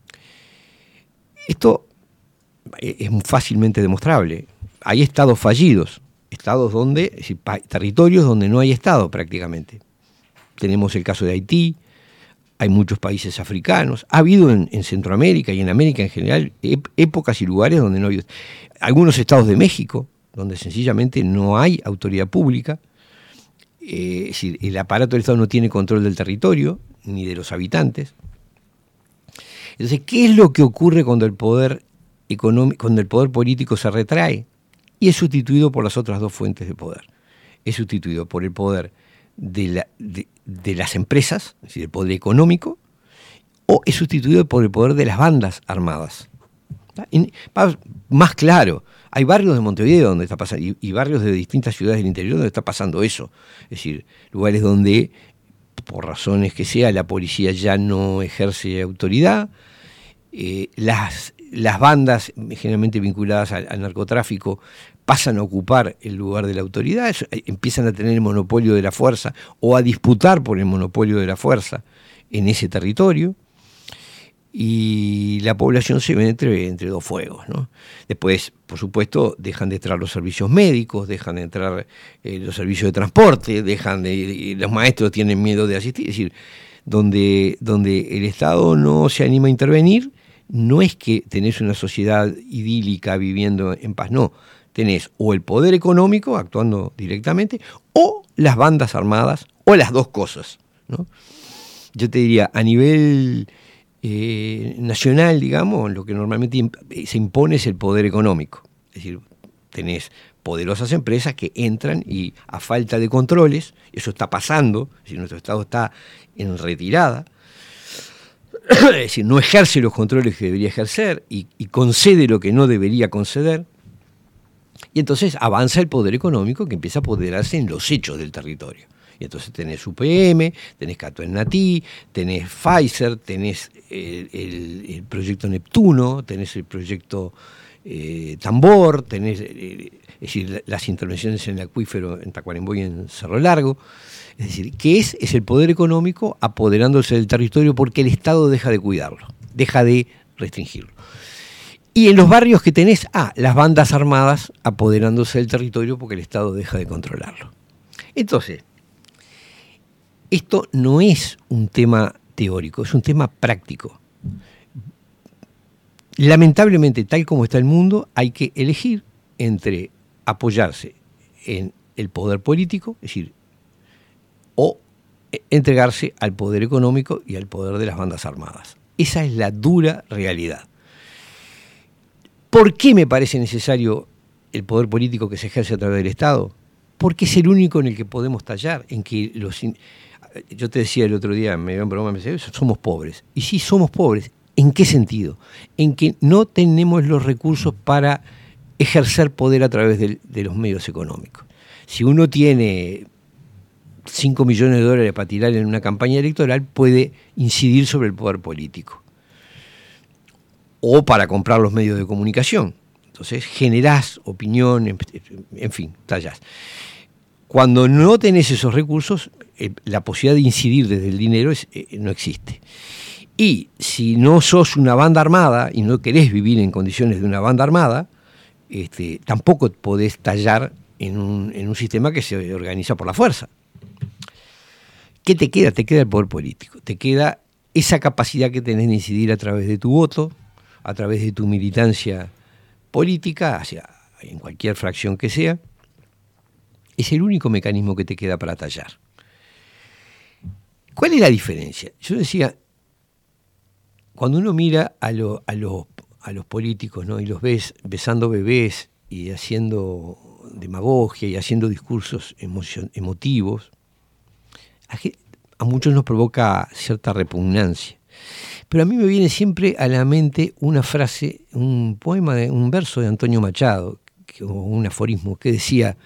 Esto es fácilmente demostrable. Hay estados fallidos, estados donde, es decir, territorios donde no hay Estado prácticamente. Tenemos el caso de Haití, hay muchos países africanos, ha habido en, en Centroamérica y en América en general ép- épocas y lugares donde no hay, algunos estados de México, donde sencillamente no hay autoridad pública, eh, es decir, el aparato del Estado no tiene control del territorio ni de los habitantes. Entonces, ¿qué es lo que ocurre cuando el poder económico, cuando el poder político se retrae? Y es sustituido por las otras dos fuentes de poder. Es sustituido por el poder de, la, de, de las empresas, es decir, el poder económico, o es sustituido por el poder de las bandas armadas. En, más claro, hay barrios de Montevideo donde está pasando, y, y barrios de distintas ciudades del interior donde está pasando eso. Es decir, lugares donde, por razones que sea, la policía ya no ejerce autoridad, eh, las, las bandas generalmente vinculadas al, al narcotráfico pasan a ocupar el lugar de la autoridad, eso, empiezan a tener el monopolio de la fuerza o a disputar por el monopolio de la fuerza en ese territorio. y la población se ve entre, entre dos fuegos, ¿no? Después, por supuesto, dejan de entrar los servicios médicos, dejan de entrar eh, los servicios de transporte, dejan de, los maestros tienen miedo de asistir, es decir, donde, donde el Estado no se anima a intervenir, no es que tenés una sociedad idílica viviendo en paz, no, tenés o el poder económico actuando directamente, o las bandas armadas, o las dos cosas, ¿no? Yo te diría, a nivel eh, nacional, digamos, lo que normalmente imp- se impone es el poder económico. Es decir, tenés poderosas empresas que entran y a falta de controles, eso está pasando, es decir, nuestro Estado está en retirada, es decir, no ejerce los controles que debería ejercer y, y concede lo que no debería conceder, y entonces avanza el poder económico que empieza a apoderarse en los hechos del territorio. Y entonces tenés U P M, tenés Catuenatí, tenés Pfizer, tenés el, el, el proyecto Neptuno, tenés el proyecto eh, Tambor, tenés eh, es decir, las intervenciones en el acuífero en Tacuarembó y en Cerro Largo. Es decir, ¿qué es? Es el poder económico apoderándose del territorio porque el Estado deja de cuidarlo, deja de restringirlo. Y en los barrios que tenés, ah, las bandas armadas apoderándose del territorio porque el Estado deja de controlarlo. Entonces, esto no es un tema teórico, es un tema práctico. Lamentablemente, tal como está el mundo, hay que elegir entre apoyarse en el poder político, es decir, o entregarse al poder económico y al poder de las bandas armadas. Esa es la dura realidad. ¿Por qué me parece necesario el poder político que se ejerce a través del Estado? Porque es el único en el que podemos tallar, en que los... Yo te decía el otro día, me dio un programa, me decía, somos pobres. Y sí, somos pobres. ¿En qué sentido? En que no tenemos los recursos para ejercer poder a través de, de los medios económicos. Si uno tiene cinco millones de dólares para tirar en una campaña electoral, puede incidir sobre el poder político. O para comprar los medios de comunicación. Entonces generás opinión, en, en fin, tallás. Cuando no tenés esos recursos, eh, la posibilidad de incidir desde el dinero es, eh, no existe. Y si no sos una banda armada y no querés vivir en condiciones de una banda armada, este, tampoco podés tallar en un, en un sistema que se organiza por la fuerza. ¿Qué te queda? Te queda el poder político. Te queda esa capacidad que tenés de incidir a través de tu voto, a través de tu militancia política, hacia, en cualquier fracción que sea. Es el único mecanismo que te queda para tallar. ¿Cuál es la diferencia? Yo decía, cuando uno mira a, lo, a, lo, a los políticos, ¿no? Y los ves besando bebés y haciendo demagogia y haciendo discursos emocion, emotivos, a, a muchos nos provoca cierta repugnancia. Pero a mí me viene siempre a la mente una frase, un poema, de, un verso de Antonio Machado, que, o un aforismo, que decía: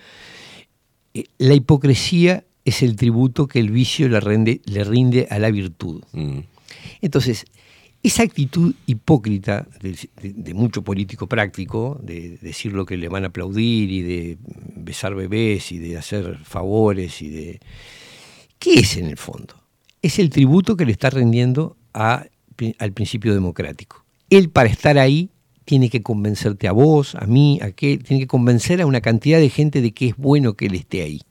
la hipocresía es el tributo que el vicio le rinde, le rinde a la virtud. Mm. Entonces, esa actitud hipócrita de, de, de mucho político práctico, de decir lo que le van a aplaudir y de besar bebés y de hacer favores y de... ¿Qué es en el fondo? Es el tributo que le está rindiendo a, al principio democrático. Él, para estar ahí, tiene que convencerte a vos, a mí, a qué, tiene que convencer a una cantidad de gente de que es bueno que él esté ahí.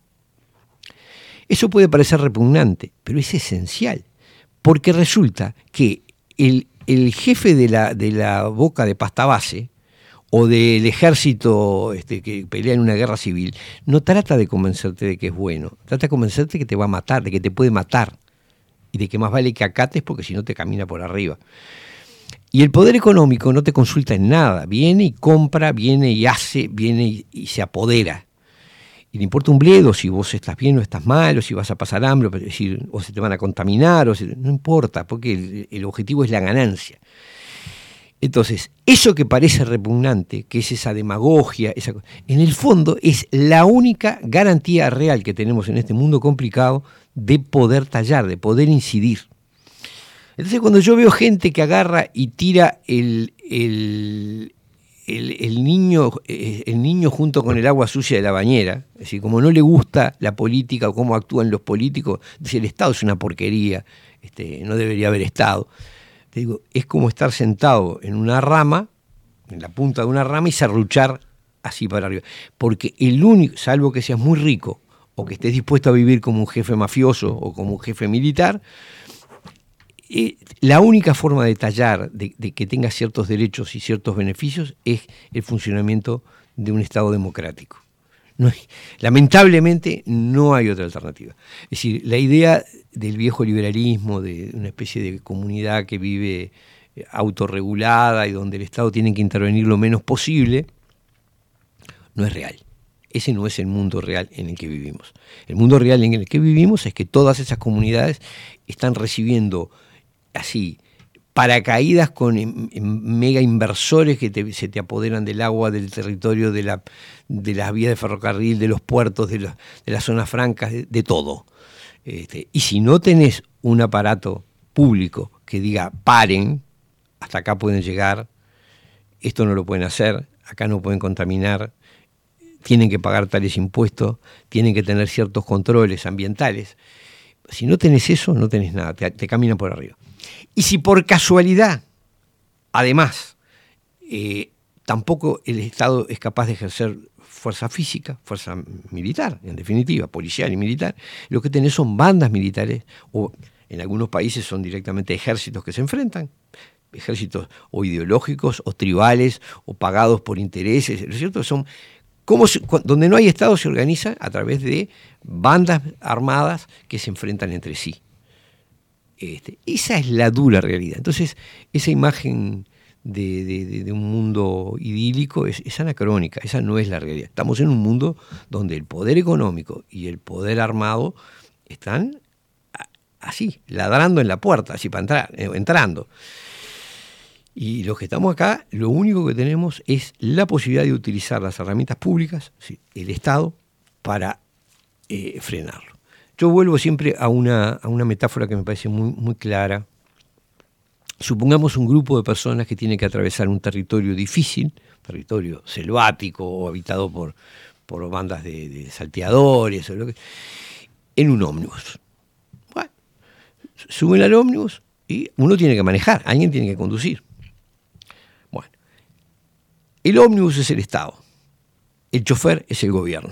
Eso puede parecer repugnante, pero es esencial, porque resulta que el, el jefe de la, de la Boca de Pasta Base o del ejército este, que pelea en una guerra civil, no trata de convencerte de que es bueno, trata de convencerte de que te va a matar, de que te puede matar, y de que más vale que acates porque si no te camina por arriba. Y el poder económico no te consulta en nada, viene y compra, viene y hace, viene y, y se apodera. Y le importa un bledo si vos estás bien o estás mal, o si vas a pasar hambre, o si, o si te van a contaminar, o si, no importa, porque el, el objetivo es la ganancia. Entonces, eso que parece repugnante, que es esa demagogia, esa, en el fondo es la única garantía real que tenemos en este mundo complicado de poder tallar, de poder incidir. Entonces, cuando yo veo gente que agarra y tira el, el, el, el, niño, el niño junto con el agua sucia de la bañera, es decir, como no le gusta la política o cómo actúan los políticos, dice el Estado es una porquería, este, no debería haber Estado. te digo, es como estar sentado en una rama, en la punta de una rama y serruchar así para arriba. Porque el único, salvo que seas muy rico o que estés dispuesto a vivir como un jefe mafioso o como un jefe militar, eh, la única forma de tallar, de, de que tengas ciertos derechos y ciertos beneficios, es el funcionamiento de un Estado democrático. No hay, lamentablemente no hay otra alternativa. Es decir, la idea del viejo liberalismo, de una especie de comunidad que vive autorregulada y donde el Estado tiene que intervenir lo menos posible, no es real. Ese no es el mundo real en el que vivimos. El mundo real en el que vivimos es que todas esas comunidades están recibiendo así paracaídas con em, em, mega inversores que te, se te apoderan del agua, del territorio, de, la, de las vías de ferrocarril, de los puertos, de, la, de las zonas francas, de, de todo. Este, y si no tenés un aparato público que diga paren, hasta acá pueden llegar, esto no lo pueden hacer, acá no pueden contaminar, tienen que pagar tales impuestos, tienen que tener ciertos controles ambientales. Si no tenés eso, no tenés nada, te, te caminan por arriba. Y si por casualidad, además, eh, tampoco el Estado es capaz de ejercer fuerza física, fuerza militar, en definitiva, policial y militar, lo que tenés son bandas militares, o en algunos países son directamente ejércitos que se enfrentan, ejércitos o ideológicos, o tribales, o pagados por intereses, ¿no es cierto? Son como se, donde no hay Estado se organiza a través de bandas armadas que se enfrentan entre sí. Este, esa es la dura realidad. Entonces, esa imagen de, de, de un mundo idílico es, es anacrónica, esa no es la realidad. Estamos en un mundo donde el poder económico y el poder armado están así, ladrando en la puerta, así para entrar, entrando. Y los que estamos acá, lo único que tenemos es la posibilidad de utilizar las herramientas públicas, ¿sí?, el Estado, para eh, frenarlo. Yo vuelvo siempre a una, a una metáfora que me parece muy, muy clara. Supongamos un grupo de personas que tiene que atravesar un territorio difícil, territorio selvático o habitado por, por bandas de, de salteadores, o lo que, en un ómnibus. Bueno, suben al ómnibus y uno tiene que manejar, alguien tiene que conducir. Bueno, el ómnibus es el Estado, el chofer es el gobierno.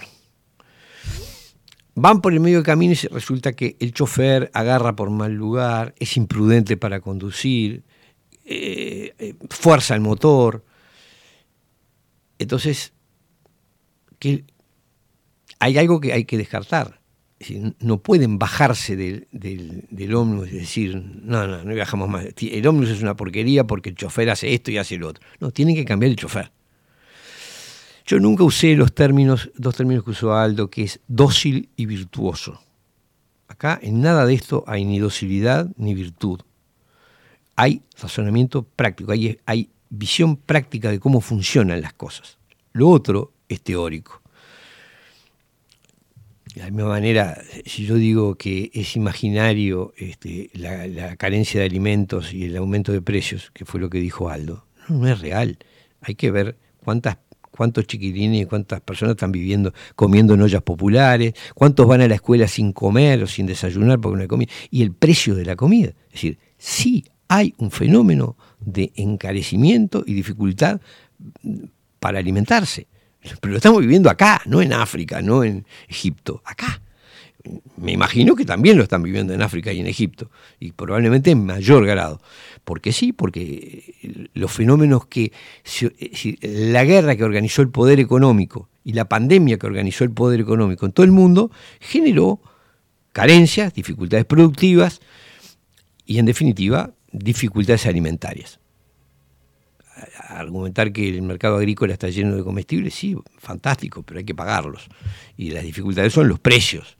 Van por el medio del camino y resulta que el chofer agarra por mal lugar, es imprudente para conducir, eh, eh, fuerza el motor. Entonces, que hay algo que hay que descartar. Es decir, no pueden bajarse del, del, del ómnibus y decir, no, no, no viajamos más. El ómnibus es una porquería porque el chofer hace esto y hace lo otro. No, tienen que cambiar el chofer. Yo nunca usé los términos, dos términos que usó Aldo, que es dócil y virtuoso. Acá en nada de esto hay ni docilidad ni virtud. Hay razonamiento práctico, hay, hay visión práctica de cómo funcionan las cosas. Lo otro es teórico. De la misma manera, si yo digo que es imaginario este, la, la carencia de alimentos y el aumento de precios, que fue lo que dijo Aldo, no, no es real. Hay que ver cuántas cuántos chiquilines y cuántas personas están viviendo, comiendo en ollas populares, cuántos van a la escuela sin comer o sin desayunar porque no hay comida, y el precio de la comida. Es decir, sí hay un fenómeno de encarecimiento y dificultad para alimentarse, pero lo estamos viviendo acá, no en África, no en Egipto, acá. Me imagino que también lo están viviendo en África y en Egipto, y probablemente en mayor grado. Porque sí, porque los fenómenos que... La guerra que organizó el poder económico y la pandemia que organizó el poder económico en todo el mundo generó carencias, dificultades productivas y, en definitiva, dificultades alimentarias. Argumentar que el mercado agrícola está lleno de comestibles, sí, fantástico, pero hay que pagarlos. Y las dificultades son los precios.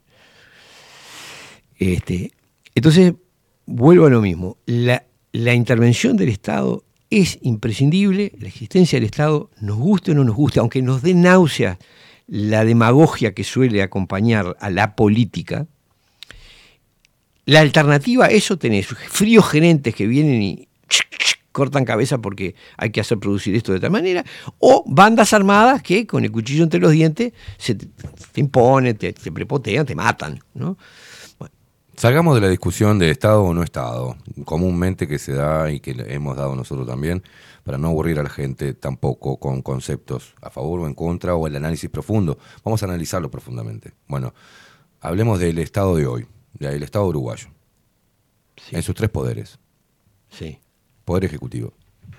Este, entonces, vuelvo a lo mismo. La, la intervención del Estado es imprescindible, la existencia del Estado, nos guste o no nos guste, aunque nos dé náusea la demagogia que suele acompañar a la política. La alternativa a eso tenés fríos gerentes que vienen y cortan cabeza porque hay que hacer producir esto de tal manera, o bandas armadas que con el cuchillo entre los dientes se te, te imponen, te, te prepotean, te matan, ¿no? Bueno, Salgamos de la discusión de Estado o no Estado, comúnmente que se da y que le hemos dado nosotros también, para no aburrir a la gente tampoco con conceptos a favor o en contra o el análisis profundo. Vamos a analizarlo profundamente. Bueno, hablemos del Estado de hoy, del Estado uruguayo, sí. En sus tres poderes. Sí. Poder ejecutivo.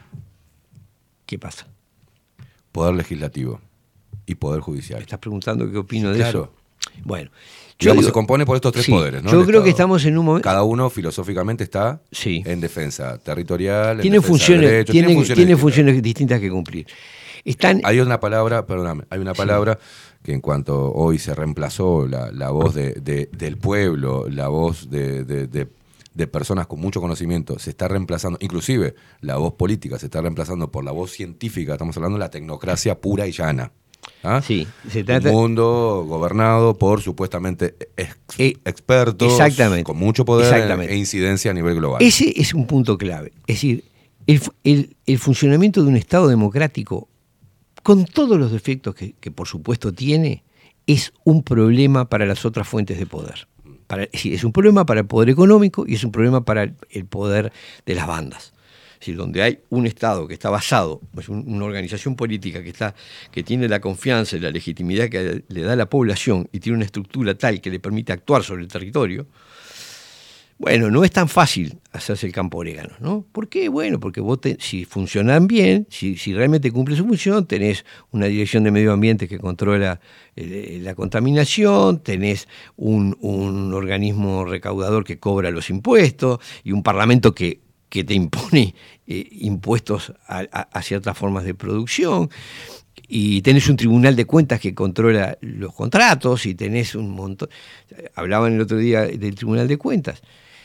¿Qué pasa? Poder legislativo y poder judicial. ¿Me estás preguntando qué opino sí, de claro. eso? Bueno, yo Digamos, digo, se compone por estos tres sí, poderes, ¿no? Yo El creo Estado, que estamos en un momento. Cada uno filosóficamente está sí. en defensa territorial, tiene en defensa funciones, de derechos, tiene, tiene funciones, tiene distintas. funciones distintas que cumplir. Están, hay una palabra, perdóname, hay una palabra sí. que en cuanto hoy se reemplazó la, la voz de, de, del pueblo, la voz de, de, de, de personas con mucho conocimiento, se está reemplazando, inclusive la voz política se está reemplazando por la voz científica, estamos hablando de la tecnocracia pura y llana. ¿Ah? Sí, se trata... Un mundo gobernado por supuestamente ex, eh, expertos exactamente, con mucho poder exactamente. e incidencia a nivel global. Ese es un punto clave. Es decir, el, el, el funcionamiento de un Estado democrático, con todos los defectos que, que por supuesto tiene, es un problema para las otras fuentes de poder. Para, es, decir, es un problema para el poder económico y es un problema para el, el poder de las bandas. Es decir, donde hay un Estado que está basado, pues un, una organización política que, está, que tiene la confianza y la legitimidad que le da a la población y tiene una estructura tal que le permite actuar sobre el territorio, bueno, no es tan fácil hacerse el campo orégano, ¿no? ¿Por qué? Bueno, porque vos te, si funcionan bien, si, si realmente cumple su función, tenés una dirección de medio ambiente que controla eh, la contaminación, tenés un, un organismo recaudador que cobra los impuestos y un parlamento que que te impone eh, impuestos a, a, a ciertas formas de producción, y tenés un tribunal de cuentas que controla los contratos, y tenés un montón... Hablaban el otro día del tribunal de cuentas.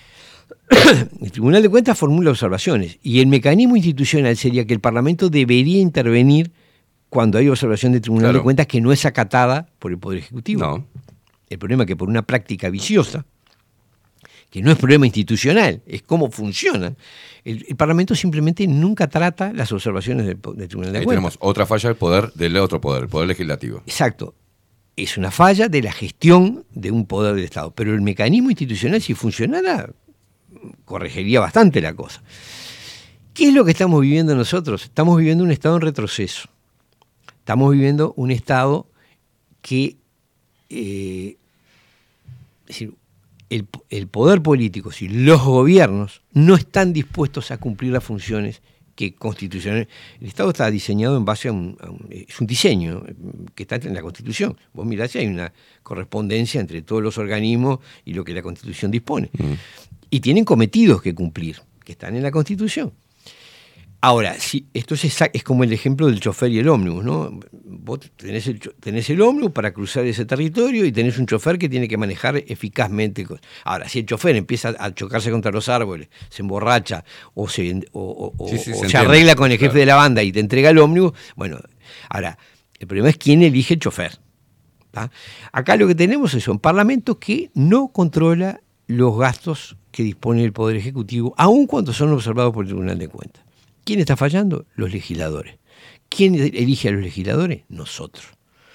El tribunal de cuentas formula observaciones, y el mecanismo institucional sería que el Parlamento debería intervenir cuando hay observación del tribunal claro. de cuentas que no es acatada por el Poder Ejecutivo. No. El problema es que por una práctica viciosa, que no es problema institucional, es cómo funciona. El, el Parlamento simplemente nunca trata las observaciones del, del Tribunal de Ahí Cuentas. Tenemos otra falla del poder del otro poder, el poder legislativo. Exacto. Es una falla de la gestión de un poder del Estado. Pero el mecanismo institucional, si funcionara, corregiría bastante la cosa. ¿Qué es lo que estamos viviendo nosotros? Estamos viviendo un Estado en retroceso. Estamos viviendo un Estado que... Eh, es decir, El, el poder político, si los gobiernos no están dispuestos a cumplir las funciones que constitucionalmente... El Estado está diseñado en base a un, a un... Es un diseño que está en la Constitución. Vos mirá si hay una correspondencia entre todos los organismos y lo que la Constitución dispone. Mm. Y tienen cometidos que cumplir, que están en la Constitución. Ahora, si, esto es, es como el ejemplo del chofer y el ómnibus, ¿no? Vos tenés el, tenés el ómnibus para cruzar ese territorio y tenés un chofer que tiene que manejar eficazmente. Ahora, si el chofer empieza a chocarse contra los árboles, se emborracha o se, o, o, sí, sí, o se, se arregla con el jefe claro. de la banda y te entrega el ómnibus, bueno, ahora, el problema es quién elige el chofer. ¿tá? Acá lo que tenemos es un parlamento que no controla los gastos que dispone el Poder Ejecutivo, aun cuando son observados por el Tribunal de Cuentas. ¿Quién está fallando? Los legisladores. ¿Quién elige a los legisladores? Nosotros.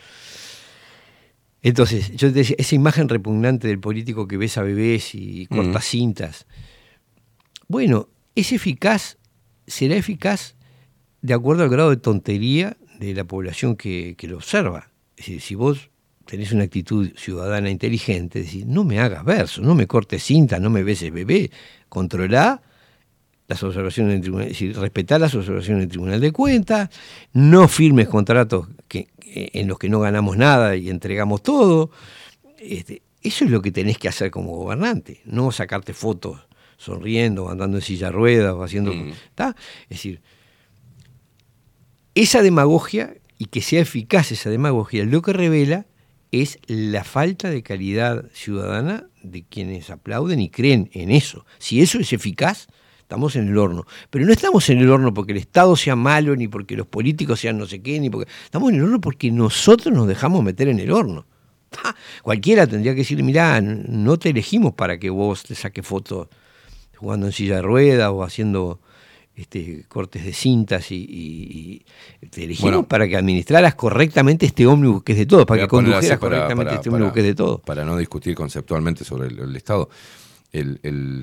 Entonces, yo te decía, esa imagen repugnante del político que besa bebés y corta uh-huh. cintas, bueno, ¿es eficaz? ¿Será eficaz de acuerdo al grado de tontería de la población que, que lo observa? Es decir, si vos tenés una actitud ciudadana inteligente, decir, no me hagas verso, no me cortes cinta, no me beses bebé, controlá las observaciones del tribunal, es decir, respetar las observaciones del Tribunal de Cuentas, no firmes contratos que, en los que no ganamos nada y entregamos todo. Este, eso es lo que tenés que hacer como gobernante, no sacarte fotos sonriendo, andando en silla de ruedas o haciendo... Mm. ¿tá? Es decir, esa demagogia, y que sea eficaz esa demagogia, lo que revela es la falta de calidad ciudadana de quienes aplauden y creen en eso. Si eso es eficaz, estamos en el horno. Pero no estamos en el horno porque el Estado sea malo, ni porque los políticos sean no sé qué, ni porque... Estamos en el horno porque nosotros nos dejamos meter en el horno. ¡Ah! Cualquiera tendría que decir, mirá, no te elegimos para que vos te saques fotos jugando en silla de ruedas o haciendo este, cortes de cintas, y, y, y te elegimos bueno, para que administraras correctamente este ómnibus que es de todos, para que condujeras para, correctamente para, este ómnibus para, que es de todos. Para no discutir conceptualmente sobre el, el Estado. el, el,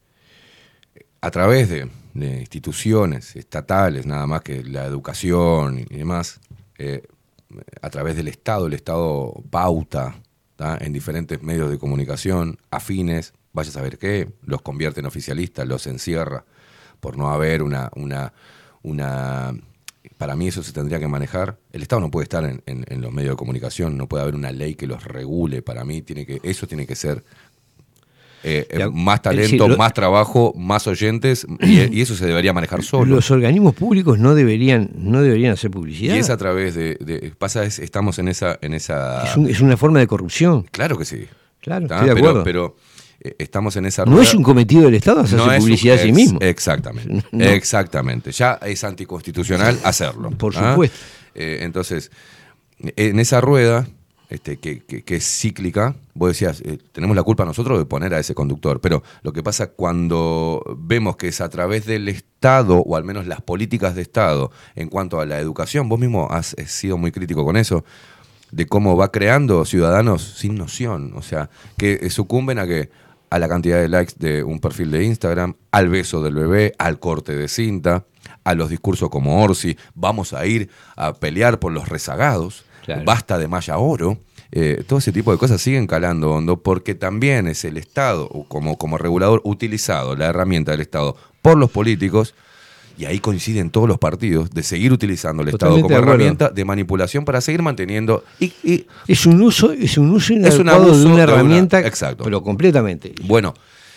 a través de, de instituciones estatales, nada más que la educación y demás, eh, a través del Estado, el Estado pauta, ¿tá?, en diferentes medios de comunicación afines, vaya a saber qué, los convierte en oficialistas, los encierra por no haber una, una, una... Para mí eso se tendría que manejar. El Estado no puede estar en, en, en los medios de comunicación, no puede haber una ley que los regule. Para mí tiene que, eso tiene que ser eh, ya, más talento, lo, más trabajo, más oyentes, y, y eso se debería manejar solo. Los organismos públicos no deberían, no deberían hacer publicidad. Y es a través de, de pasa es, estamos en esa, en esa. Es, un, es una forma de corrupción. Claro que sí. Claro, estoy de acuerdo. Pero, pero estamos en esa rueda. No es un cometido del Estado hacer no publicidad un, a sí mismo. Exactamente, no. exactamente. Ya es anticonstitucional hacerlo. Por ¿ah? supuesto. Eh, entonces, en esa rueda, este, que, que, que es cíclica, vos decías, eh, tenemos la culpa nosotros de poner a ese conductor, pero lo que pasa cuando vemos que es a través del Estado, o al menos las políticas de Estado, en cuanto a la educación, vos mismo has, has sido muy crítico con eso, de cómo va creando ciudadanos sin noción, o sea, que sucumben a que a la cantidad de likes de un perfil de Instagram, al beso del bebé, al corte de cinta, a los discursos como Orsi, vamos a ir a pelear por los rezagados, claro. Basta de Maya Oro, eh, todo ese tipo de cosas siguen calando hondo, porque también es el Estado, como, como regulador, utilizado, la herramienta del Estado por los políticos, y ahí coinciden todos los partidos, de seguir utilizando el Totalmente Estado como de herramienta de manipulación para seguir manteniendo... Y, y es un uso es un uso inadecuado de una herramienta, una, exacto. pero completamente. Bueno.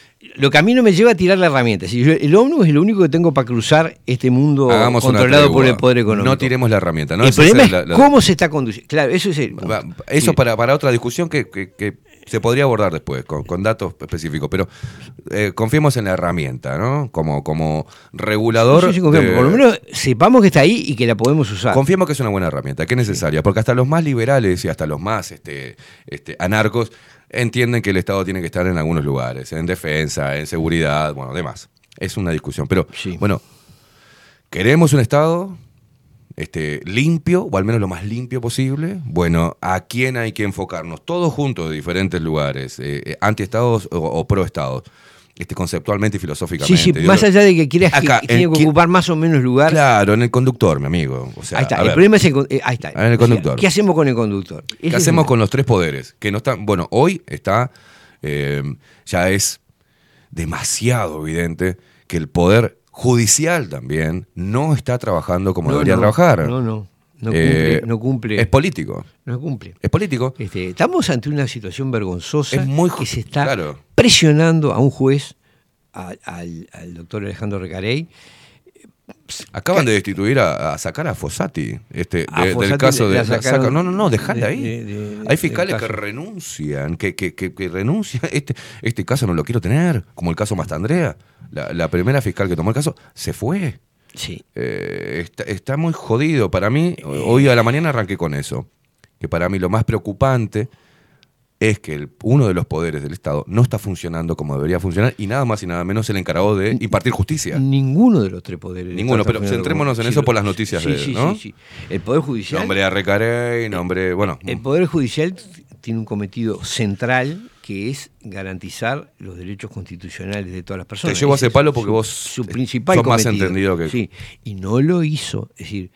Lo que a mí no me lleva a tirar la herramienta. Si yo, el ómnibus es lo único que tengo para cruzar este mundo Hagamos controlado por el poder económico. No tiremos la herramienta. ¿no? El Esa problema es, la, la, cómo se está conduciendo. Claro, eso es el... Eso para, para otra discusión que... que, que se podría abordar después, con, con datos específicos, pero eh, confiemos en la herramienta, ¿no? Como, como regulador. Sí, sí, confiamos. De... Por lo menos sepamos que está ahí y que la podemos usar. Confiemos que es una buena herramienta, que es necesaria, porque hasta los más liberales y hasta los más este, este, anarcos entienden que el Estado tiene que estar en algunos lugares, en defensa, en seguridad, bueno, demás. Es una discusión. Pero, sí. bueno, ¿queremos un Estado Este, limpio, o al menos lo más limpio posible? Bueno, ¿a quién hay que enfocarnos? Todos juntos de diferentes lugares, eh, anti-estados o, o pro-estados, este, conceptualmente y filosóficamente. Sí, sí, más allá de que quieras acá, que, que tiene que ocupar más o menos lugar. Claro, en el conductor, mi amigo. O sea, ahí está, el ver, problema es el, eh, ahí está. En el conductor. ¿Qué hacemos con el conductor? ¿Qué Ese hacemos es con los tres poderes? Que no están, bueno, hoy está, eh, ya es demasiado evidente que el poder judicial también no está trabajando como no, debería no, trabajar. No, no, no cumple, eh, no cumple. Es político. No cumple. Es político. Este, estamos ante una situación vergonzosa es muy, que se está claro. presionando a un juez, a, al, al doctor Alejandro Recarey. Acaban de destituir a, a sacar a Fossati, este, de, Fossati del caso de... Saca, no, no, no, dejala ahí. De, de, de, Hay fiscales que renuncian, que, que, que, que renuncian. Este, este caso no lo quiero tener, como el caso Mastandrea. La, la primera fiscal que tomó el caso se fue. Sí. Eh, está, está muy jodido. Para mí, hoy a la mañana arranqué con eso. Que para mí lo más preocupante es que el, uno de los poderes del Estado no está funcionando como debería funcionar, y nada más y nada menos el encargado de impartir justicia. Ninguno de los tres poderes. Ninguno, pero centrémonos en eso por las noticias sí, de sí, ¿no? sí, sí. El Poder Judicial... Nombre a Recarey, nombre... Bueno. El Poder Judicial tiene un cometido central, que es garantizar los derechos constitucionales de todas las personas. Te llevo a ese palo porque su, vos su principal sos cometido. Más entendido que... Sí, y no lo hizo. Es decir,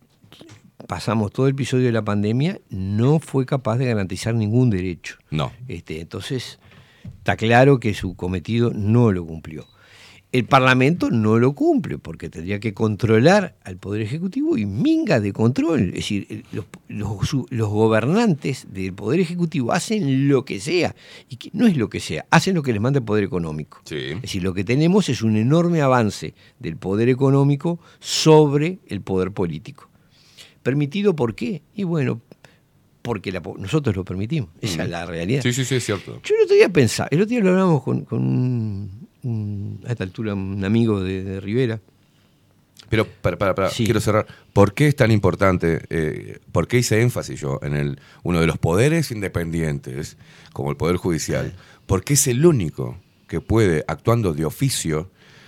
pasamos todo el episodio de la pandemia, no fue capaz de garantizar ningún derecho. No. Este, entonces, está claro que su cometido no lo cumplió. El Parlamento no lo cumple, porque tendría que controlar al Poder Ejecutivo, y minga de control. Es decir, los, los, los gobernantes del Poder Ejecutivo hacen lo que sea, y que no es lo que sea, hacen lo que les manda el Poder Económico. Sí. Es decir, lo que tenemos es un enorme avance del Poder Económico sobre el Poder Político. ¿Permitido por qué? Y bueno, porque la, nosotros lo permitimos. Esa mm. es la realidad. Sí, sí, sí, es cierto. Yo el otro día pensaba, el otro día lo hablábamos con, con un, un, a esta altura, un amigo de, de Rivera. Pero, para, para, para sí. quiero cerrar. ¿Por qué es tan importante? Eh, ¿Por qué hice énfasis yo en el, uno de los poderes independientes, como el Poder Judicial? Porque es el único que puede, actuando de oficio,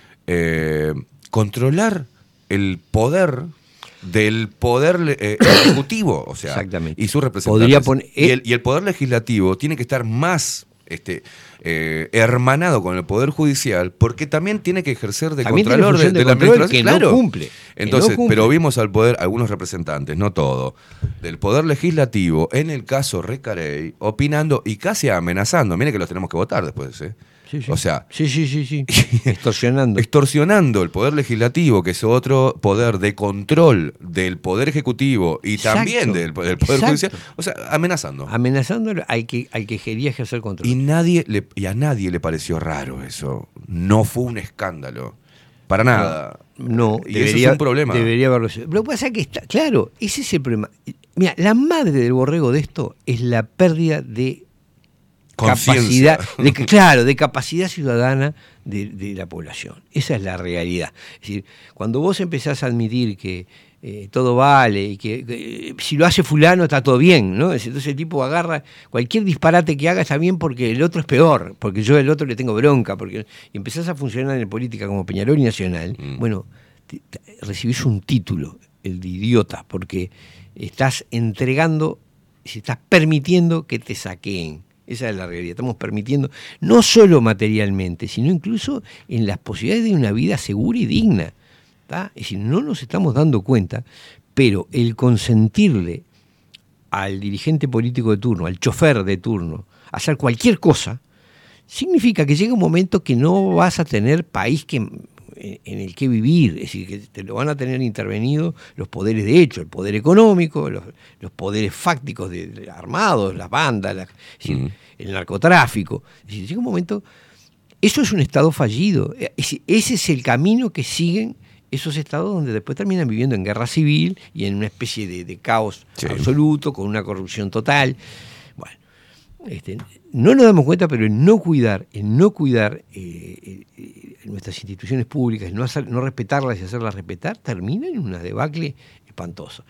eh, controlar el poder del poder eh, ejecutivo, o sea, exactamente. Y sus representantes. Poner, y, el, y el poder legislativo tiene que estar más este, eh, hermanado con el Poder Judicial, porque también tiene que ejercer de también contralor de, de, de la control administración. Que claro. no cumple. Entonces, no cumple. pero vimos al poder, algunos representantes, no todo, del Poder Legislativo, en el caso Recarey, opinando y casi amenazando. Mire que los tenemos que votar después, ¿eh? Sí, sí. O sea, sí, sí, sí, sí. extorsionando. Extorsionando el Poder Legislativo, que es otro poder de control del Poder Ejecutivo y Exacto. también del, del Poder Exacto. Judicial. O sea, amenazando. Amenazando al que, al que quería ejercer control. Y, nadie le, y a nadie le pareció raro eso. No fue un escándalo. Para nada. No, y debería, eso es un problema. Debería haberlo sido. Lo que pasa es que está, claro, ese es el problema. Mira, la madre del borrego de esto es la pérdida de capacidad, de, claro, de capacidad ciudadana de, de la población. Esa es la realidad. Es decir, cuando vos empezás a admitir que eh, todo vale y que, que si lo hace fulano está todo bien, ¿no? Entonces el tipo agarra cualquier disparate que haga está bien porque el otro es peor, porque yo al otro le tengo bronca, porque y empezás a funcionar en política como Peñarol y Nacional, mm. bueno, te, te, recibís un título, el de idiota, porque estás entregando, estás permitiendo que te saqueen. Esa es la realidad. Estamos permitiendo, no solo materialmente, sino incluso en las posibilidades de una vida segura y digna. ¿Tá? Es decir, no nos estamos dando cuenta, pero el consentirle al dirigente político de turno, al chofer de turno, hacer cualquier cosa, significa que llega un momento que no vas a tener país que, en el que vivir, es decir, que te lo van a tener intervenido los poderes de hecho, el poder económico, los, los poderes fácticos de, de armados, las bandas, la, es decir, mm. el narcotráfico. Es decir, llega un momento, eso es un estado fallido, es, ese es el camino que siguen esos estados donde después terminan viviendo en guerra civil y en una especie de, de caos sí. absoluto, con una corrupción total. Bueno, este, no nos damos cuenta, pero el no cuidar, el no cuidar eh, eh, nuestras instituciones públicas, el no, hacer, no respetarlas y hacerlas respetar, termina en una debacle espantosa.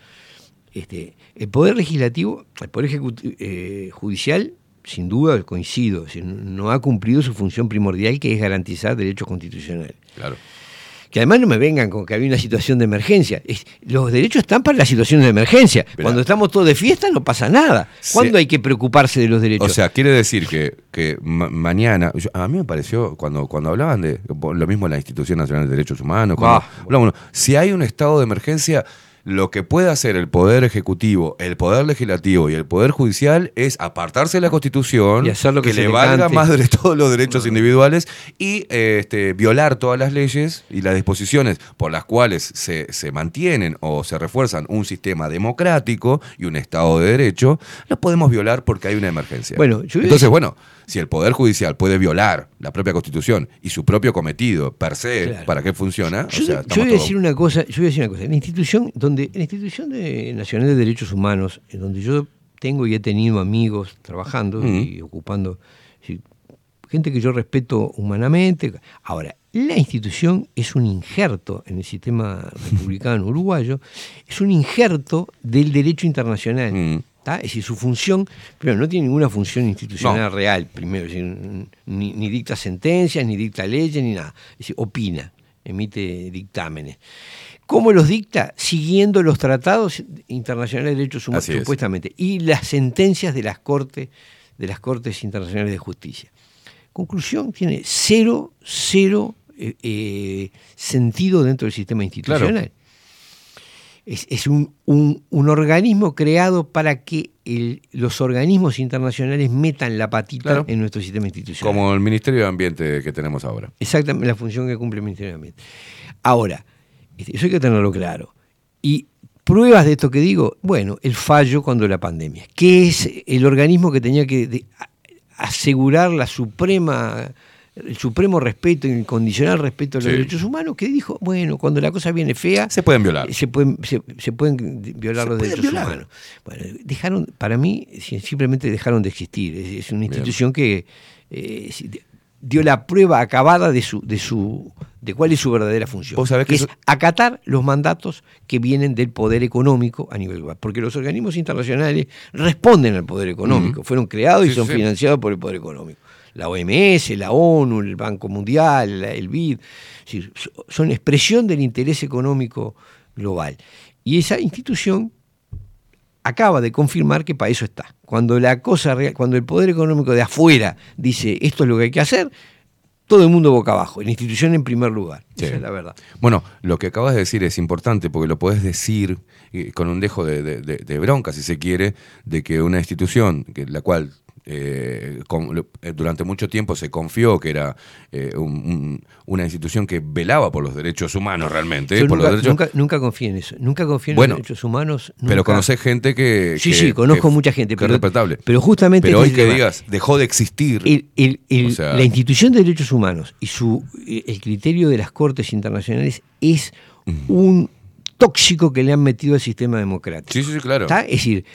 Este, el poder legislativo, el poder ejecut- eh, judicial, sin duda coincido, o sea, no ha cumplido su función primordial, que es garantizar derechos constitucionales. Claro. Que además no me vengan con que había una situación de emergencia. Es, los derechos están para las situaciones de emergencia. Pero, cuando estamos todos de fiesta no pasa nada. ¿Cuándo se, hay que preocuparse de los derechos? O sea, quiere decir que, que ma- mañana... Yo, a mí me pareció, cuando, cuando hablaban de lo mismo en la Institución Nacional de Derechos Humanos, cuando, ah, bueno. si hay un estado de emergencia... Lo que puede hacer el Poder Ejecutivo, el Poder Legislativo y el Poder Judicial es apartarse de la Constitución, y hacer lo que, que se le valga más de todos los derechos no. individuales y eh, este, violar todas las leyes y las disposiciones por las cuales se, se mantienen o se refuerzan un sistema democrático y un Estado de Derecho, los podemos violar porque hay una emergencia. Bueno, yo Entonces, bueno, si el Poder Judicial puede violar la propia Constitución y su propio cometido per se, claro. ¿para qué funciona? Yo, o sea, yo voy a decir todo... una cosa, yo voy a decir una cosa. En la institución, donde, en la institución de, Nacional de Derechos Humanos, en donde yo tengo y he tenido amigos trabajando mm. y ocupando, sí, gente que yo respeto humanamente. Ahora, la institución es un injerto en el sistema republicano uruguayo, es un injerto del derecho internacional. Mm. ¿Tá? Es decir, su función, primero, no tiene ninguna función institucional no. real, primero, es decir, ni, ni dicta sentencias, ni dicta leyes, ni nada. Es decir, opina, emite dictámenes. ¿Cómo los dicta? Siguiendo los tratados internacionales de derechos humanos, Así supuestamente, es. y las sentencias de las cortes, de las cortes internacionales de justicia. Conclusión, tiene cero, cero eh, eh, sentido dentro del sistema institucional. Claro. Es, es un, un, un organismo creado para que el, los organismos internacionales metan la patita claro. en nuestro sistema institucional. Como el Ministerio de Ambiente que tenemos ahora. Exactamente, la función que cumple el Ministerio de Ambiente. Ahora, eso hay que tenerlo claro. Y pruebas de esto que digo, bueno, el fallo cuando la pandemia, que es el organismo que tenía que de, asegurar la suprema... el supremo respeto, el incondicional respeto a los sí. derechos humanos, que dijo, bueno, cuando la cosa viene fea... Se pueden violar. Se pueden, se, se pueden violar se los derechos violar. humanos. Bueno, dejaron, para mí, simplemente dejaron de existir. Es, es una institución Bien. que eh, dio la prueba acabada de su de su de cuál es su verdadera función. ¿Vos sabés que es eso... acatar los mandatos que vienen del poder económico a nivel global. Porque los organismos internacionales responden al poder económico. Uh-huh. Fueron creados sí, y son sí. financiados por el poder económico. La O M S, la ONU, el Banco Mundial, el B I D, es decir, son expresión del interés económico global. Y esa institución acaba de confirmar que para eso está. Cuando la cosa real, cuando el poder económico de afuera dice esto es lo que hay que hacer, todo el mundo boca abajo, la institución en primer lugar. Sí. Esa es la verdad. Bueno, lo que acabas de decir es importante porque lo podés decir eh, con un dejo de, de, de, de bronca, si se quiere, de que una institución, que la cual eh, con, eh, durante mucho tiempo se confió que era eh, un, un, una institución que velaba por los derechos humanos realmente. Yo por nunca, los derechos... nunca, nunca confié en eso, nunca confié en bueno, los derechos humanos. Nunca... Pero conocés gente que... Sí, que, sí, conozco que, mucha gente. Que pero, es respetable. Pero justamente... Pero hoy este que tema, digas, dejó de existir... El, el, el, o sea, la institución de derechos humanos y su el criterio de las cortes internacionales es uh-huh. un tóxico que le han metido al sistema democrático. Sí, sí, sí, claro. ¿Está? Es decir,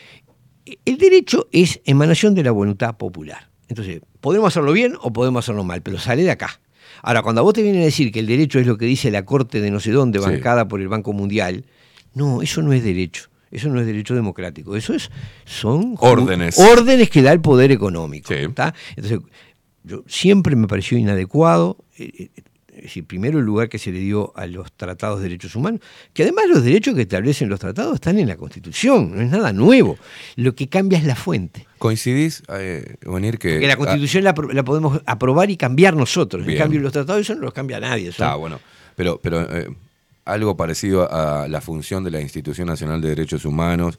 el derecho es emanación de la voluntad popular. Entonces, podemos hacerlo bien o podemos hacerlo mal, pero sale de acá. Ahora, cuando a vos te vienen a decir que el derecho es lo que dice la corte de no sé dónde, bancada sí. por el Banco Mundial, no, eso no es derecho. Eso no es derecho democrático. Eso es son órdenes. Órdenes que da el poder económico. Sí. ¿Está? Entonces, yo siempre me pareció inadecuado. Eh, Es decir, primero el lugar que se le dio a los tratados de derechos humanos, que además los derechos que establecen los tratados están en la Constitución, no es nada nuevo. Lo que cambia es la fuente. ¿Coincidís, eh, Bonir, que... Porque la Constitución ah, la, la podemos aprobar y cambiar nosotros. Bien. En cambio, los tratados eso no los cambia nadie. Está bueno, pero, pero eh, algo parecido a la función de la Institución Nacional de Derechos Humanos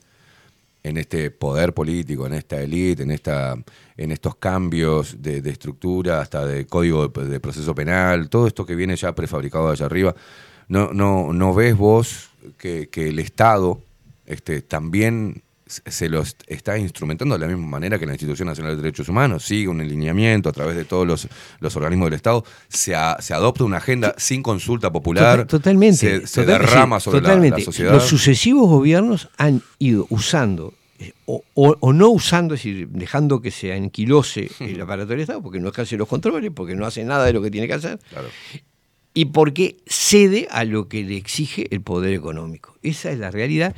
en este poder político, en esta élite, en esta, en estos cambios de, de estructura, hasta de código de, de proceso penal, todo esto que viene ya prefabricado de allá arriba, ¿no, no, no ves vos que, que el Estado este, también se los está instrumentando de la misma manera que la Institución Nacional de Derechos Humanos? Sigue un alineamiento a través de todos los, los organismos del Estado, se, a, se adopta una agenda sin consulta popular, totalmente, se, se total, derrama sí, sobre totalmente. La, la sociedad. Los sucesivos gobiernos han ido usando O, o, o no usando, es decir, dejando que se anquilose el aparato del Estado, porque no ejerce los controles, porque no hace nada de lo que tiene que hacer, claro. y porque cede a lo que le exige el poder económico. Esa es la realidad.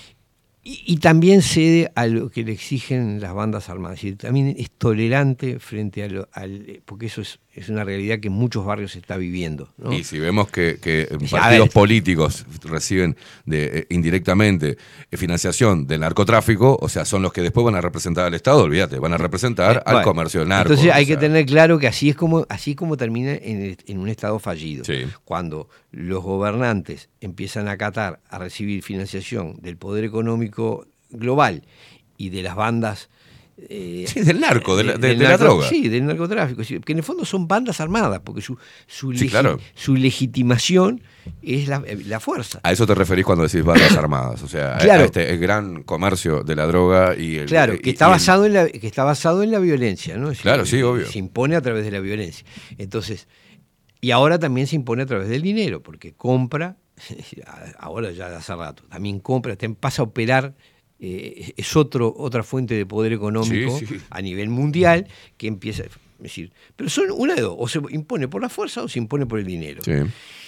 Y, y también cede a lo que le exigen las bandas armadas. Es decir, también es tolerante frente a lo, al... Porque eso es, es una realidad que en muchos barrios se está viviendo, ¿no? Y si vemos que, que Sí, partidos ver, políticos reciben de, eh, indirectamente eh, financiación del narcotráfico, o sea, son los que después van a representar al Estado, olvídate, van a representar eh, al bueno, comercio del narco. Entonces hay o sea. que tener claro que así es como, así es como termina en, el, en un Estado fallido. Sí. Cuando los gobernantes empiezan a acatar, a recibir financiación del poder económico global y de las bandas... Eh, sí, del narco, de la, de, del de narco, la droga. Sí, del narcotráfico. Que en el fondo son bandas armadas, porque su, su, sí, legi- claro. su legitimación es la, la fuerza. A eso te referís cuando decís bandas armadas, o sea, claro. a este el gran comercio de la droga y el... Claro, que y, está, y basado el... en la, que está basado en la violencia, ¿no? Es claro, decir, sí, obvio. Se impone a través de la violencia. Entonces, y ahora también se impone a través del dinero, porque compra, ahora ya de hace rato, también compra, pasa a operar... Eh, es otro, otra fuente de poder económico sí, sí. a nivel mundial que empieza, es decir, pero son una de dos, o se impone por la fuerza o se impone por el dinero. Sí.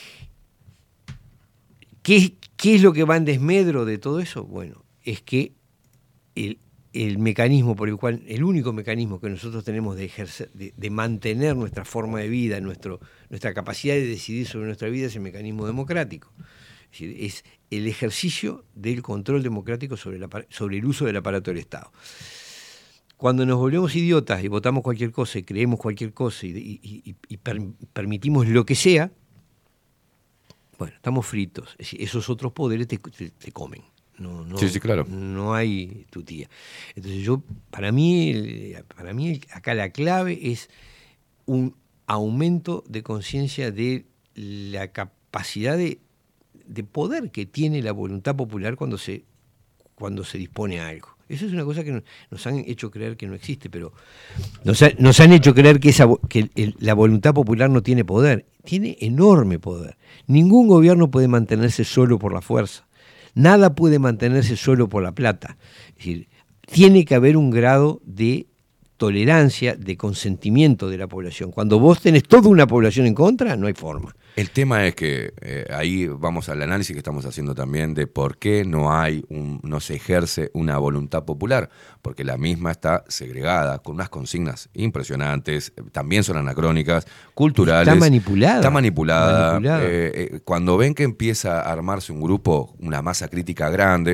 ¿Qué, ¿Qué es lo que va en desmedro de todo eso? Bueno, es que el, el mecanismo por el cual, el único mecanismo que nosotros tenemos de ejercer, de, de mantener nuestra forma de vida, nuestro, nuestra capacidad de decidir sobre nuestra vida es el mecanismo democrático. Es decir, es el ejercicio del control democrático sobre, la, sobre el uso del aparato del Estado. Cuando nos volvemos idiotas y votamos cualquier cosa y creemos cualquier cosa y, y, y, y per, permitimos lo que sea, bueno, estamos fritos. Es decir, esos otros poderes te, te, te comen. No, no, sí, sí, claro. No hay tutía. Entonces yo, para mí, para mí acá la clave es un aumento de conciencia de la capacidad de de poder que tiene la voluntad popular cuando se, cuando se dispone a algo. Eso es una cosa que nos han hecho creer que no existe, pero nos, ha, nos han hecho creer que, esa, que el, la voluntad popular no tiene poder. Tiene enorme poder. Ningún gobierno puede mantenerse solo por la fuerza. Nada puede mantenerse solo por la plata. Es decir, tiene que haber un grado de tolerancia, de consentimiento de la población. Cuando vos tenés toda una población en contra, no hay forma. El tema es que eh, ahí vamos al análisis que estamos haciendo también de por qué no hay un, no se ejerce una voluntad popular, porque la misma está segregada con unas consignas impresionantes, también son anacrónicas, culturales. Está manipulada. Está manipulada. manipulada. Eh, eh, cuando ven que empieza a armarse un grupo, una masa crítica grande,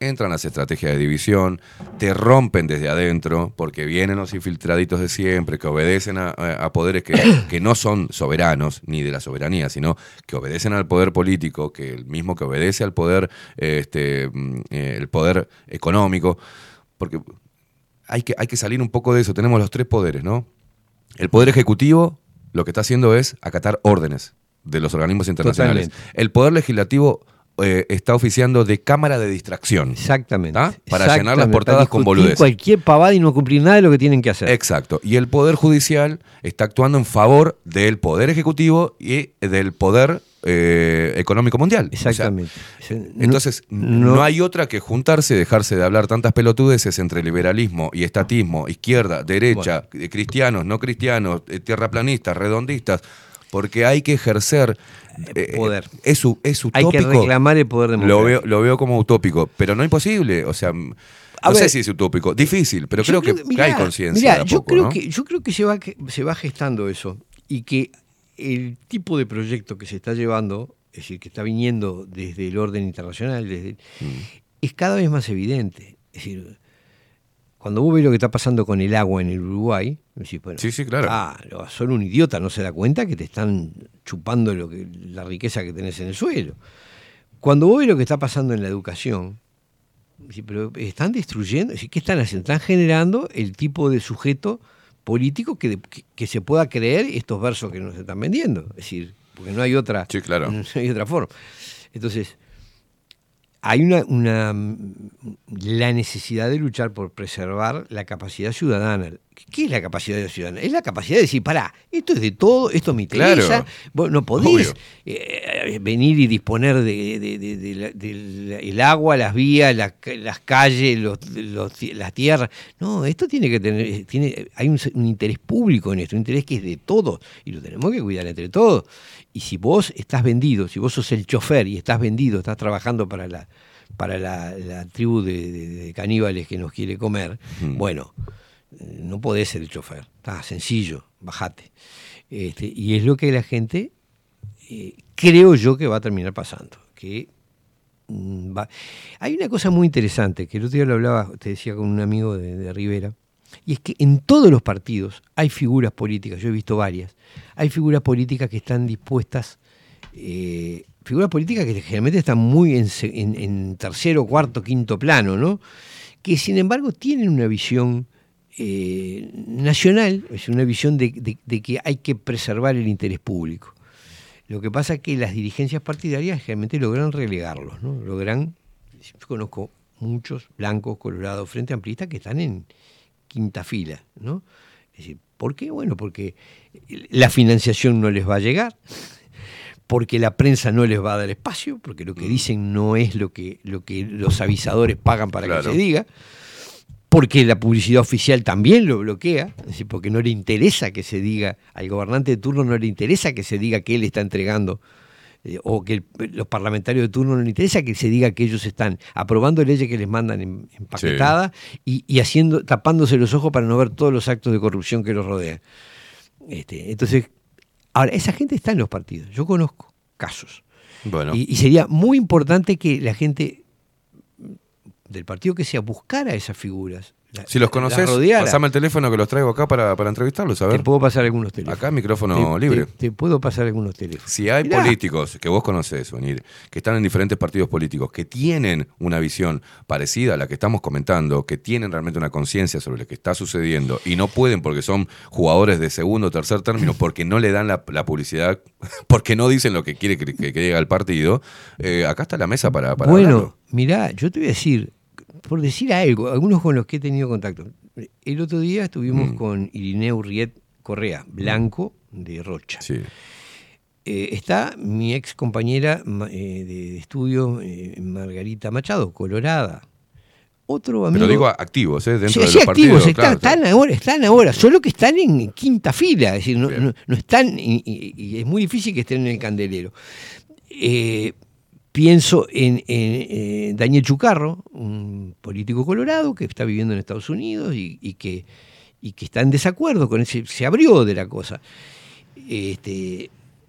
entran las estrategias de división, te rompen desde adentro, porque vienen los infiltraditos de siempre, que obedecen a, a poderes que, que no son soberanos, ni de la soberanía, sino que obedecen al poder político, que el mismo que obedece al poder, este, eh, el poder económico, porque hay que, hay que salir un poco de eso. Tenemos los tres poderes, ¿no? El poder ejecutivo lo que está haciendo es acatar órdenes de los organismos internacionales. Totalmente. El poder legislativo eh, está oficiando de cámara de distracción. Exactamente. ¿Ah? Para Exactamente. llenar las portadas con boludeces. Cualquier pavada y no cumplir nada de lo que tienen que hacer. Exacto. Y el poder judicial está actuando en favor del poder ejecutivo y del poder eh, económico mundial. Exactamente. O sea, entonces, no, no hay otra que juntarse, dejarse de hablar tantas pelotudeces entre liberalismo y estatismo, izquierda, derecha, bueno. cristianos, no cristianos, terraplanistas, redondistas, porque hay que ejercer eh, poder. Es, es utópico. Hay que reclamar el poder democrático. Lo veo, lo veo como utópico, pero no imposible. O sea, A no ver, sé si es utópico, difícil, pero creo, creo que, mirá, que hay conciencia. Mira, yo poco, creo ¿no? que yo creo que se va se va gestando eso y que el tipo de proyecto que se está llevando, es decir, que está viniendo desde el orden internacional, desde mm. es cada vez más evidente. Es decir, cuando vos ves lo que está pasando con el agua en el Uruguay, decís, bueno, sí, sí, claro. Ah, solo un idiota no se da cuenta que te están chupando lo que, la riqueza que tenés en el suelo. Cuando vos ves lo que está pasando en la educación, decís, pero están destruyendo, decís, ¿qué están haciendo? Están generando el tipo de sujeto político que, que, que se pueda creer estos versos que nos están vendiendo. Es decir, porque no hay otra, sí, claro. no hay otra forma. Entonces, hay una, una la necesidad de luchar por preservar la capacidad ciudadana. ¿Qué es la capacidad ciudadana? Es la capacidad de decir, pará, esto es de todo, esto me interesa, claro. Vos no podés eh, venir y disponer de, de, de, de, de, de el agua, las vías, la, las calles, los, los, las tierras. No, esto tiene que tener, tiene, hay un, un interés público en esto, un interés que es de todos, y lo tenemos que cuidar entre todos. Y si vos estás vendido, si vos sos el chofer y estás vendido, estás trabajando para la, para la, la tribu de, de, de caníbales que nos quiere comer, mm. bueno, no podés ser el chofer, está sencillo, bajate. Este, y es lo que la gente, eh, creo yo que va a terminar pasando. Que mm, va. Hay una cosa muy interesante, que el otro día lo hablaba, te decía con un amigo de, de Rivera, y es que en todos los partidos hay figuras políticas, yo he visto varias, hay figuras políticas que están dispuestas, eh, figuras políticas que generalmente están muy en, en, en tercero, cuarto, quinto plano, ¿no? Que sin embargo tienen una visión eh, nacional, es una visión de, de, de que hay que preservar el interés público. Lo que pasa es que las dirigencias partidarias generalmente logran relegarlos, ¿no? Logran, yo conozco muchos blancos, colorados, frente amplistas que están en quinta fila, ¿no? Es decir, ¿por qué? Bueno, porque la financiación no les va a llegar, porque la prensa no les va a dar espacio, porque lo que dicen no es lo que, lo que los avisadores pagan para claro. que se diga, porque la publicidad oficial también lo bloquea, es decir, porque no le interesa que se diga, al gobernante de turno no le interesa que se diga que él está entregando, eh, o que el, los parlamentarios de turno no le interesa que se diga que ellos están aprobando leyes que les mandan en, empaquetadas sí. y, y haciendo, tapándose los ojos para no ver todos los actos de corrupción que los rodean. Este, entonces, ahora, esa gente está en los partidos, yo conozco casos. Bueno. Y, y sería muy importante que la gente del partido que sea buscara a esas figuras. La, si los conoces, pasame el teléfono que los traigo acá para, para entrevistarlos, a ver. Te puedo pasar algunos teléfonos. Acá micrófono te, libre. Te, te puedo pasar algunos teléfonos. Si hay Mirá. políticos que vos conocés, venir, que están en diferentes partidos políticos, que tienen una visión parecida a la que estamos comentando, que tienen realmente una conciencia sobre lo que está sucediendo y no pueden porque son jugadores de segundo o tercer término, porque no le dan la, la publicidad, porque no dicen lo que quiere que, que, que llegue al partido, eh, acá está la mesa para, para Bueno, hablarlo. Mirá, yo te voy a decir, por decir algo, algunos con los que he tenido contacto. El otro día estuvimos mm. con Irineu Riet Correa, blanco de Rocha. Sí. Eh, está mi ex compañera eh, de estudio, eh, Margarita Machado, colorada. Otro amigo. Pero digo activos, ¿eh? Dentro sí, de sí, los activos, partidos. Están, Claro, están ahora, están ahora, solo que están en quinta fila, es decir, no, no, no están, y, y, y es muy difícil que estén en el candelero. Eh, Pienso en, en, en Daniel Chucarro, un político colorado que está viviendo en Estados Unidos y, y, que, y que está en desacuerdo con ese, se abrió de la cosa. Este,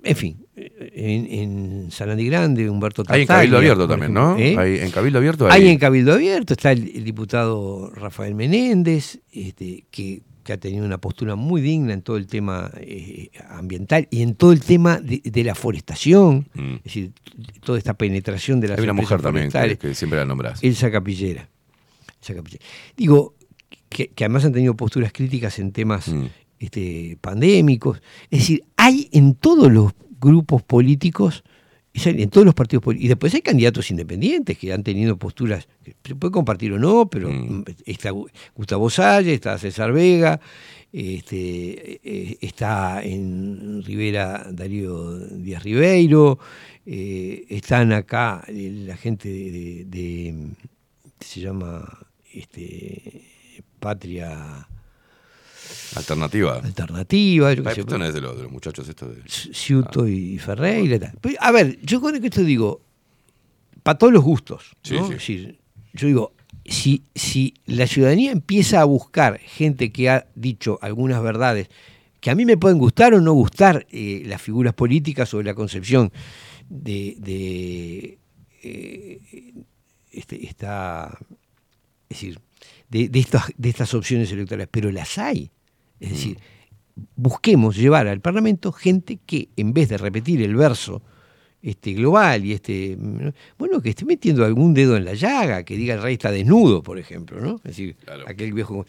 en fin, en, en Sarandí Grande, Humberto Tartaglia. Hay en Cabildo Abierto también, ¿no? ¿Eh? Hay en Cabildo Abierto. Hay... hay en Cabildo Abierto, está el, el diputado Rafael Menéndez, este, que, que ha tenido una postura muy digna en todo el tema eh, ambiental y en todo el tema de, de la forestación, mm. es decir, toda esta penetración de las Hay una mujer también que, que siempre la nombrás. Elsa Capillera. Elsa Capillera. Digo, que, que además han tenido posturas críticas en temas mm. este, pandémicos. Es decir, hay en todos los grupos políticos, en todos los partidos políticos, y después hay candidatos independientes que han tenido posturas, que se puede compartir o no, pero mm. está Gustavo Salle, está César Vega, este, eh, está en Rivera Darío Díaz Ribeiro, eh, están acá la gente de, de, de se llama este, Patria Alternativa. Alternativa. Yo ah, esto no es de los, de los muchachos esto de... Ciuto ah. y Ferreira. Tal. Pero, a ver, yo con esto digo, para todos los gustos. Sí, ¿no? sí. Es decir, yo digo, si, si la ciudadanía empieza a buscar gente que ha dicho algunas verdades que a mí me pueden gustar o no gustar, eh, las figuras políticas o la concepción de, de eh, este, esta, es decir, de, de, estas, de estas opciones electorales, pero las hay. Es decir, busquemos llevar al Parlamento gente que, en vez de repetir el verso este, global y este, bueno, que esté metiendo algún dedo en la llaga, que diga el rey está desnudo, por ejemplo, ¿no? Es decir, claro. aquel viejo...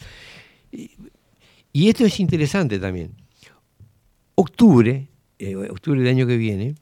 Y esto es interesante también. Octubre, eh, octubre del año que viene,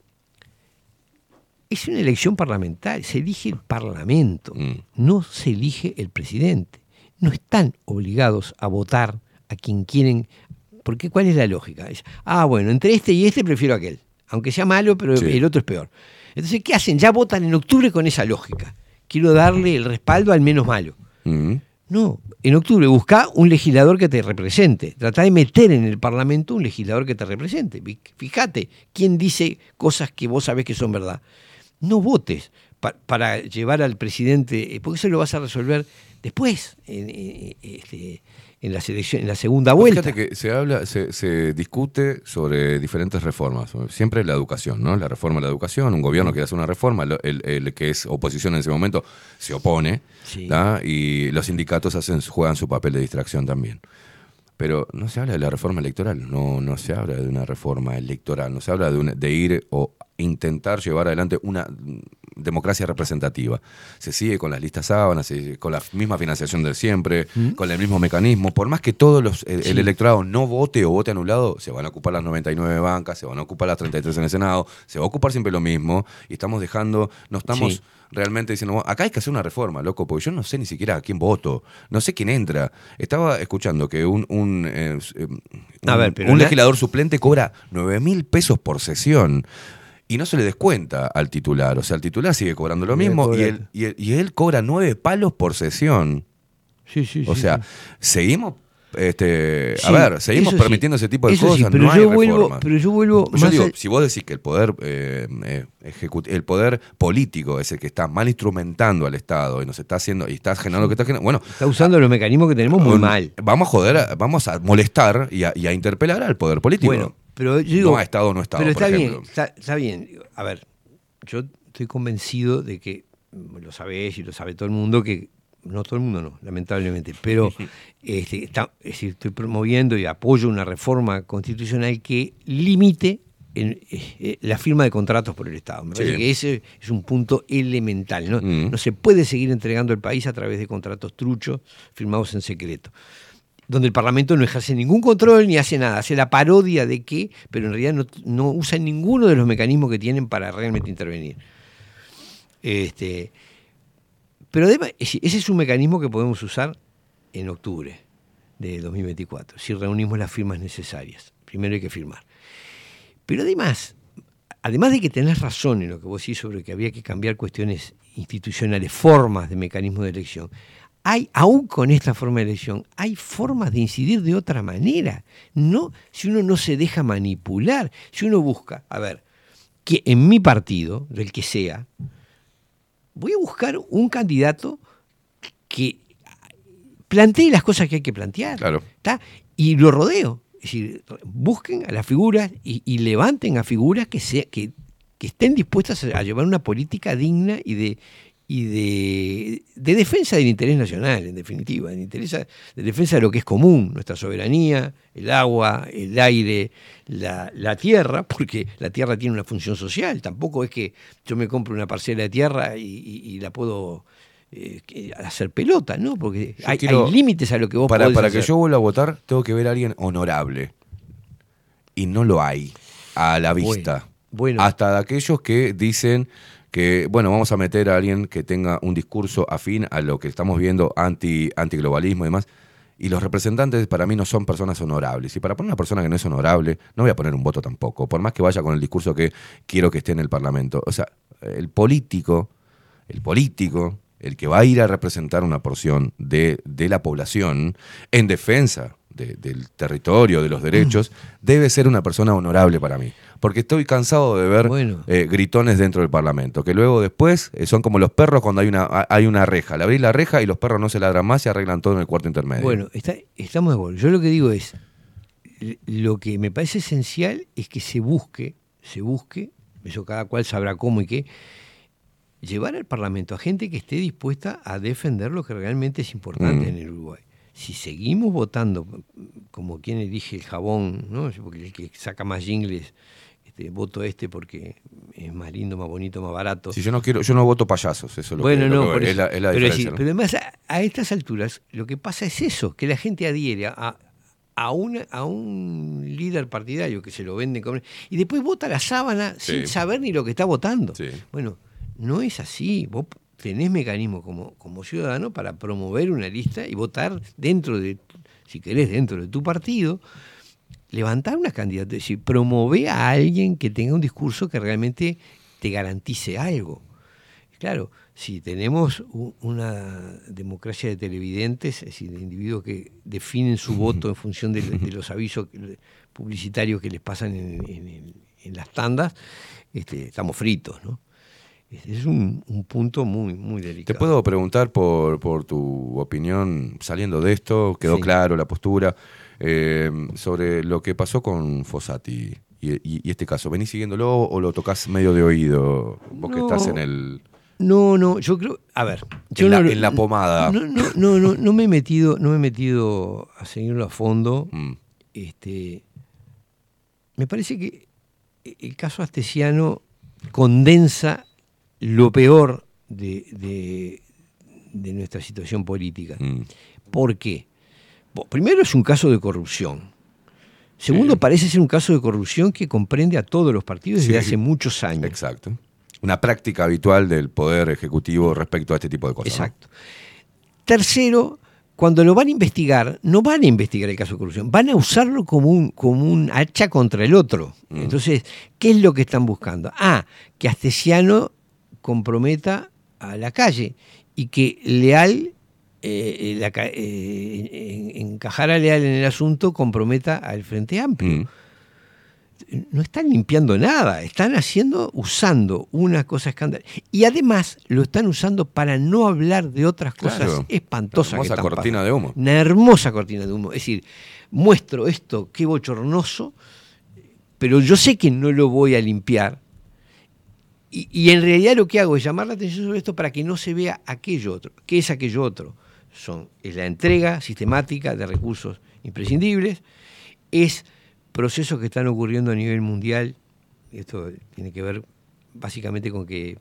es una elección parlamentaria, se elige el Parlamento, mm. no se elige el presidente. No están obligados a votar a quien quieren, porque ¿cuál es la lógica? Es, ah, bueno, entre este y este prefiero aquel, aunque sea malo, pero sí. el otro es peor. Entonces, ¿qué hacen? Ya votan en octubre con esa lógica. Quiero darle el respaldo al menos malo. Mm. No, en octubre busca un legislador que te represente. Trata de meter en el Parlamento un legislador que te represente. Fíjate, ¿quién dice cosas que vos sabés que son verdad? No votes pa- para llevar al presidente, porque eso lo vas a resolver después, en, en, este, en, la, selección, en la segunda vuelta. Fíjate que se habla, se, se discute sobre diferentes reformas. Siempre la educación, ¿no? La reforma de la educación, un gobierno quiere hacer una reforma, el, el que es oposición en ese momento se opone, sí. y los sindicatos hacen, juegan su papel de distracción también. Pero no se habla de la reforma electoral, no, no se habla de una reforma electoral, no se habla de, una, de ir o intentar llevar adelante una democracia representativa. Se sigue con las listas sábanas, se sigue con la misma financiación de siempre, ¿Mm? con el mismo mecanismo. Por más que todos los, el, sí. el electorado no vote o vote anulado, se van a ocupar las noventa y nueve bancas, se van a ocupar las treinta y tres en el Senado, se va a ocupar siempre lo mismo, y estamos dejando, no estamos... Sí. realmente diciendo, acá hay que hacer una reforma, loco, porque yo no sé ni siquiera a quién voto, no sé quién entra. Estaba escuchando que un, un, eh, un, a ver, pero un la... legislador suplente cobra nueve mil pesos por sesión y no se le descuenta al titular. O sea, el titular sigue cobrando lo mismo y él, y, él, y él cobra nueve palos por sesión. Sí, sí, o sí, sea, sí. seguimve Este, sí, a ver, seguimos permitiendo sí, ese tipo de eso cosas, sí, pero no yo hay vuelvo, reformas. Pero yo vuelvo yo más digo, a... si vos decís que el poder eh, eh, ejecut- el poder político es el que está mal instrumentando al Estado y nos está haciendo y está generando lo que está generando, bueno, está usando los mecanismos que tenemos muy un, mal. Vamos a joder, vamos a molestar y a, y a interpelar al poder político. Bueno, pero yo digo, no a Estado, no a Estado. Pero está por bien, ejemplo. está, está bien. A ver, yo estoy convencido de que lo sabés y lo sabe todo el mundo que no todo el mundo no, lamentablemente, pero este, está, es decir, estoy promoviendo y apoyo una reforma constitucional que limite en, eh, la firma de contratos por el Estado. Me parece sí. que ese es un punto elemental, ¿no? Mm. No se puede seguir entregando el país a través de contratos truchos firmados en secreto, donde el Parlamento no ejerce ningún control ni hace nada, hace la parodia de que, pero en realidad no, no usa ninguno de los mecanismos que tienen para realmente intervenir. Este... Pero además, ese es un mecanismo que podemos usar en octubre de dos mil veinticuatro, si reunimos las firmas necesarias. Primero hay que firmar. Pero además, además de que tenés razón en lo que vos decís sobre que había que cambiar cuestiones institucionales, formas de mecanismo de elección, hay, aún con esta forma de elección, hay formas de incidir de otra manera. No, si uno no se deja manipular, si uno busca, a ver, que en mi partido, del que sea, voy a buscar un candidato que plantee las cosas que hay que plantear. Claro. ¿Tá? Y lo rodeo. Es Es decir, busquen a las figuras y, y levanten a figuras que, sea, que, que estén dispuestas a llevar una política digna y de y de, de defensa del interés nacional, en definitiva, de, interés, de defensa de lo que es común, nuestra soberanía, el agua, el aire, la, la tierra, porque la tierra tiene una función social. Tampoco es que yo me compro una parcela de tierra y, y, y la puedo eh, hacer pelota, ¿no? Porque hay, quiero, hay límites a lo que vos para, podés para hacer. que yo vuelva a votar, tengo que ver a alguien honorable. Y no lo hay a la vista. Bueno, bueno. Hasta de aquellos que dicen que, bueno, vamos a meter a alguien que tenga un discurso afín a lo que estamos viendo, anti, antiglobalismo y demás. Y los representantes para mí no son personas honorables. Y para poner una persona que no es honorable, no voy a poner un voto tampoco, por más que vaya con el discurso que quiero que esté en el Parlamento. O sea, el político, el político, el que va a ir a representar una porción de, de la población en defensa de, del territorio, de los derechos, debe ser una persona honorable para mí. Porque estoy cansado de ver bueno. eh, gritones dentro del Parlamento, que luego después eh, son como los perros cuando hay una, hay una reja. Le abrís la reja y los perros no se ladran más y arreglan todo en el cuarto intermedio. Bueno, está, estamos de acuerdo. Yo lo que digo es, lo que me parece esencial es que se busque, se busque, eso cada cual sabrá cómo y qué, llevar al Parlamento a gente que esté dispuesta a defender lo que realmente es importante mm. en el Uruguay. Si seguimos votando como quien elige el jabón, ¿no? Porque el que saca más jingles, este, voto este porque es más lindo, más bonito, más barato. Si yo no quiero, yo no voto payasos, eso es lo bueno, que, no, lo que por es, eso, la, es la pero diferencia. Sí, ¿no? Pero además a, a estas alturas lo que pasa es eso, que la gente adhiere a, a, una, a un líder partidario que se lo vende como, y después vota la sábana sí. sin saber ni lo que está votando. Sí. Bueno, no es así. Vos tenés mecanismos como, como ciudadano para promover una lista y votar dentro de, si querés, dentro de tu partido, levantar una candidatura, es decir, promover a alguien que tenga un discurso que realmente te garantice algo. Claro, si tenemos un, una democracia de televidentes, es decir, de individuos que definen su voto en función de, de los avisos publicitarios que les pasan en, en, en las tandas, este, estamos fritos, ¿no? Es un, un punto muy, muy delicado. Te puedo preguntar por, por tu opinión, saliendo de esto, quedó sí. claro la postura, eh, sobre lo que pasó con Fossati y, y, y este caso. ¿Venís siguiéndolo o lo tocás medio de oído? Vos no, que estás en el... No, no, yo creo... A ver... Yo en, no, la, en la pomada. No, no, no, no, no me he metido, no me he metido a seguirlo a fondo. Mm. Este, me parece que el caso Astesiano condensa lo peor de, de, de nuestra situación política. Mm. ¿Por qué? Bueno, primero es un caso de corrupción. Segundo, sí. parece ser un caso de corrupción que comprende a todos los partidos desde sí. hace muchos años. Exacto. Una práctica habitual del Poder Ejecutivo respecto a este tipo de cosas. Exacto. ¿No? Tercero, cuando lo van a investigar, no van a investigar el caso de corrupción, van a usarlo como un, como un hacha contra el otro. Mm. Entonces, ¿qué es lo que están buscando? Ah, que Astesiano comprometa a la calle y que Leal, eh, la, eh, encajara Leal en el asunto, comprometa al Frente Amplio. Mm. No están limpiando nada, están haciendo, usando una cosa escandalosa. Y además lo están usando para no hablar de otras cosas claro. espantosas. Una hermosa que están cortina pasando. de humo. Una hermosa cortina de humo. Es decir, muestro esto, qué bochornoso, pero yo sé que no lo voy a limpiar. Y, y en realidad lo que hago es llamar la atención sobre esto para que no se vea aquello otro. ¿Qué es aquello otro? Son, es la entrega sistemática de recursos imprescindibles, es procesos que están ocurriendo a nivel mundial. Esto tiene que ver básicamente con que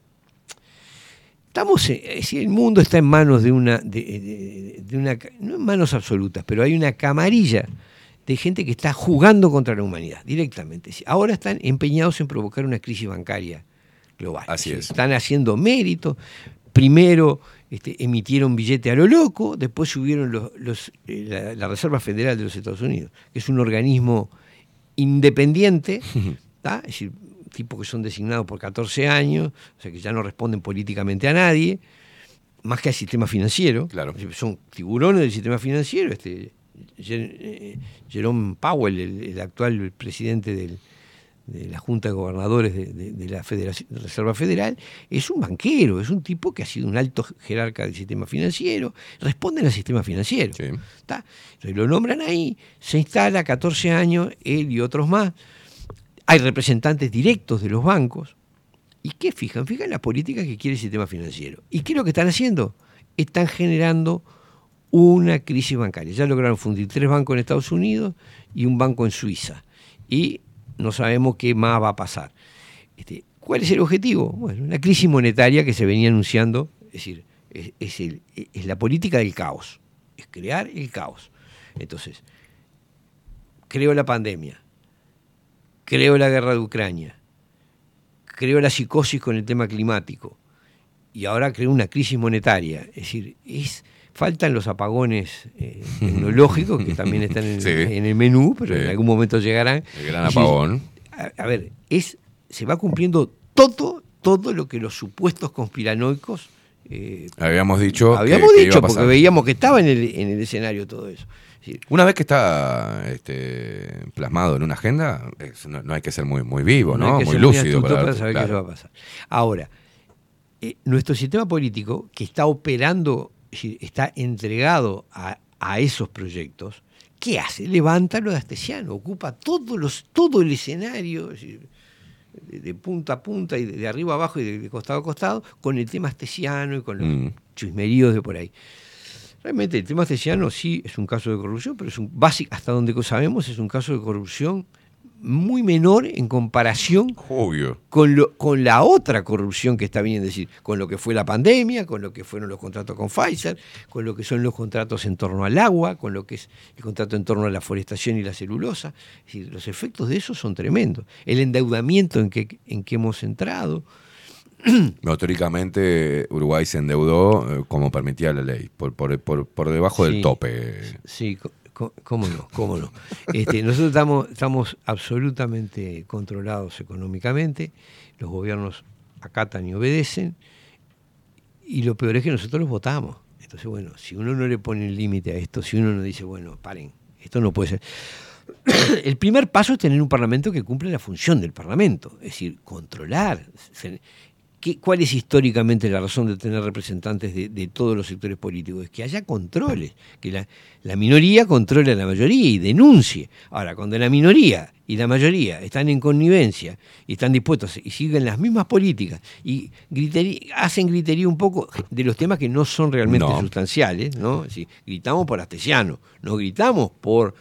estamos, en, si el mundo está en manos de una, de, de, de una, no en manos absolutas, pero hay una camarilla de gente que está jugando contra la humanidad directamente. Ahora están empeñados en provocar una crisis bancaria global. Así es. Están haciendo mérito. Primero este, emitieron billete a lo loco, después subieron los, los, eh, la, la Reserva Federal de los Estados Unidos, que es un organismo independiente, ¿tá? Es decir, tipos que son designados por catorce años, o sea que ya no responden políticamente a nadie, más que al sistema financiero. Claro. Son tiburones del sistema financiero. Este, Jerome Powell, el, el actual presidente del de la Junta de Gobernadores de, de, de la Federación, de Reserva Federal, es un banquero, es un tipo que ha sido un alto jerarca del sistema financiero, responden al sistema financiero. Sí. ¿Tá? Entonces lo nombran ahí, se instala catorce años, él y otros más. Hay representantes directos de los bancos. ¿Y qué fijan? Fijan las políticas que quiere el sistema financiero. ¿Y qué es lo que están haciendo? Están generando una crisis bancaria. Ya lograron fundir tres bancos en Estados Unidos y un banco en Suiza. Y no sabemos qué más va a pasar. Este, ¿Cuál es el objetivo? Bueno, una crisis monetaria que se venía anunciando, es decir, es, es, el, es la política del caos, es crear el caos. Entonces, creo la pandemia, creo la guerra de Ucrania, creo la psicosis con el tema climático y ahora creo una crisis monetaria. Es decir, es... faltan los apagones eh, tecnológicos que también están en, sí. en el menú, pero sí. en algún momento llegarán. El gran apagón. A, a ver, es se va cumpliendo todo, todo lo que los supuestos conspiranoicos eh, habíamos dicho. Habíamos que, dicho, que iba a porque pasar. veíamos que estaba en el, en el escenario todo eso. Sí. Una vez que está este, plasmado en una agenda, es, no, no hay que ser muy, muy vivo, ¿no? No hay que muy ser lúcido muy astuto para, para saber claro. qué eso va a pasar. Ahora, eh, nuestro sistema político, que está operando, es decir, está entregado a, a esos proyectos, ¿qué hace? Levanta lo de Astesiano, ocupa todos los, todo el escenario, es decir, de, de punta a punta y de, de arriba a abajo y de, de costado a costado, con el tema Astesiano y con los mm. chismeríos de por ahí. Realmente el tema Astesiano sí es un caso de corrupción, pero es un básico, hasta donde sabemos, es un caso de corrupción muy menor en comparación Obvio. Con, lo, con la otra corrupción que está viniendo, es decir, con lo que fue la pandemia, con lo que fueron los contratos con Pfizer, con lo que son los contratos en torno al agua, con lo que es el contrato en torno a la forestación y la celulosa. Es decir, los efectos de eso son tremendos. El endeudamiento en que, en que hemos entrado. Teóricamente Uruguay se endeudó eh, como permitía la ley, por, por, por, por debajo sí, del tope. Sí, ¿cómo no? ¿Cómo no? Este, nosotros estamos, estamos absolutamente controlados económicamente, los gobiernos acatan y obedecen, y lo peor es que nosotros los votamos. Entonces, bueno, si uno no le pone el límite a esto, si uno no dice, bueno, paren, esto no puede ser. El primer paso es tener un parlamento que cumple la función del parlamento, es decir, controlar. ¿Qué, ¿Cuál es históricamente la razón de tener representantes de, de todos los sectores políticos? Es que haya controles, que la, la minoría controle a la mayoría y denuncie. Ahora, cuando la minoría y la mayoría están en connivencia y están dispuestos y siguen las mismas políticas y gritería, hacen gritería un poco de los temas que no son realmente no. sustanciales, ¿no? Es decir, gritamos por Astesiano, no gritamos por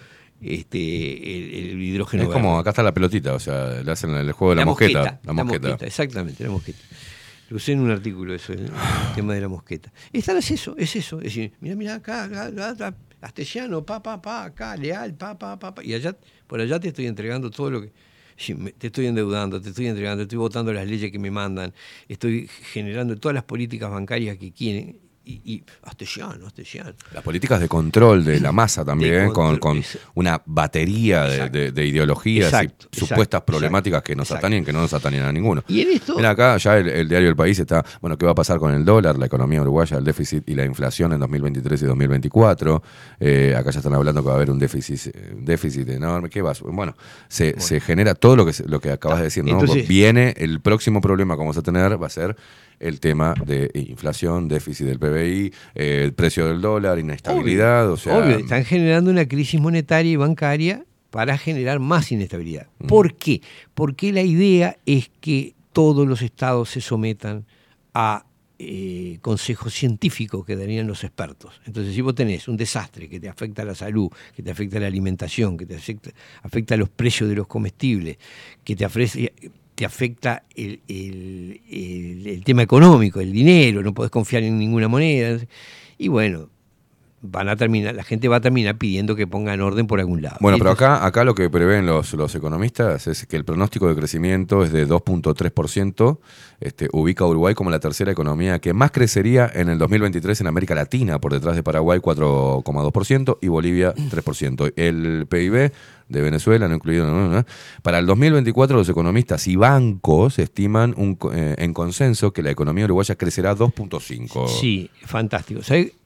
este el, el hidrógeno es verde. Como acá está la pelotita, o sea, le hacen el juego de la, la mosqueta, mosqueta, la, la mosqueta. mosqueta. Exactamente, la mosqueta. Lo usé en un artículo eso, el, el tema de la mosqueta. Esta es eso, es eso. Es decir, mira, mira acá, acá, acá, Astesiano, pa, pa, pa, acá, Leal, pa, pa, pa, pa. Y allá, por allá te estoy entregando todo lo que. Te estoy endeudando, te estoy entregando, estoy votando las leyes que me mandan, estoy generando todas las políticas bancarias que quieren. Y, y Astesiano, Astesiano. Las políticas de control de la masa también, control, con, con una batería de, de, de ideologías exacto, y supuestas exacto, problemáticas exacto, que nos exacto. atañen, que no nos atañen a ninguno. Y en esto. Mira, acá ya el, el diario El País está, bueno, ¿qué va a pasar con el dólar, la economía uruguaya, el déficit y la inflación en dos mil veintitrés y dos mil veinticuatro? Eh, acá ya están hablando que va a haber un déficit, un déficit enorme. ¿Qué va? Bueno, se, bueno. se genera todo lo que, lo que acabas de decir, ¿no? Entonces, viene el próximo problema que vamos a tener, va a ser el tema de inflación, déficit del P B I, eh, el precio del dólar, inestabilidad. Obvio, o sea, obvio, están generando una crisis monetaria y bancaria para generar más inestabilidad. Mm. ¿Por qué? Porque la idea es que todos los estados se sometan a eh, consejos científicos que darían los expertos. Entonces, si vos tenés un desastre que te afecta a la salud, que te afecta a la alimentación, que te afecta, afecta a los precios de los comestibles, que te ofrece... te afecta el, el, el, el tema económico, el dinero, no podés confiar en ninguna moneda. Y bueno, van a terminar, la gente va a terminar pidiendo que pongan orden por algún lado. Bueno, pero acá, acá lo que prevén los, los economistas es que el pronóstico de crecimiento es de dos punto tres por ciento, este, ubica a Uruguay como la tercera economía que más crecería en el dos mil veintitrés en América Latina, por detrás de Paraguay cuatro coma dos por ciento y Bolivia tres por ciento. El P I B de Venezuela, no incluido. No, no, no. Para el dos mil veinticuatro los economistas y bancos estiman un, eh, en consenso que la economía uruguaya crecerá dos punto cinco. Sí, fantástico. ¿Sabés?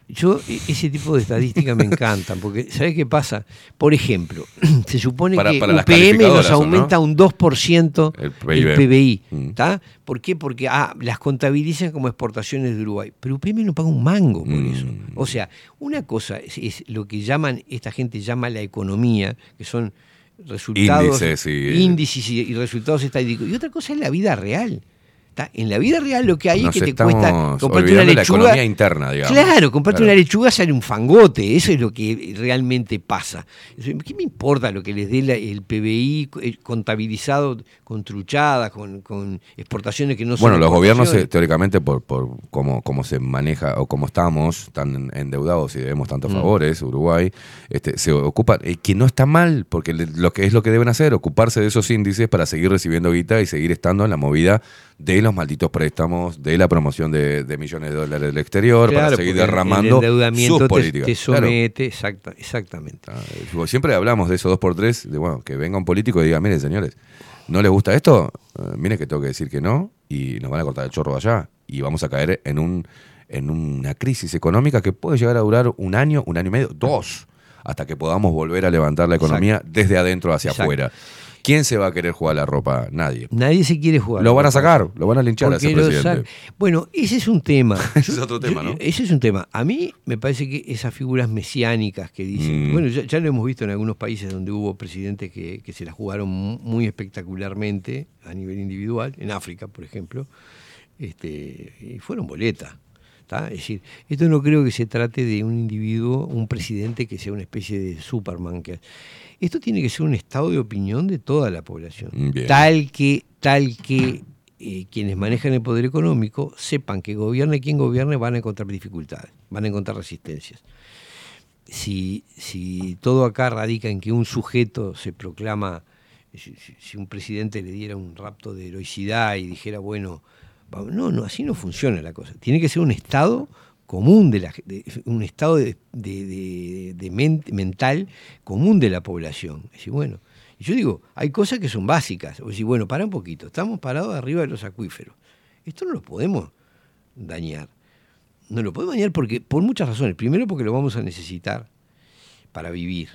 Yo, ese tipo de estadísticas me encantan, porque ¿sabés qué pasa? Por ejemplo, se supone para, que para U P M nos aumenta ¿no? un dos por ciento el P I B. el P B I. Mm. ¿Tá? ¿Por qué? Porque ah, las contabilizan como exportaciones de Uruguay, pero U P M no paga un mango por Mm. eso. O sea, una cosa es, es lo que llaman, esta gente llama la economía, que son resultados, índices y, índices y, y resultados estadísticos, y otra cosa es la vida real. ¿Tá? En la vida real lo que hay Nos es que te estamos cuesta comprarte una olvidando de lechuga. la economía interna, digamos. Claro, comprarte Claro. una lechuga sale un fangote, eso es lo que realmente pasa. ¿Qué me importa lo que les dé la- el P B I eh, contabilizado con truchadas, con, con exportaciones que no son Bueno, los gobiernos, eh, exportaciones? teóricamente, por, por cómo, cómo se maneja o cómo estamos tan endeudados y debemos tantos Mm. favores, Uruguay, este, se ocupa, eh, que no está mal, porque le- lo que es lo que deben hacer, ocuparse de esos índices para seguir recibiendo guita y seguir estando en la movida de los malditos préstamos, de la promoción de, de millones de dólares del exterior, Claro, para seguir porque el- derramando el endeudamiento sus te- políticas. te Claro. somete, exacta, exactamente. Ah, eh, Siempre hablamos de esos dos por tres, de bueno, que venga un político y diga, miren señores, ¿no les gusta esto? Eh, miren que tengo que decir que no y nos van a cortar el chorro allá y vamos a caer en un en una crisis económica que puede llegar a durar un año, un año y medio, dos, hasta que podamos volver a levantar la economía Exacto. desde adentro hacia Exacto. afuera. ¿Quién se va a querer jugar la ropa? Nadie. Nadie se quiere jugar. Lo van a sacar, lo van a linchar a ese Porque lo presidente. sa- Bueno, ese es un tema. Ese es otro tema, Yo- ¿no? Ese es un tema. A mí me parece que esas figuras mesiánicas que dicen, Mm. bueno, ya, ya lo hemos visto en algunos países donde hubo presidentes que, que se la jugaron mu- muy espectacularmente a nivel individual, en África, por ejemplo, este, y fueron boletas. ¿Tá? Es decir, esto no creo que se trate de un individuo, un presidente que sea una especie de Superman. Que, esto tiene que ser un estado de opinión de toda la población. Bien. Tal que, tal que eh, quienes manejan el poder económico sepan que gobierne quien gobierne van a encontrar dificultades, van a encontrar resistencias. Si, si todo acá radica en que un sujeto se proclama, si, si- si un presidente le diera un rapto de heroicidad y dijera, bueno, vamos- no, no, así no funciona la cosa. Tiene que ser un estado común, de la, de- un estado de, de- de- de ment- mental común de la población. Es decir, bueno, y yo digo, hay cosas que son básicas. O decir, bueno, para un poquito, estamos parados arriba de los acuíferos. Esto no lo podemos dañar. No lo podemos dañar porque, por muchas razones. Primero, porque lo vamos a necesitar para vivir.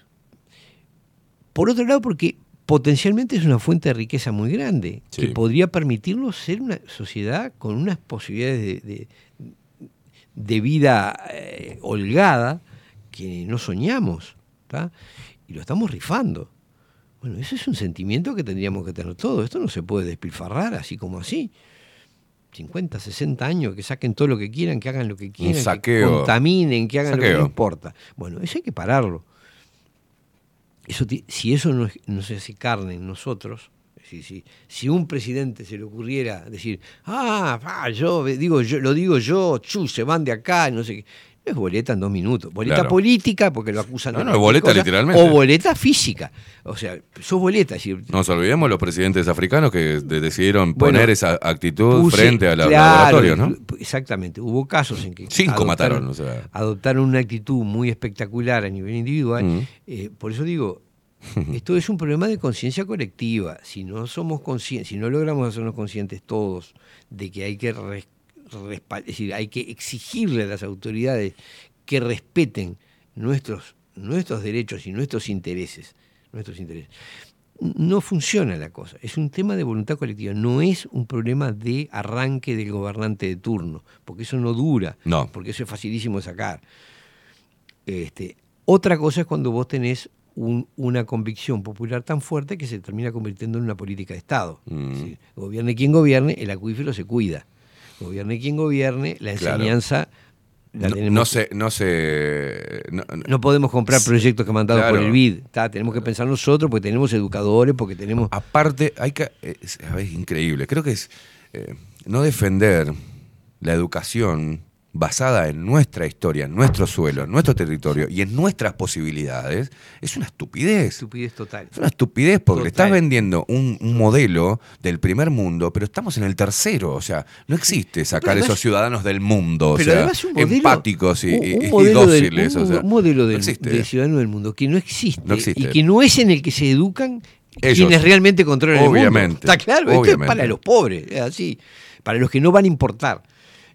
Por otro lado, porque potencialmente es una fuente de riqueza muy grande, Sí. que podría permitirnos ser una sociedad con unas posibilidades de, de- de vida eh, holgada que no soñamos, ¿tá? Y lo estamos rifando. Bueno, eso es un sentimiento que tendríamos que tener todos. Esto no se puede despilfarrar así como así. cincuenta, sesenta años, que saquen todo lo que quieran, que hagan lo que quieran, que saqueo. contaminen, que hagan lo que Saqueo. no importa. Bueno, eso hay que pararlo. Eso ti- si eso no, es- no se hace carne en nosotros, si, si, si un presidente se le ocurriera decir, ah, ah, yo digo yo lo digo yo, chu, se van de acá, no sé qué. No es boleta en dos minutos. Boleta Claro. política, porque lo acusan No, de no, es cualquier boleta literalmente. O boleta física. O sea, sos boleta. Es decir, No nos olvidemos los presidentes africanos que de- decidieron Bueno, poner esa actitud puse- frente a los claro, laboratorios, ¿no? Exactamente. Hubo casos en que Cinco adoptaron- mataron, o sea. adoptaron una actitud muy espectacular a nivel individual. Mm. Eh, por eso digo, esto es un problema de conciencia colectiva. Si no somos conscientes, si no logramos hacernos conscientes todos de que hay que res- respa- es decir, hay que exigirle a las autoridades que respeten nuestros, nuestros derechos y nuestros intereses, nuestros intereses. No funciona la cosa, es un tema de voluntad colectiva, no es un problema de arranque del gobernante de turno, porque eso no dura, No. porque eso es facilísimo de sacar. Este, otra cosa es cuando vos tenés un- una convicción popular tan fuerte que se termina convirtiendo en una política de Estado. Mm. Es decir, gobierne quien gobierne, el acuífero se cuida. Gobierne quien gobierne, la Claro. enseñanza la No, tenemos. no se, no se, no- no- No podemos comprar proyectos que mandados Claro. por el B I D. ¿tá? Tenemos que pensar nosotros porque tenemos educadores, porque tenemos... Aparte, hay que, es, es increíble, creo que es eh, no defender la educación basada en nuestra historia, en nuestro suelo, en nuestro territorio y en nuestras posibilidades, es una estupidez. Estupidez total. Es una estupidez porque le Total. estás vendiendo un, un modelo del primer mundo, pero estamos en el tercero. O sea, no existe sacar además- esos ciudadanos del mundo, o Pero sea, además un modelo, empáticos y, un- y- un y modelo del- dóciles. un, o sea, un modelo del, no existe. del ciudadano del mundo que no existe, No existe. y que no es en el que se educan Ellos. quienes realmente controlan el mundo. Obviamente. Está claro, esto Obviamente. es para los pobres, es así, para los que no van a importar.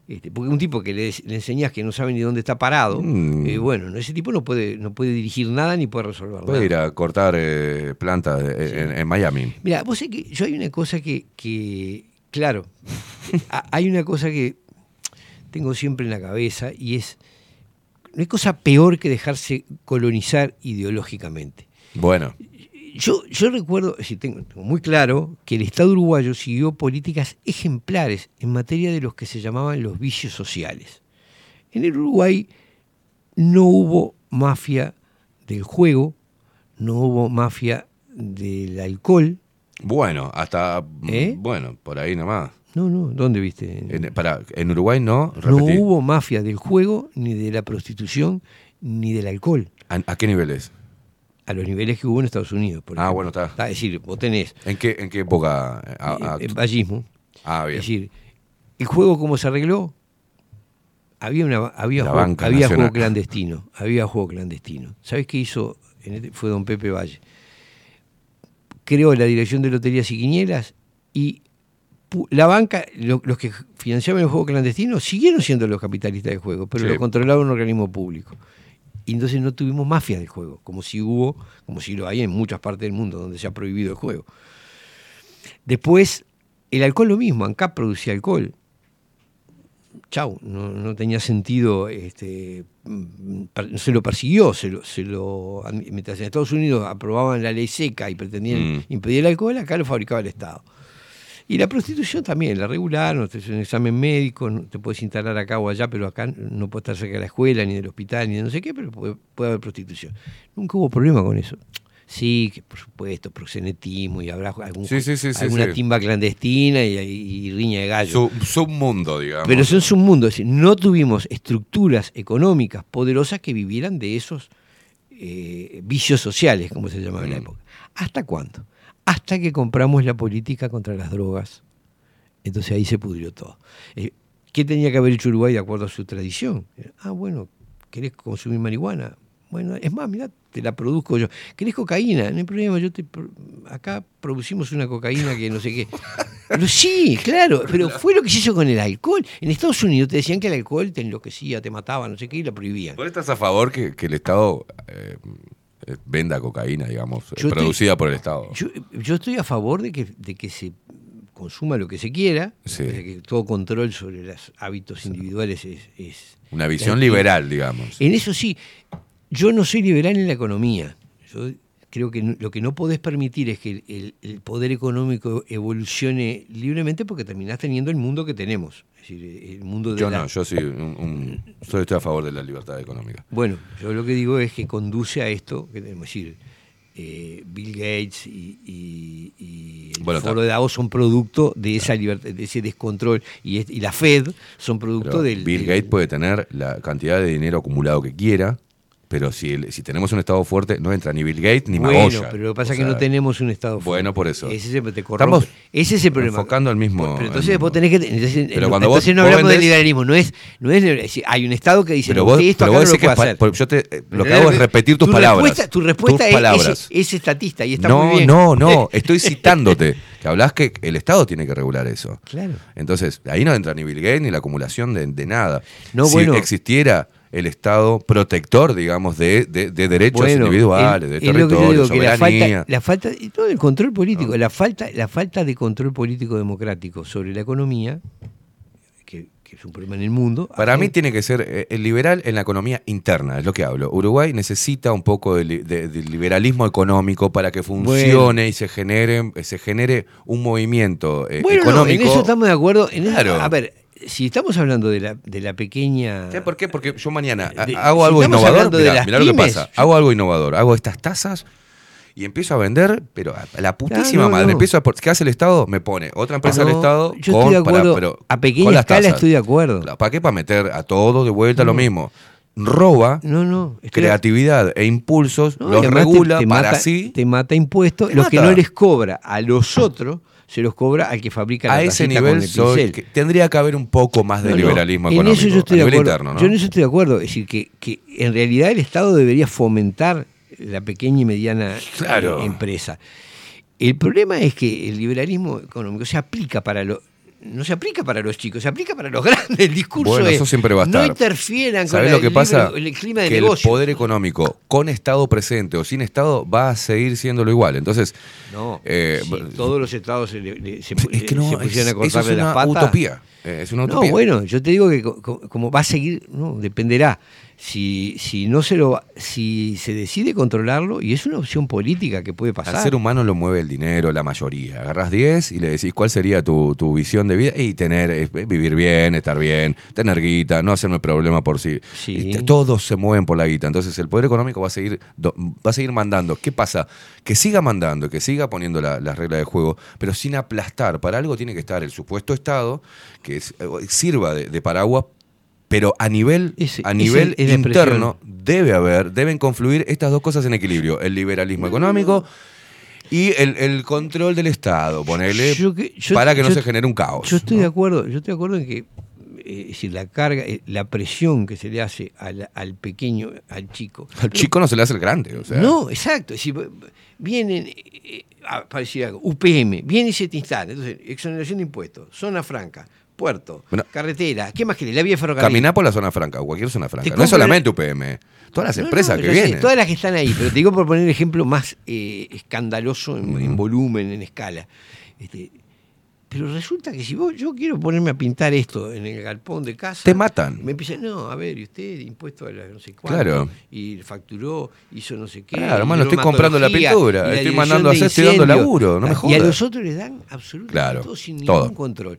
Este, porque un tipo que le, le enseñás que no sabe ni dónde está parado, Mm. eh, bueno, ese tipo no puede, no puede dirigir nada ni puede resolver nada. Puede ir a cortar eh, plantas eh, Sí. en, en Miami. Mira, vos sabés que yo hay una cosa que, que claro, a- hay una cosa que tengo siempre en la cabeza y es, no hay cosa peor que dejarse colonizar ideológicamente. Bueno, Yo, yo recuerdo, es decir, tengo, tengo muy claro que el Estado uruguayo siguió políticas ejemplares en materia de los que se llamaban los vicios sociales. En el Uruguay no hubo mafia del juego, no hubo mafia del alcohol. bueno, hasta. mm, ¿Eh? Bueno, por ahí nomás. No, no, ¿dónde viste? En, para, en Uruguay no, No repetí. hubo mafia del juego, ni de la prostitución, ni del alcohol. ¿A, a qué niveles? A los niveles que hubo en Estados Unidos. Por Ah, ejemplo. bueno, está. Es decir, vos tenés ¿En qué, en qué época? A- a- eh, el vallismo. ah, bien. Es decir, ¿el juego cómo se arregló? Había una había, La juego, banca había nacional. juego clandestino. Había juego clandestino. ¿Sabés qué hizo? En este- fue don Pepe Valle. Creó la Dirección de Loterías y Quinielas y pu- la banca, lo- los que financiaban el juego clandestino, siguieron siendo los capitalistas del juego, pero Sí. lo controlaba un organismo público. Y entonces no tuvimos mafia del juego, como si hubo, como si lo hay en muchas partes del mundo donde se ha prohibido el juego. Después, el alcohol lo mismo, ANCAP producía alcohol. Chau, no, no tenía sentido, este, mm, per- no se lo persiguió, se lo, se lo, mientras en Estados Unidos aprobaban la ley seca y pretendían Mm. impedir el alcohol, acá lo fabricaba el Estado. Y la prostitución también, la regularon, te hacen un examen médico, no te puedes instalar acá o allá, pero acá no puedes estar cerca de la escuela, ni del hospital, ni de no sé qué, pero puede, puede haber prostitución. Nunca hubo problema con eso. Sí, que por supuesto, proxenetismo y habrá algún, Sí, sí, sí, sí, alguna sí. timba clandestina y, y- y riña de gallo. Su, submundo, digamos. Pero son submundos, es decir, no tuvimos estructuras económicas poderosas que vivieran de esos eh, vicios sociales, como se llamaba en la Mm. época. ¿Hasta cuándo? Hasta que compramos la política contra las drogas. Entonces ahí se pudrió todo. Eh, ¿Qué tenía que haber hecho Uruguay de acuerdo a su tradición? Eh, Ah, bueno, ¿querés consumir marihuana? Bueno, es más, mirá, te la produzco yo. ¿Querés cocaína? No hay problema, yo te pro- acá producimos una cocaína que no sé qué. Pero sí, claro, pero fue lo que se hizo con el alcohol. En Estados Unidos te decían que el alcohol te enloquecía, te mataba, no sé qué, y lo prohibían. ¿Vos estás a favor que, que el Estado eh, eh, venda cocaína, digamos, eh, Yo estoy- producida por el Estado? Yo, yo estoy a favor de que, de que se consuma lo que se quiera, Sí. de que todo control sobre los hábitos individuales es... es- Una visión es- liberal, digamos. En eso sí, yo no soy liberal en la economía. Yo creo que no- lo que no podés permitir es que el, el- el poder económico evolucione libremente porque terminás teniendo el mundo que tenemos. Es decir, el mundo de Yo la- no, yo sí, un, un- soy- estoy a favor de la libertad económica. Bueno, yo lo que digo es que conduce a esto, que tenemos que decir, eh, Bill Gates y, y- y el Bueno, Foro está. de Davos son producto de esa libertad, de ese descontrol, y, es- y la Fed son producto Pero del... Bill del- Gates puede tener la cantidad de dinero acumulado que quiera, pero si, el- si tenemos un Estado fuerte, no entra ni Bill Gates ni Bueno, Magoya. pero lo que pasa O es que sea, no tenemos un Estado fuerte. Bueno, por eso. Ese es el, te corrompe. Estamos Ese es el problema. enfocando al mismo. Pero al entonces mismo. vos tenés que... Entonces, Pero no, cuando vos- entonces no vos hablamos de vendés- liberalismo, no es, no es, es decir, hay un Estado que dice, Pero no, vos, usted esto pero acá vos no lo decís que puede pa- hacer. por- yo te, eh, lo que ¿Entendés? hago es repetir tus Tu palabras. respuesta- tu respuesta tus es, palabras. es, es estatista y está no, muy bien. no, no, estoy citándote. Que hablas que el Estado tiene que regular eso. Claro. Entonces, ahí no entra ni Bill Gates ni la acumulación de, de nada. No, si bueno. existiera el Estado protector, digamos, de, de, de derechos Bueno, individuales, es- de es lo que yo territorio, digo, que la soberanía. falta, la falta, y todo el control político, la falta, la falta de control político democrático sobre la economía, que, que es un problema en el mundo. Para hace- mí tiene que ser eh, el liberal en la economía interna, es lo que hablo. Uruguay necesita un poco de, li- de- de liberalismo económico para que funcione Bueno. y se genere, se genere un movimiento eh, Bueno, no, económico. en eso estamos de acuerdo. En eso- Claro. a ver, si estamos hablando de la, de la pequeña... ¿Sabes por qué? Porque yo mañana ha- De- hago si algo estamos innovador. hablando de Mirá, las mirá lo que pymes, pasa. Hago algo innovador. Hago estas tazas y empiezo a vender, pero a la putísima Ah, no, madre. no. Empiezo a, por- ¿qué hace el Estado? Me pone otra empresa No, del Estado yo con, estoy de para- acuerdo. pero A pequeña con las escala tazas. estoy de acuerdo. ¿Para qué? Para meter a todo de vuelta No. lo mismo. Roba No, no. estoy de- creatividad e impulsos, no, los y además te- regula te, para mata, así. te mata impuestos. Te Los que mata. no les cobra a los otros, se los cobra al que fabrica la A ese tacita con nivel el soy, pincel. que tendría que haber un poco más de No, no, liberalismo en económico. eso yo estoy a de nivel acuerdo. interno, ¿no? Yo en eso estoy de acuerdo. Es decir, que, que en realidad el Estado debería fomentar la pequeña y mediana Claro. eh, empresa. El problema es que el liberalismo económico se aplica para lo... no se aplica para los chicos, se aplica para los grandes. El discurso bueno, es, eso siempre va a estar. No interfieran con ¿Sabés la, lo que el, pasa? libre, el clima de que negocio. El poder económico, con Estado presente o sin Estado, va a seguir siéndolo igual. Entonces, no, eh, si todos los estados se, le, se, es que no, se pusieran es, a cortarle eso es una las patas. utopía. Eh, es una utopía. No, bueno, yo te digo que como, como va a seguir, no, dependerá. Si, si no se lo, si se decide controlarlo, y es una opción política que puede pasar. Al ser humano lo mueve el dinero, la mayoría. Agarrás diez y le decís cuál sería tu, tu visión de vida y tener, eh, vivir bien, estar bien, tener guita, no hacerme problema por sí. Sí. Y todos se mueven por la guita. Entonces el poder económico va a seguir, va a seguir mandando. ¿Qué pasa? Que siga mandando, que siga poniendo las la reglas de juego, pero sin aplastar. Para algo tiene que estar el supuesto Estado que es, sirva de, de paraguas. Pero a nivel, Ese, a nivel ese, interno debe haber, deben confluir estas dos cosas en equilibrio, el liberalismo económico y el, el control del Estado, ponele, yo que, yo, para que no yo, se genere un caos. Yo estoy ¿no? de acuerdo, yo estoy de acuerdo en que eh, es decir, la carga, eh, la presión que se le hace al, al pequeño, al chico. Al chico no se le hace el grande, o sea. No, exacto. Es decir, vienen, eh, para decir algo, U P M, viene y se te instala. Entonces, exoneración de impuestos, zona franca. Puerto, bueno, carretera, ¿qué más querés? La vía de ferrocarril. Caminá por la zona franca, o cualquier zona franca. No es solamente U P M, todas las no, empresas no, que sé, vienen. Todas las que están ahí, pero te digo por poner el ejemplo más eh, escandaloso en, mm. en volumen, en escala. Este, pero resulta que si vos, yo quiero ponerme a pintar esto en el galpón de casa. Te matan. Me empiezan, no, a ver, y usted impuesto a la no sé cuánto. Claro. Y facturó, hizo no sé qué. Claro, hermano, estoy comprando la pintura, la estoy mandando a hacer, estoy dando laburo, no me jodas. Y a los otros les dan absolutamente claro, todo sin ningún todo. control.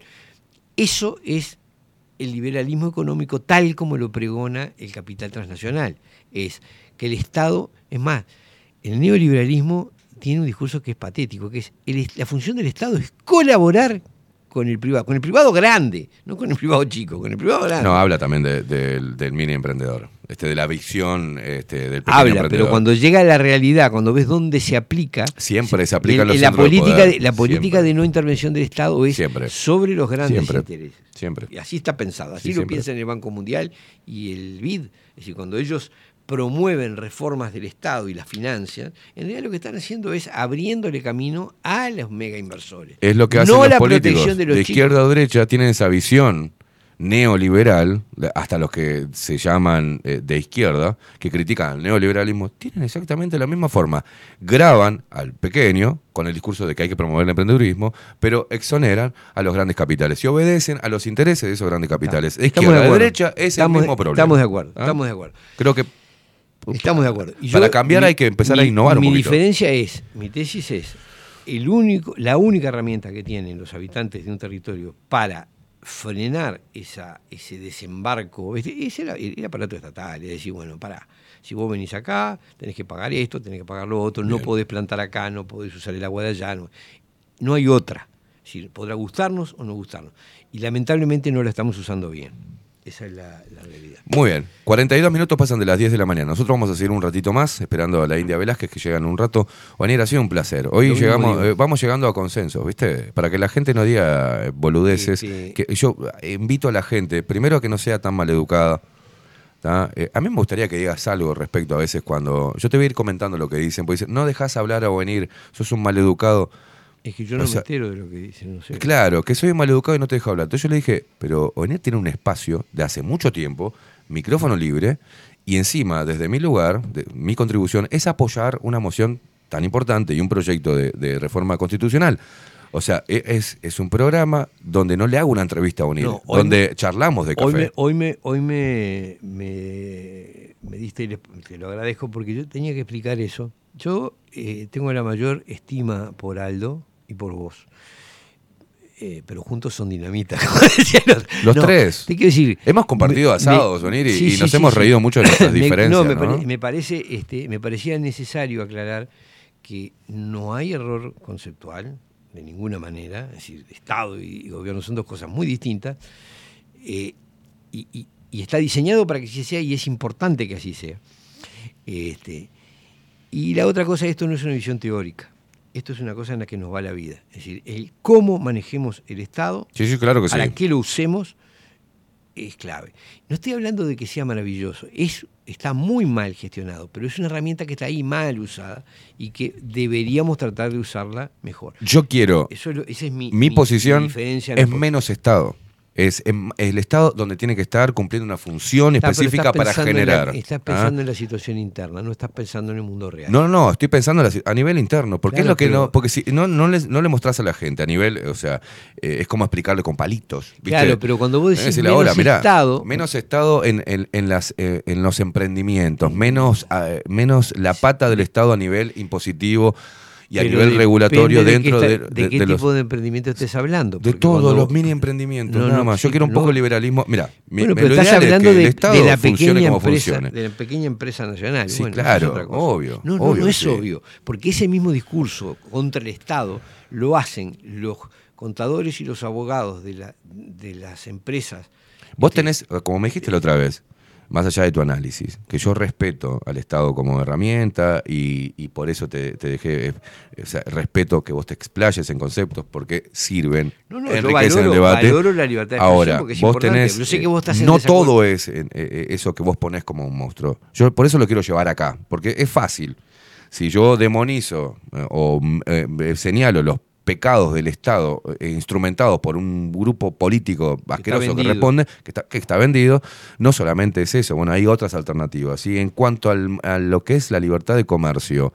Eso es el liberalismo económico tal como lo pregona el capital transnacional. Es que el Estado, es más, el neoliberalismo tiene un discurso que es patético, que es el, la función del Estado es colaborar con el privado, con el privado grande, no con el privado chico, con el privado grande. No, habla también de, de, del, del mini emprendedor, este, de la visión este, del pequeño habla, emprendedor. Pero cuando llega a la realidad, cuando ves dónde se aplica, siempre se aplica en los la política, de poder, de, la política de no intervención del Estado es siempre. sobre los grandes siempre. intereses. Siempre. Y así está pensado, así sí, lo siempre. piensa en el Banco Mundial y el B I D. Es decir, cuando ellos promueven reformas del Estado y las financian, en realidad lo que están haciendo es abriéndole camino a los mega inversores. Es lo que hacen no los la políticos protección de, los de izquierda o derecha, tienen esa visión neoliberal, hasta los que se llaman eh, de izquierda, que critican el neoliberalismo, tienen exactamente la misma forma. Graban al pequeño con el discurso de que hay que promover el emprendedurismo, pero exoneran a los grandes capitales y obedecen a los intereses de esos grandes capitales. De izquierda de a derecha es estamos, el mismo problema. Estamos de acuerdo, ¿Ah? estamos de acuerdo. Creo que estamos de acuerdo. Y para yo, cambiar mi, hay que empezar mi, a innovar un mi poquito. Mi diferencia es, mi tesis es, el único, la única herramienta que tienen los habitantes de un territorio para frenar esa, ese desembarco, ese, ese era el aparato estatal, es decir, bueno, pará, si vos venís acá, tenés que pagar esto, tenés que pagar lo otro, Bien. no podés plantar acá, no podés usar el agua de allá, no, no hay otra. Es decir, podrá gustarnos o no gustarnos. Y lamentablemente no la estamos usando bien. Esa es la, la realidad. Muy bien, cuarenta y dos minutos pasan de las diez de la mañana. Nosotros vamos a seguir un ratito más, esperando a la India Velázquez que llegan un rato. Vanir, ha sido un placer. Hoy llegamos, eh, vamos llegando a consensos, ¿viste? Para que la gente no diga boludeces. Sí, sí. Que yo invito a la gente, primero, a que no sea tan maleducada. Eh, a mí me gustaría que digas algo respecto a veces cuando... Yo te voy a ir comentando lo que dicen, porque dicen, no dejás hablar a Venir, sos un maleducado. Es que yo no o sea, me entero de lo que dicen, no sé. Claro, que soy maleducado y no te dejo hablar. Entonces yo le dije, pero Oenet tiene un espacio de hace mucho tiempo, micrófono libre, y encima, desde mi lugar, de, mi contribución es apoyar una moción tan importante y un proyecto de, de reforma constitucional. O sea, es, es un programa donde no le hago una entrevista a Oenet, no, donde me, charlamos de café. Hoy me, hoy me, hoy me, me, me diste, y te lo agradezco, porque yo tenía que explicar eso. Yo eh, tengo la mayor estima por Aldo y por vos. Eh, pero juntos son dinamita. los los no, tres. Te quiero decir, hemos compartido me, asados, me, Onir, y, sí, y nos sí, hemos sí, reído sí. mucho de nuestras me, diferencias. No, me, ¿no? pare, me, parece, este, me parecía necesario aclarar que no hay error conceptual, de ninguna manera. Es decir, Estado y, y gobierno son dos cosas muy distintas. Eh, y, y, y está diseñado para que así sea, y es importante que así sea. Este, y la otra cosa, esto no es una visión teórica. Esto es una cosa en la que nos va la vida. Es decir, el cómo manejemos el Estado, sí, sí, claro que para sí. qué lo usemos, es clave. No estoy hablando de que sea maravilloso, es, está muy mal gestionado, pero es una herramienta que está ahí mal usada y que deberíamos tratar de usarla mejor. Yo quiero, Eso es lo- esa es mi, mi, mi- posición mi diferencia. es menos Estado. Es em- el Estado donde tiene que estar cumpliendo una función Está, pero específica estás para pensando en la- generar. estás ¿ah? pensando en la situación interna, no estás pensando en el mundo real. No, no, no, estoy pensando en la si- a nivel interno, porque Claro, es lo que pero- no, porque si no, no, le, no le mostrás a la gente a nivel, o sea, eh, es como explicarle con palitos. ¿viste? Claro, pero cuando vos Es decís decir, menos ahora, mirá, Estado- menos Estado en, en, en las, eh, en los emprendimientos, menos, eh, menos la pata del Estado a nivel impositivo y a Pero nivel depende regulatorio de dentro qué de, está- de- de qué de los, tipo de emprendimiento estés hablando. de porque todos cuando- los mini emprendimientos, No, nada no, más. sí, Yo quiero un no. poco de liberalismo. Mira, mi, Bueno, me- pero lo estás ideal es hablando que el de, Estado de la funcione pequeña como empresa, funcione. de la pequeña empresa nacional. Sí, Bueno, eso claro, es otra cosa. obvio, No, no, obvio no que es sí. obvio, porque ese mismo discurso contra el Estado lo hacen los contadores y los abogados de, la, de las empresas. Vos tenés, como me dijiste la otra vez, más allá de tu análisis, que yo respeto al Estado como herramienta y, y por eso te, te dejé, eh, o sea, respeto que vos te explayes en conceptos porque sirven, No, no, yo enriquecen valoro- el debate. valoro la libertad de expresión Ahora, porque es vos importante. tenés, Yo sé que eh, vos estás en no desacuerdo. todo es eh, eh, eso que vos ponés como un monstruo. Yo por eso lo quiero llevar acá, porque es fácil. Si yo demonizo eh, o eh, señalo los pecados del Estado eh, instrumentados por un grupo político asqueroso que, vendido. responde, que está, que está vendido, no solamente es eso, bueno, hay otras alternativas. ¿sí? En cuanto al, a lo que es la libertad de comercio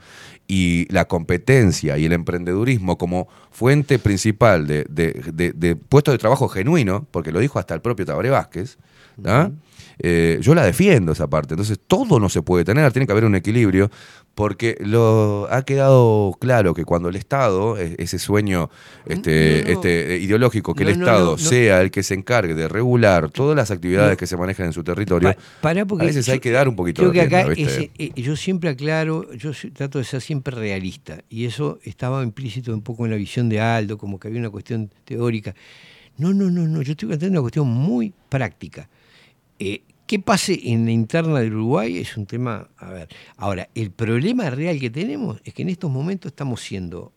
y la competencia y el emprendedurismo como fuente principal de, de, de, de puestos de trabajo genuino, porque lo dijo hasta el propio Tabaré Vázquez, ¿tá? Eh, yo la defiendo esa parte. Entonces todo no se puede tener, tiene que haber un equilibrio, porque lo ha quedado claro que cuando el Estado, e- ese sueño este, No, no. este, ideológico, que No, el no, Estado no, no. sea el que se encargue de regular todas las actividades No. que se manejan en su territorio, Pa- pará, porque a veces yo- hay que dar un poquito Creo de que acá rienda, ¿viste? ese- eh, yo siempre aclaro, yo si- trato de ser siempre realista, y eso estaba implícito un poco en la visión de Aldo, como que había una cuestión teórica. No, no, no, no, yo estoy planteando una cuestión muy práctica. Eh, ¿Qué pase en la interna del Uruguay? Es un tema, a ver, ahora, el problema real que tenemos es que en estos momentos estamos siendo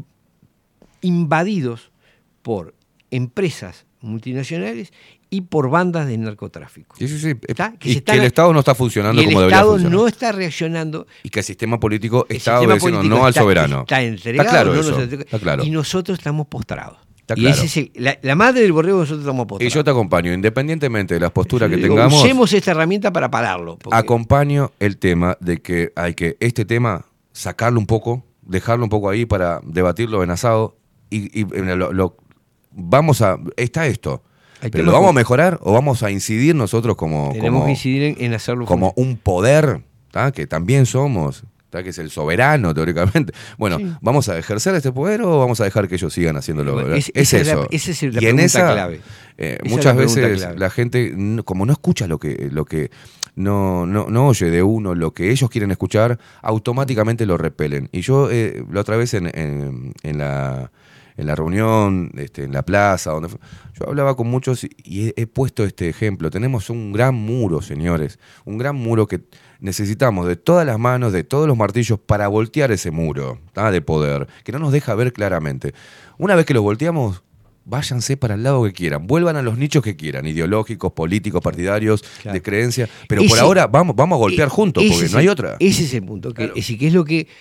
invadidos por empresas multinacionales y por bandas de narcotráfico. Sí, sí, sí. ¿Está? Que Y se que están- el Estado no está funcionando y el como debería Estado funcionar. no está reaccionando. Y que el sistema político El está sistema obedeciendo político no al está- soberano. Está entregado, claro no eso, nos entrega- está claro. Y nosotros estamos postrados. Está y claro. ese es el- la, la madre del borrego, nosotros estamos Y postrados. yo te acompaño, independientemente de las posturas que Digo, tengamos. usemos esta herramienta para pararlo. porque- Acompaño el tema de que hay que este tema sacarlo un poco, dejarlo un poco ahí para debatirlo en asado y, y, eh, lo, lo- vamos a está esto, Hay pero temas lo vamos a con- mejorar o vamos a incidir nosotros como Tenemos como, que incidir en, en hacerlo como funcionar. un poder, ¿tá? Que también somos, ¿tá? Que es el soberano teóricamente. Bueno, Sí. ¿vamos a ejercer este poder o vamos a dejar que ellos sigan haciéndolo? Bueno, es- es esa es la- eso. esa es la y en pregunta esa clave. eh, Esa es muchas la pregunta veces clave. la gente no- como no escucha lo que lo que no, no, no oye de uno lo que ellos quieren escuchar, automáticamente lo repelen. Y yo eh, la otra vez en, en, en la en la reunión, este, en la plaza, donde fue, yo hablaba con muchos y, y he, he puesto este ejemplo. Tenemos un gran muro, señores, un gran muro que necesitamos de todas las manos, de todos los martillos para voltear ese muro, ¿tá? De poder, que no nos deja ver claramente. Una vez que lo volteamos, váyanse para el lado que quieran, vuelvan a los nichos que quieran, ideológicos, políticos, partidarios, Claro. de creencia, pero por Ese- ahora vamos, vamos a golpear eh, juntos, ese porque es no hay el- otra. Ese es el punto. Que, Claro. es decir, que es lo que.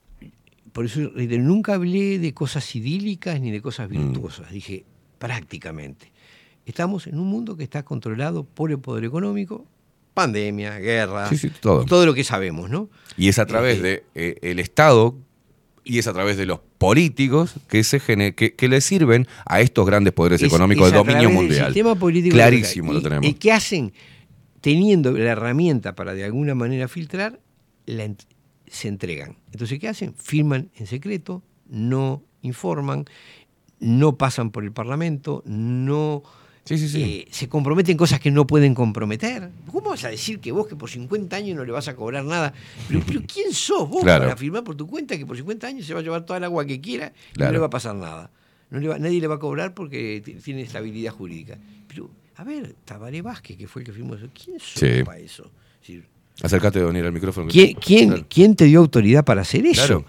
Por eso reitero, nunca hablé de cosas idílicas ni de cosas virtuosas. Dije, prácticamente. Estamos en un mundo que está controlado por el poder económico, pandemia, guerra, Sí, sí, todo. todo lo que sabemos, ¿no? Y es a través Eh, de eh, el Estado y es a través de los políticos que se gene- que, que le sirven a estos grandes poderes Es- económicos es de a dominio través del mundial. sistema político Clarísimo lo local. tenemos. ¿Y, y qué hacen? Teniendo la herramienta para de alguna manera filtrar, la ent- se entregan. Entonces, ¿qué hacen? Firman en secreto, no informan, no pasan por el Parlamento, no Sí, sí, sí. eh, se comprometen cosas que no pueden comprometer. ¿Cómo vas a decir que vos que por cincuenta años no le vas a cobrar nada? Pero, pero ¿quién sos vos Claro. para firmar por tu cuenta que por cincuenta años se va a llevar toda el agua que quiera y Claro. no le va a pasar nada? No le va- nadie le va a cobrar porque t- tiene estabilidad jurídica. Pero, a ver, Tabaré Vázquez, que fue el que firmó eso, ¿quién sos Sí. para eso? Es decir, Acércate, Doniel, al micrófono. ¿quién, quién, Claro. quién te dio autoridad para hacer eso? Claro.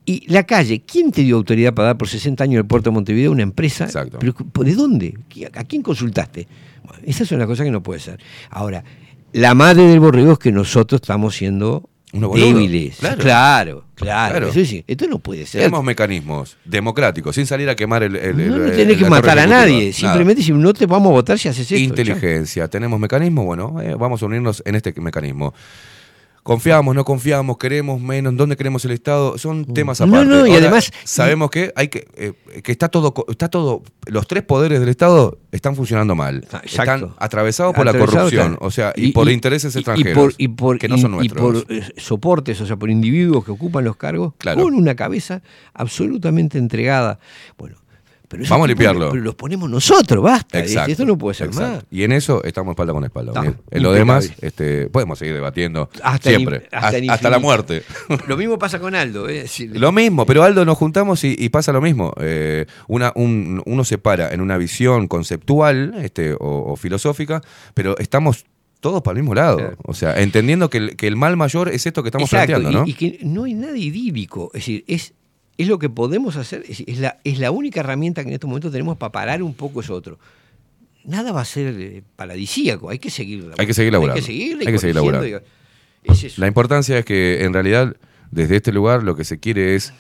Y la calle, ¿quién te dio autoridad para dar por sesenta años el puerto de Montevideo? Una empresa. Exacto. ¿Pero de dónde? ¿A quién consultaste? Bueno, esa es una cosa que no puede ser. Ahora, la madre del borrego es que nosotros estamos siendo débiles. Claro, claro. claro. claro. Eso sí, esto no puede ser. Tenemos mecanismos democráticos, sin salir a quemar el... el no, el, no tenés el, que matar a nadie. Simplemente si no te vamos a votar si haces esto. Inteligencia. Ya. Tenemos mecanismos, bueno, eh, vamos a unirnos en este mecanismo. Confiamos, no confiamos, queremos menos, ¿dónde queremos el Estado? Son temas aparte. No, no, y Ahora, además sabemos que hay que eh, que está todo está todo los tres poderes del Estado están funcionando mal. Exacto. Están atravesados por Atravesado, la corrupción, claro. o sea, y, Y- por y- intereses y- y extranjeros por- y por- que no son y- nuestros. Y por eh, soportes, o sea, por individuos que ocupan los cargos, Claro. con una cabeza absolutamente entregada. Bueno, pero esos Vamos a tipos limpiarlo. lo- pero los ponemos nosotros, basta. Exacto, Esto no puede ser exacto. más. Y en eso estamos espalda con espalda. Está, Bien. En lo demás, impecable. este, podemos seguir debatiendo Hasta el siempre, in- hasta hasta, el hasta la infinito. muerte. Lo mismo pasa con Aldo. ¿eh? Si- Lo mismo, pero Aldo nos juntamos y, y pasa lo mismo. Eh, una, un- uno se para en una visión conceptual este, o, o filosófica, pero estamos todos para el mismo lado. Claro. O sea, entendiendo que el, que el mal mayor es esto que estamos Exacto, planteando, ¿no? y, y que no hay nada idílico. Es decir, es, es lo que podemos hacer, es, es, la, es la única herramienta que en estos momentos tenemos para parar un poco eso otro. Nada va a ser eh, paradisíaco, hay que seguir. Hay que seguir laburando. Hay que seguir, Hay que seguir laburando. Es eso. La importancia es que en realidad desde este lugar lo que se quiere es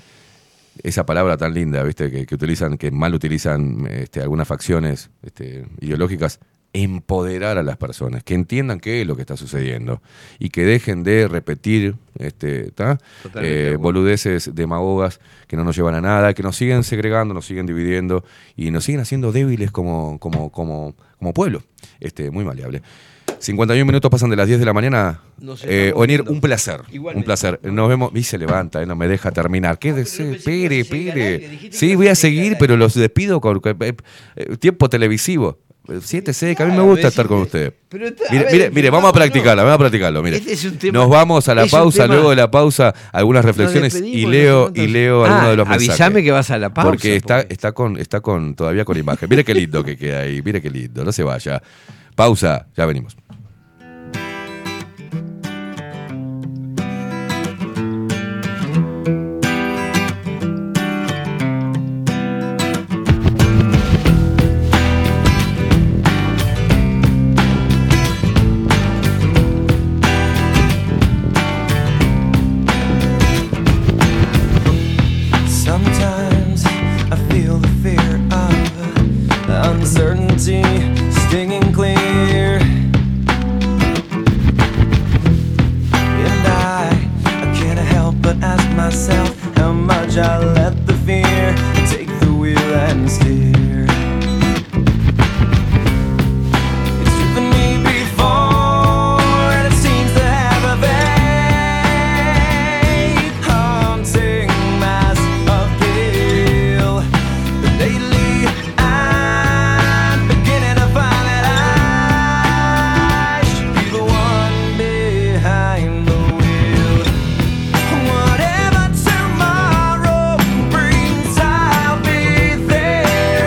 esa palabra tan linda, ¿viste? Que, que utilizan, que mal utilizan este, algunas facciones este, ideológicas, empoderar a las personas, que entiendan qué es lo que está sucediendo y que dejen de repetir este, ¿tá? Totalmente de eh, acuerdo. boludeces demagogas que no nos llevan a nada, que nos siguen segregando, nos siguen dividiendo y nos siguen haciendo débiles como, como, como, como pueblo. Este, muy maleable. cincuenta y un minutos pasan de las diez de la mañana. Nos Eh, estamos Onir, viendo. un placer. Igualmente. Un placer. Nos vemos. Y se levanta, eh, no me deja terminar. Quédese, pensé que ibas pere, a seguir al aire, pere. dijiste que Sí, ibas voy a a seguir al seguir, aire. pero los despido con eh, eh, tiempo televisivo. Siéntese, que a mí me Claro, gusta decime. estar con usted. Pero está- a Mire, ver, mire, pero mire, vamos a vamos, practicarla, vamos a practicarlo. Mire. Este es un tema- Nos vamos a la es un pausa, tema- luego de la pausa, algunas reflexiones despedimos, y no leo, sé cuántos- y leo Ah, algunos de los mensajes. avísame que vas a la pausa, Porque está, porque- está con, está con, todavía con imagen. Mire qué lindo que queda ahí, mire qué lindo, no se vaya. Pausa, ya venimos. Sometimes I feel the fear of the uncertainty stinging clear. And I, I can't help but ask myself how much I let the fear take the wheel and steer. It's driven me before, and it seems to have a vague, haunting mass of guilt. But lately, I'm beginning to find that I should be the one behind the wheel. Whatever tomorrow brings, I'll be there.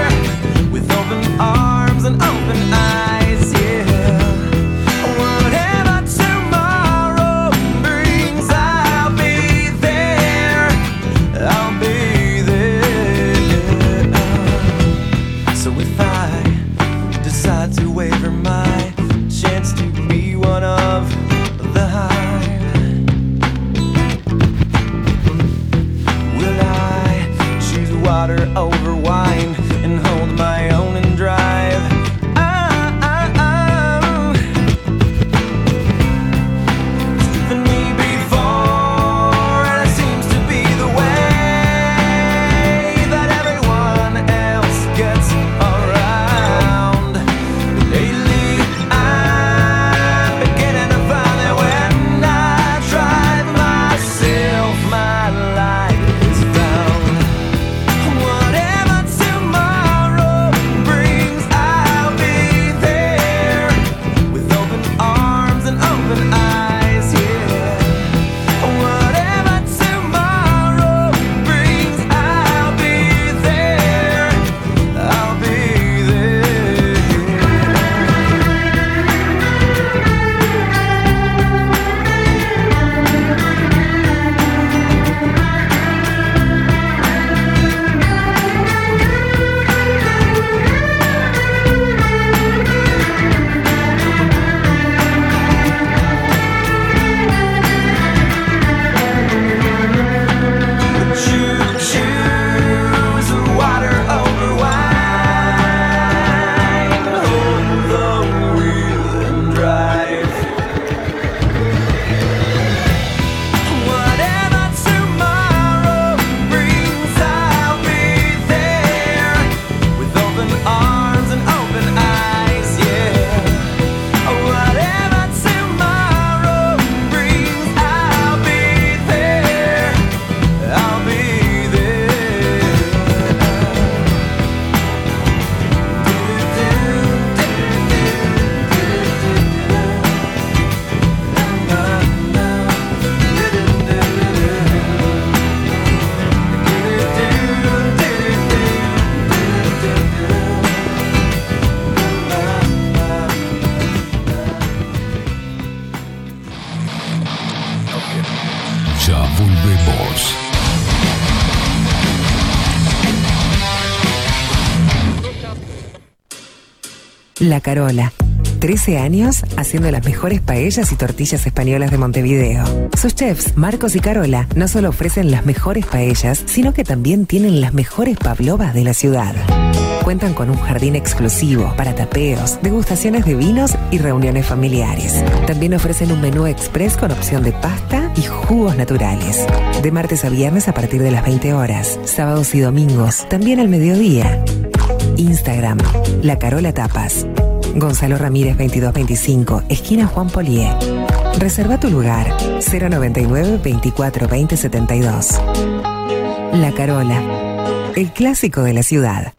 La Carola. trece años haciendo las mejores paellas y tortillas españolas de Montevideo. Sus chefs, Marcos y Carola, no solo ofrecen las mejores paellas, sino que también tienen las mejores pavlovas de la ciudad. Cuentan con un jardín exclusivo para tapeos, degustaciones de vinos y reuniones familiares. También ofrecen un menú express con opción de pasta y jugos naturales. De martes a viernes a partir de las veinte horas, sábados y domingos, también al mediodía. Instagram, La Carola Tapas. Gonzalo Ramírez veintidós veinticinco, esquina Juan Polié. Reserva tu lugar, cero noventa y nueve, veinticuatro, veinte, setenta y dos. La Carola, el clásico de la ciudad.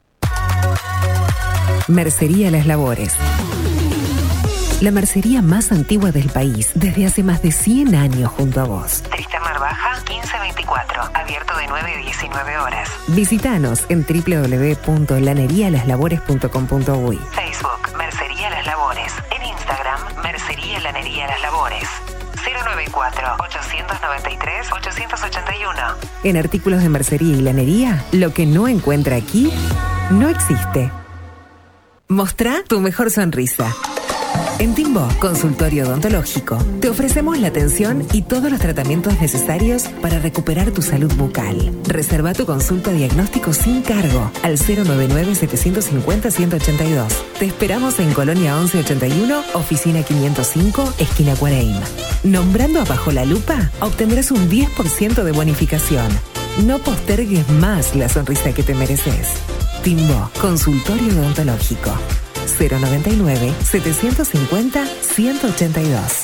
Mercería Las Labores. La mercería más antigua del país, desde hace más de cien años junto a vos. Tristamar Baja, quince veinticuatro, abierto de nueve a diecinueve horas. Visítanos en doble u doble u doble u punto lanería las labores punto com punto uy. Facebook, Mercería Las Labores. En Instagram, Mercería Lanería Las Labores. cero noventa y cuatro, ochocientos noventa y tres, ochocientos ochenta y uno. En artículos de mercería y lanería, lo que no encuentra aquí, no existe. Mostrá tu mejor sonrisa. En Timbo, consultorio odontológico, te ofrecemos la atención y todos los tratamientos necesarios para recuperar tu salud bucal. Reserva tu consulta diagnóstico sin cargo al cero noventa y nueve, setecientos cincuenta, ciento ochenta y dos. Te esperamos en Colonia once ochenta y uno, oficina quinientos cinco, esquina Cuareim. Nombrando a Bajo la Lupa, obtendrás un diez por ciento de bonificación. No postergues más la sonrisa que te mereces. Timbo, consultorio odontológico. cero noventa y nueve, setecientos cincuenta, ciento ochenta y dos.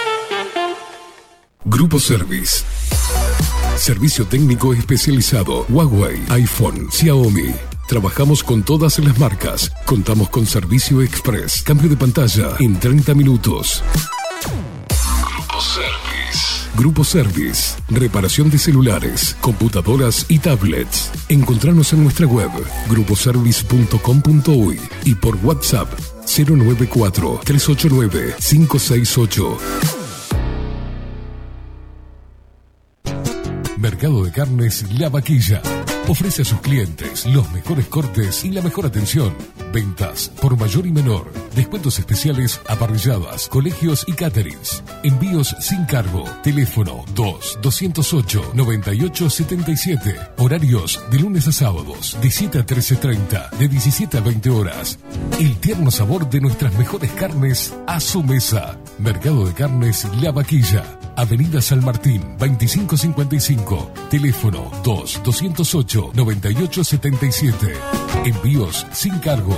Grupo Service. Servicio técnico especializado. Huawei, iPhone, Xiaomi. Trabajamos con todas las marcas. Contamos con servicio express. Cambio de pantalla en treinta minutos. Grupo Service. Grupo Service. Reparación de celulares, computadoras y tablets. Encontranos en nuestra web grupo service punto com punto uy y por WhatsApp cero noventa y cuatro, tres ocho nueve, cinco seis ocho. Mercado de Carnes La Vaquilla. Ofrece a sus clientes los mejores cortes y la mejor atención. Ventas por mayor y menor. Descuentos especiales a parrilladas, colegios y caterings. Envíos sin cargo. Teléfono dos, doscientos ocho, noventa y ocho, setenta y siete. Horarios de lunes a sábados, de siete a trece treinta, de diecisiete a veinte horas. El tierno sabor de nuestras mejores carnes a su mesa. Mercado de Carnes La Vaquilla. Avenida San Martín, veinticinco cincuenta y cinco. Teléfono dos, doscientos ocho, noventa y ocho, setenta y siete. Envíos sin cargo.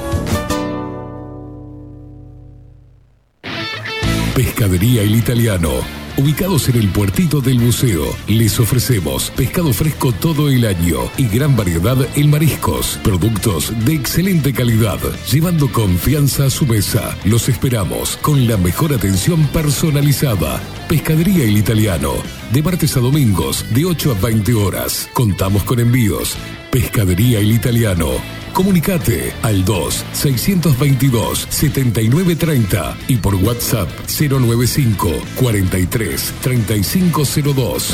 Pescadería El Italiano. Ubicados en el puertito del buceo, les ofrecemos pescado fresco todo el año y gran variedad en mariscos, productos de excelente calidad, llevando confianza a su mesa. Los esperamos con la mejor atención personalizada. Pescadería El Italiano, de martes a domingos, de ocho a veinte horas. Contamos con envíos. Pescadería El Italiano. Comunicate al dos, seiscientos veintidós, setenta y nueve treinta y por WhatsApp cero noventa y cinco, cuarenta y tres, treinta y cinco cero dos.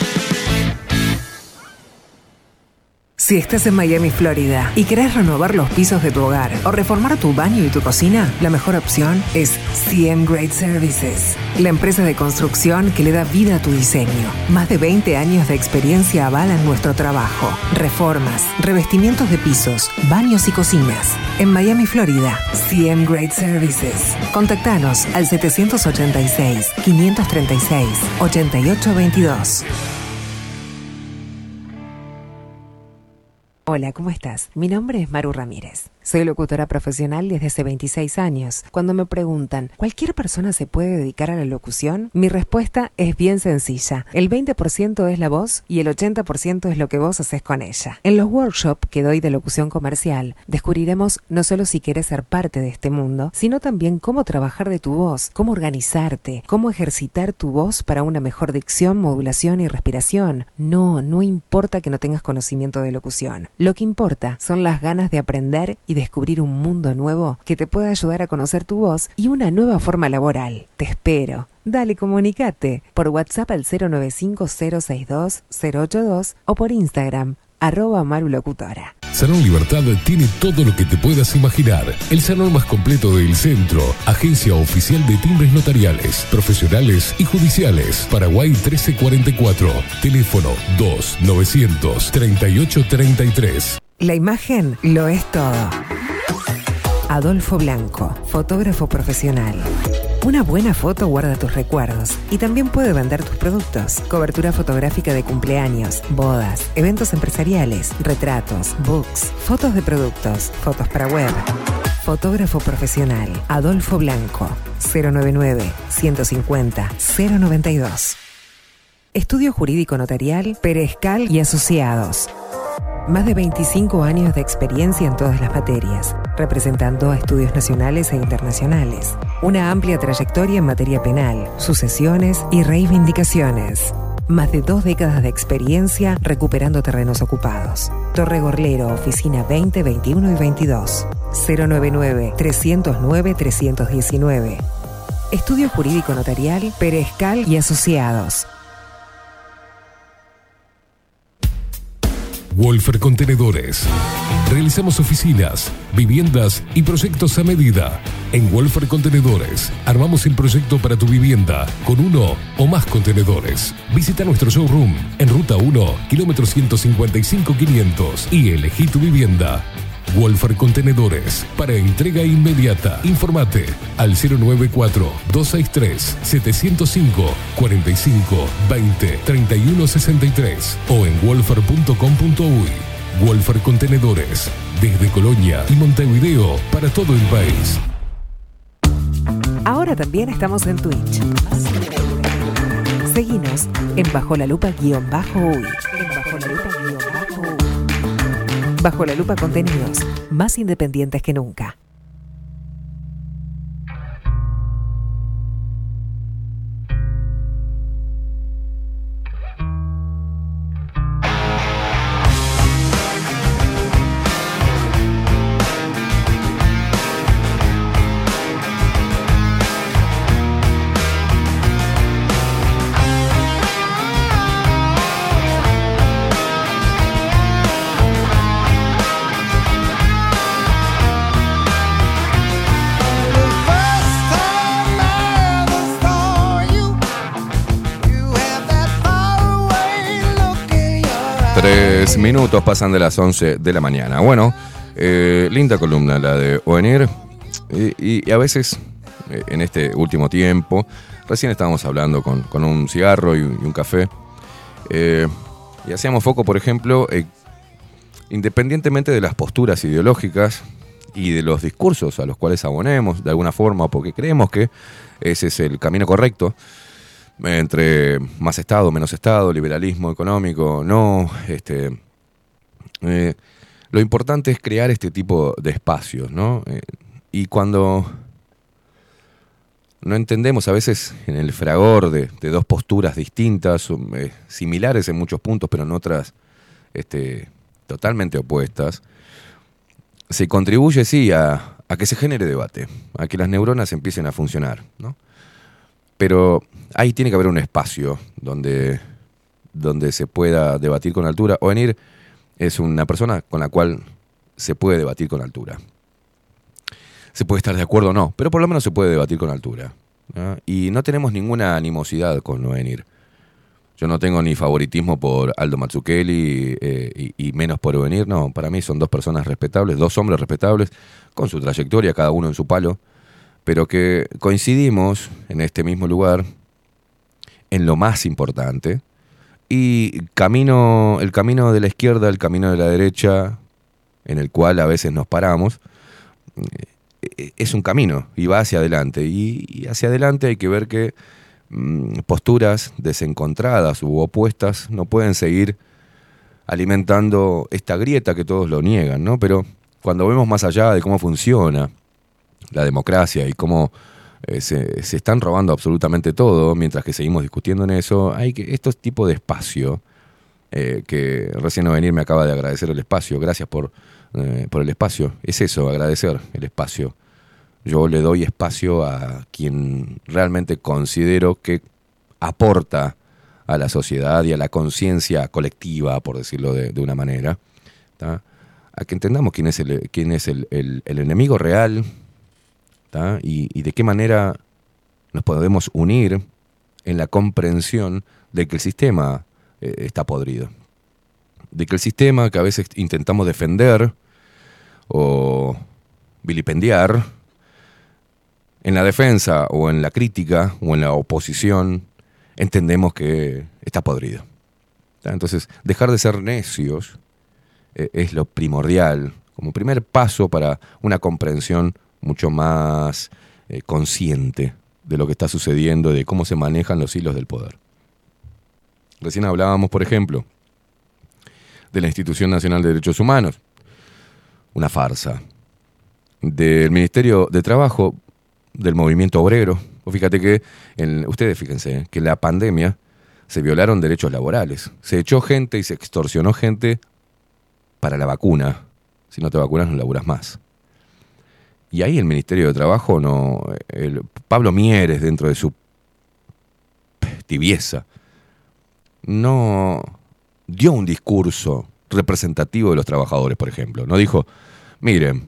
Si estás en Miami, Florida, y querés renovar los pisos de tu hogar o reformar tu baño y tu cocina, la mejor opción es C M Great Services, la empresa de construcción que le da vida a tu diseño. Más de veinte años de experiencia avalan nuestro trabajo. Reformas, revestimientos de pisos, baños y cocinas. En Miami, Florida, C M Great Services. Contactanos al setecientos ochenta y seis, quinientos treinta y seis, ochenta y ocho veintidós. Hola, ¿cómo estás? Mi nombre es Maru Ramírez. Soy locutora profesional desde hace veintiséis años. Cuando me preguntan, ¿cualquier persona se puede dedicar a la locución? Mi respuesta es bien sencilla. El veinte por ciento es la voz y el ochenta por ciento es lo que vos haces con ella. En los workshops que doy de locución comercial, descubriremos no solo si querés ser parte de este mundo, sino también cómo trabajar de tu voz, cómo organizarte, cómo ejercitar tu voz para una mejor dicción, modulación y respiración. No, no importa que no tengas conocimiento de locución. Lo que importa son las ganas de aprender y descubrir un mundo nuevo que te pueda ayudar a conocer tu voz y una nueva forma laboral. Te espero. Dale, comunicate por WhatsApp al cero noventa y cinco, cero seis dos, cero ocho dos o por Instagram, arroba marulocutora. Salón Libertad tiene todo lo que te puedas imaginar. El salón más completo del centro. Agencia oficial de timbres notariales, profesionales y judiciales. Paraguay trece cuarenta y cuatro. Teléfono dos novecientos treinta y ocho treinta y tres. La imagen lo es todo. Adolfo Blanco, fotógrafo profesional. Una buena foto guarda tus recuerdos y también puede vender tus productos. Cobertura fotográfica de cumpleaños, bodas, eventos empresariales, retratos, books, fotos de productos, fotos para web. Fotógrafo profesional, Adolfo Blanco, cero noventa y nueve, ciento cincuenta, cero noventa y dos. Estudio Jurídico Notarial, Perezcal y Asociados. Más de veinticinco años de experiencia en todas las materias, representando a estudios nacionales e internacionales. Una amplia trayectoria en materia penal, sucesiones y reivindicaciones. Más de dos décadas de experiencia recuperando terrenos ocupados. Torre Gorlero, oficina veinte, veintiuno y veintidós. cero noventa y nueve, trescientos nueve, trescientos diecinueve. Estudio Jurídico Notarial, Perezcal y Asociados. Wolfer Contenedores. Realizamos oficinas, viviendas y proyectos a medida. En Wolfer Contenedores armamos el proyecto para tu vivienda con uno o más contenedores. Visita nuestro showroom en Ruta uno, kilómetro ciento cincuenta y cinco quinientos y elegí tu vivienda. Wolfer Contenedores, para entrega inmediata. Informate al cero noventa y cuatro, doscientos sesenta y tres, setecientos cinco, cuarenta y cinco, veinte, treinta y uno sesenta y tres o en wolfer punto com punto uy. Wolfer Contenedores, desde Colonia y Montevideo para todo el país. Ahora también estamos en Twitch. Seguinos en Bajo la Lupa guión bajo uy. En Bajo la Lupa guión bajo uy. Bajo la Lupa contenidos más independientes que nunca. Tres minutos pasan de las once de la mañana. Bueno, eh, linda columna la de Oenir. Y, y a veces, eh, en este último tiempo, recién estábamos hablando con, con un cigarro y, y un café. Eh, y hacíamos foco, por ejemplo, eh, independientemente de las posturas ideológicas y de los discursos a los cuales abonemos de alguna forma, porque creemos que ese es el camino correcto, entre más Estado, menos Estado, liberalismo económico, no. Este, eh, lo importante es crear este tipo de espacios, ¿no? Eh, y cuando no entendemos a veces en el fragor de, de dos posturas distintas, eh, similares en muchos puntos, pero en otras este, totalmente opuestas, se contribuye, sí, a, a que se genere debate, a que las neuronas empiecen a funcionar, ¿no? Pero ahí tiene que haber un espacio donde, donde se pueda debatir con altura. Oenir es una persona con la cual se puede debatir con altura. Se puede estar de acuerdo o no, pero por lo menos se puede debatir con altura, ¿no? Y no tenemos ninguna animosidad con Oenir. Yo no tengo ni favoritismo por Aldo Mazzucchelli eh, y, y menos por Oenir, no. Para mí son dos personas respetables, dos hombres respetables, con su trayectoria, cada uno en su palo, pero que coincidimos en este mismo lugar en lo más importante, y camino, el camino de la izquierda, el camino de la derecha, en el cual a veces nos paramos, es un camino y va hacia adelante, y, y hacia adelante hay que ver que mmm, posturas desencontradas u opuestas no pueden seguir alimentando esta grieta que todos lo niegan, ¿no? Pero cuando vemos más allá de cómo funciona la democracia y cómo eh, se, se están robando absolutamente todo, mientras que seguimos discutiendo en eso, hay que estos tipos de espacio, eh, que recién no venir me acaba de agradecer el espacio, gracias por, eh, por el espacio, es eso, agradecer el espacio. Yo le doy espacio a quien realmente considero que aporta a la sociedad y a la conciencia colectiva, por decirlo de, de una manera, ¿tá? a que entendamos quién es el, quién es el, el, el enemigo real, ¿tá? Y, y de qué manera nos podemos unir en la comprensión de que el sistema eh, está podrido. De que el sistema que a veces intentamos defender o vilipendiar, en la defensa o en la crítica o en la oposición, entendemos que está podrido. ¿Tá? Entonces, dejar de ser necios eh, es lo primordial, como primer paso para una comprensión mucho más eh, consciente de lo que está sucediendo, de cómo se manejan los hilos del poder. Recién hablábamos, por ejemplo, de la Institución Nacional de Derechos Humanos, una farsa, del Ministerio de Trabajo, del movimiento obrero. O fíjate que, en, ustedes fíjense, que en la pandemia se violaron derechos laborales. Se echó gente y se extorsionó gente para la vacuna. Si no te vacunas no laburas más. Y ahí el Ministerio de Trabajo, no, el Pablo Mieres, dentro de su tibieza, no dio un discurso representativo de los trabajadores, por ejemplo. No dijo, miren,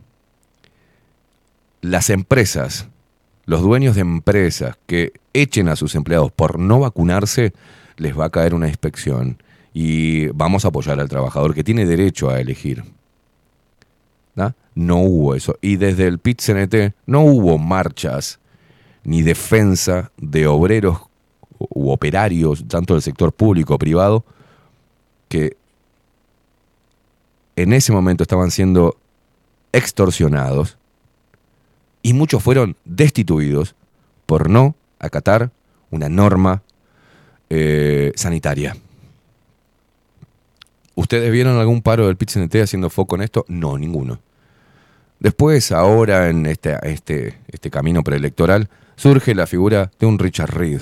las empresas, los dueños de empresas que echen a sus empleados por no vacunarse, les va a caer una inspección y vamos a apoyar al trabajador que tiene derecho a elegir. ¿No? No hubo eso. Y desde el P I T C N T no hubo marchas ni defensa de obreros u operarios, tanto del sector público o privado, que en ese momento estaban siendo extorsionados y muchos fueron destituidos por no acatar una norma eh, sanitaria. ¿Ustedes vieron algún paro del P I T C N T haciendo foco en esto? No, ninguno. Después, ahora en este, este, este camino preelectoral, surge la figura de un Richard Reed,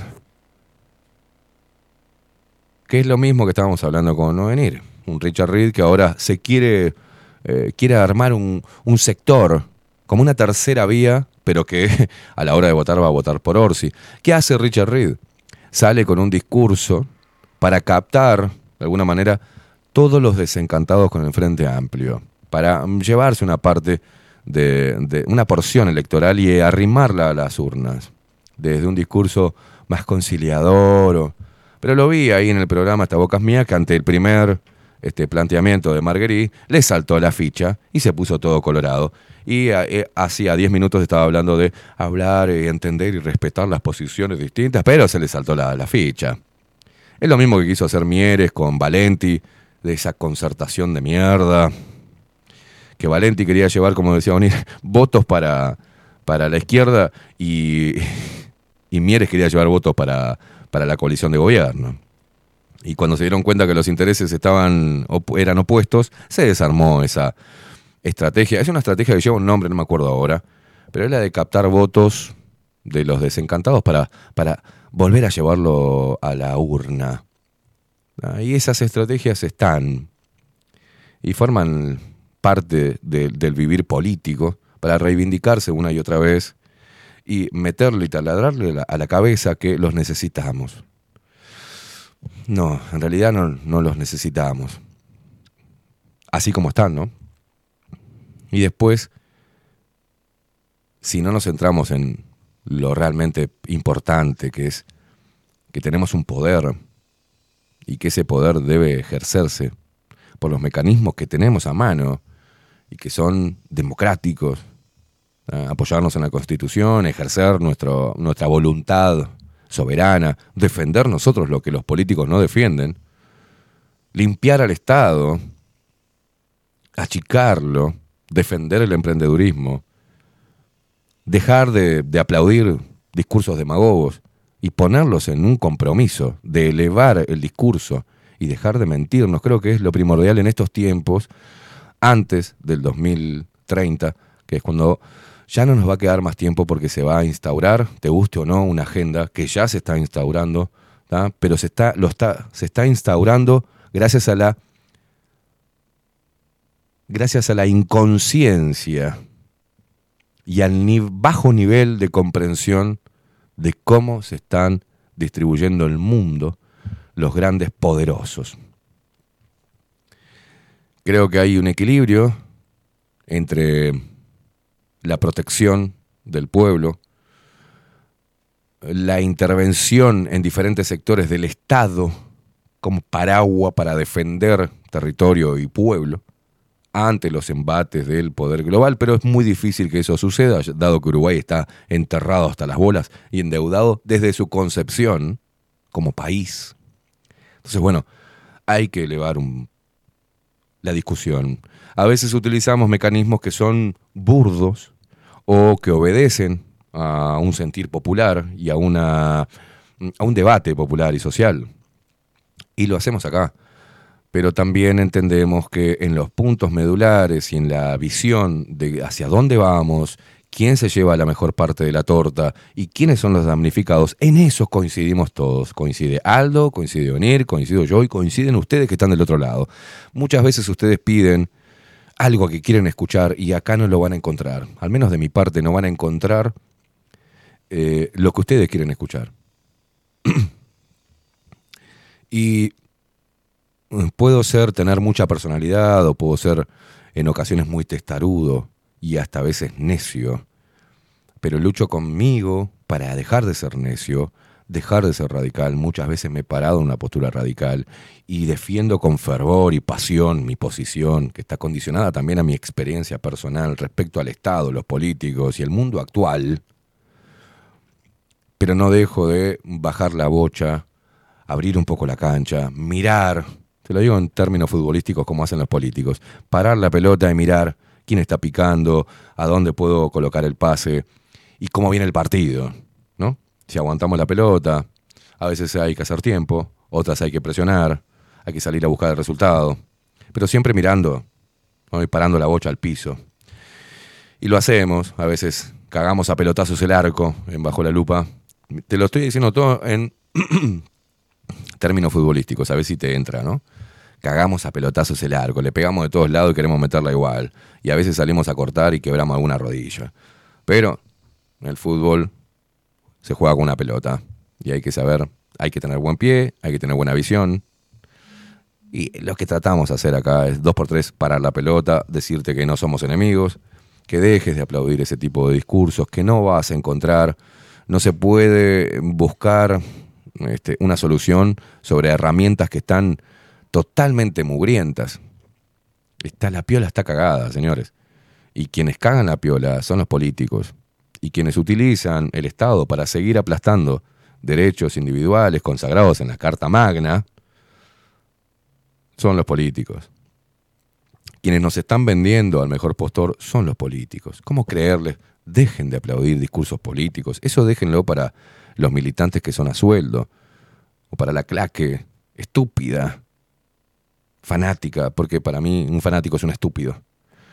que es lo mismo que estábamos hablando con No Venir. Un Richard Reed que ahora se quiere, eh, quiere armar un, un sector, como una tercera vía, pero que a la hora de votar va a votar por Orsi. ¿Qué hace Richard Reed? Sale con un discurso para captar, de alguna manera, todos los desencantados con el Frente Amplio, para llevarse una parte de, de una porción electoral y arrimarla a las urnas, desde un discurso más conciliador. O, pero lo vi ahí en el programa Esta Boca es Mía, que ante el primer este, planteamiento de Marguerite, le saltó la ficha y se puso todo colorado. Y eh, hacía diez minutos estaba hablando de hablar y entender y respetar las posiciones distintas, pero se le saltó la, la ficha. Es lo mismo que quiso hacer Mieres con Valenti, de esa concertación de mierda, que Valenti quería llevar, como decía Bonir, votos para, para la izquierda y, y Mieres quería llevar votos para, para la coalición de gobierno. Y cuando se dieron cuenta que los intereses estaban eran opuestos, se desarmó esa estrategia. Es una estrategia que lleva un nombre, no me acuerdo ahora, pero es la de captar votos de los desencantados para, para volver a llevarlo a la urna. Y esas estrategias están y forman parte de, del vivir político para reivindicarse una y otra vez y meterle y taladrarle a la cabeza que los necesitamos. No, en realidad no, no los necesitamos. Así como están, ¿no? Y después, si no nos centramos en lo realmente importante, que es que tenemos un poder y que ese poder debe ejercerse por los mecanismos que tenemos a mano y que son democráticos, ¿eh? Apoyarnos en la Constitución, ejercer nuestro, nuestra voluntad soberana, defender nosotros lo que los políticos no defienden, limpiar al Estado, achicarlo, defender el emprendedurismo, dejar de, de aplaudir discursos demagogos y ponerlos en un compromiso de elevar el discurso y dejar de mentirnos. Creo que es lo primordial en estos tiempos, antes del dos mil treinta, que es cuando ya no nos va a quedar más tiempo porque se va a instaurar, te guste o no, una agenda que ya se está instaurando, ¿tá? Pero se está, lo está, se está instaurando gracias a la, gracias a la inconsciencia y al ni- bajo nivel de comprensión de cómo se están distribuyendo el mundo los grandes poderosos. Creo que hay un equilibrio entre la protección del pueblo, la intervención en diferentes sectores del Estado como paraguas para defender territorio y pueblo ante los embates del poder global, pero es muy difícil que eso suceda, dado que Uruguay está enterrado hasta las bolas y endeudado desde su concepción como país. Entonces, bueno, hay que elevar un, la discusión. A veces utilizamos mecanismos que son burdos o que obedecen a un sentir popular y a, una, a un debate popular y social. Y lo hacemos acá. Pero también entendemos que en los puntos medulares y en la visión de hacia dónde vamos, quién se lleva la mejor parte de la torta y quiénes son los damnificados, en eso coincidimos todos. Coincide Aldo, coincide Onir, coincido yo y coinciden ustedes que están del otro lado. Muchas veces ustedes piden algo que quieren escuchar y acá no lo van a encontrar. Al menos de mi parte no van a encontrar eh, lo que ustedes quieren escuchar. Y puedo ser, tener mucha personalidad o puedo ser en ocasiones muy testarudo y hasta a veces necio, pero lucho conmigo para dejar de ser necio, dejar de ser radical. Muchas veces me he parado en una postura radical y defiendo con fervor y pasión mi posición, que está condicionada también a mi experiencia personal respecto al Estado, los políticos y el mundo actual, pero no dejo de bajar la bocha, abrir un poco la cancha, mirar, te lo digo en términos futbolísticos como hacen los políticos, parar la pelota y mirar quién está picando, a dónde puedo colocar el pase y cómo viene el partido, ¿no? Si aguantamos la pelota, a veces hay que hacer tiempo, otras hay que presionar, hay que salir a buscar el resultado, pero siempre mirando, ¿no? Y parando la bocha al piso. Y lo hacemos, a veces cagamos a pelotazos el arco en Bajo la Lupa. Te lo estoy diciendo todo en términos futbolísticos, a ver si te entra, ¿no? Cagamos a pelotazos el arco, le pegamos de todos lados y queremos meterla igual. Y a veces salimos a cortar y quebramos alguna rodilla. Pero en el fútbol se juega con una pelota. Y hay que saber, hay que tener buen pie, hay que tener buena visión. Y lo que tratamos de hacer acá es dos por tres parar la pelota, decirte que no somos enemigos, que dejes de aplaudir ese tipo de discursos, que no vas a encontrar, no se puede buscar este, una solución sobre herramientas que están totalmente mugrientas. Está, la piola está cagada, señores. Y quienes cagan la piola son los políticos. Y quienes utilizan el Estado para seguir aplastando derechos individuales consagrados en la Carta Magna son los políticos. Quienes nos están vendiendo al mejor postor son los políticos. ¿Cómo creerles? Dejen de aplaudir discursos políticos. Eso déjenlo para los militantes que son a sueldo. O para la claque estúpida, fanática, porque para mí un fanático es un estúpido.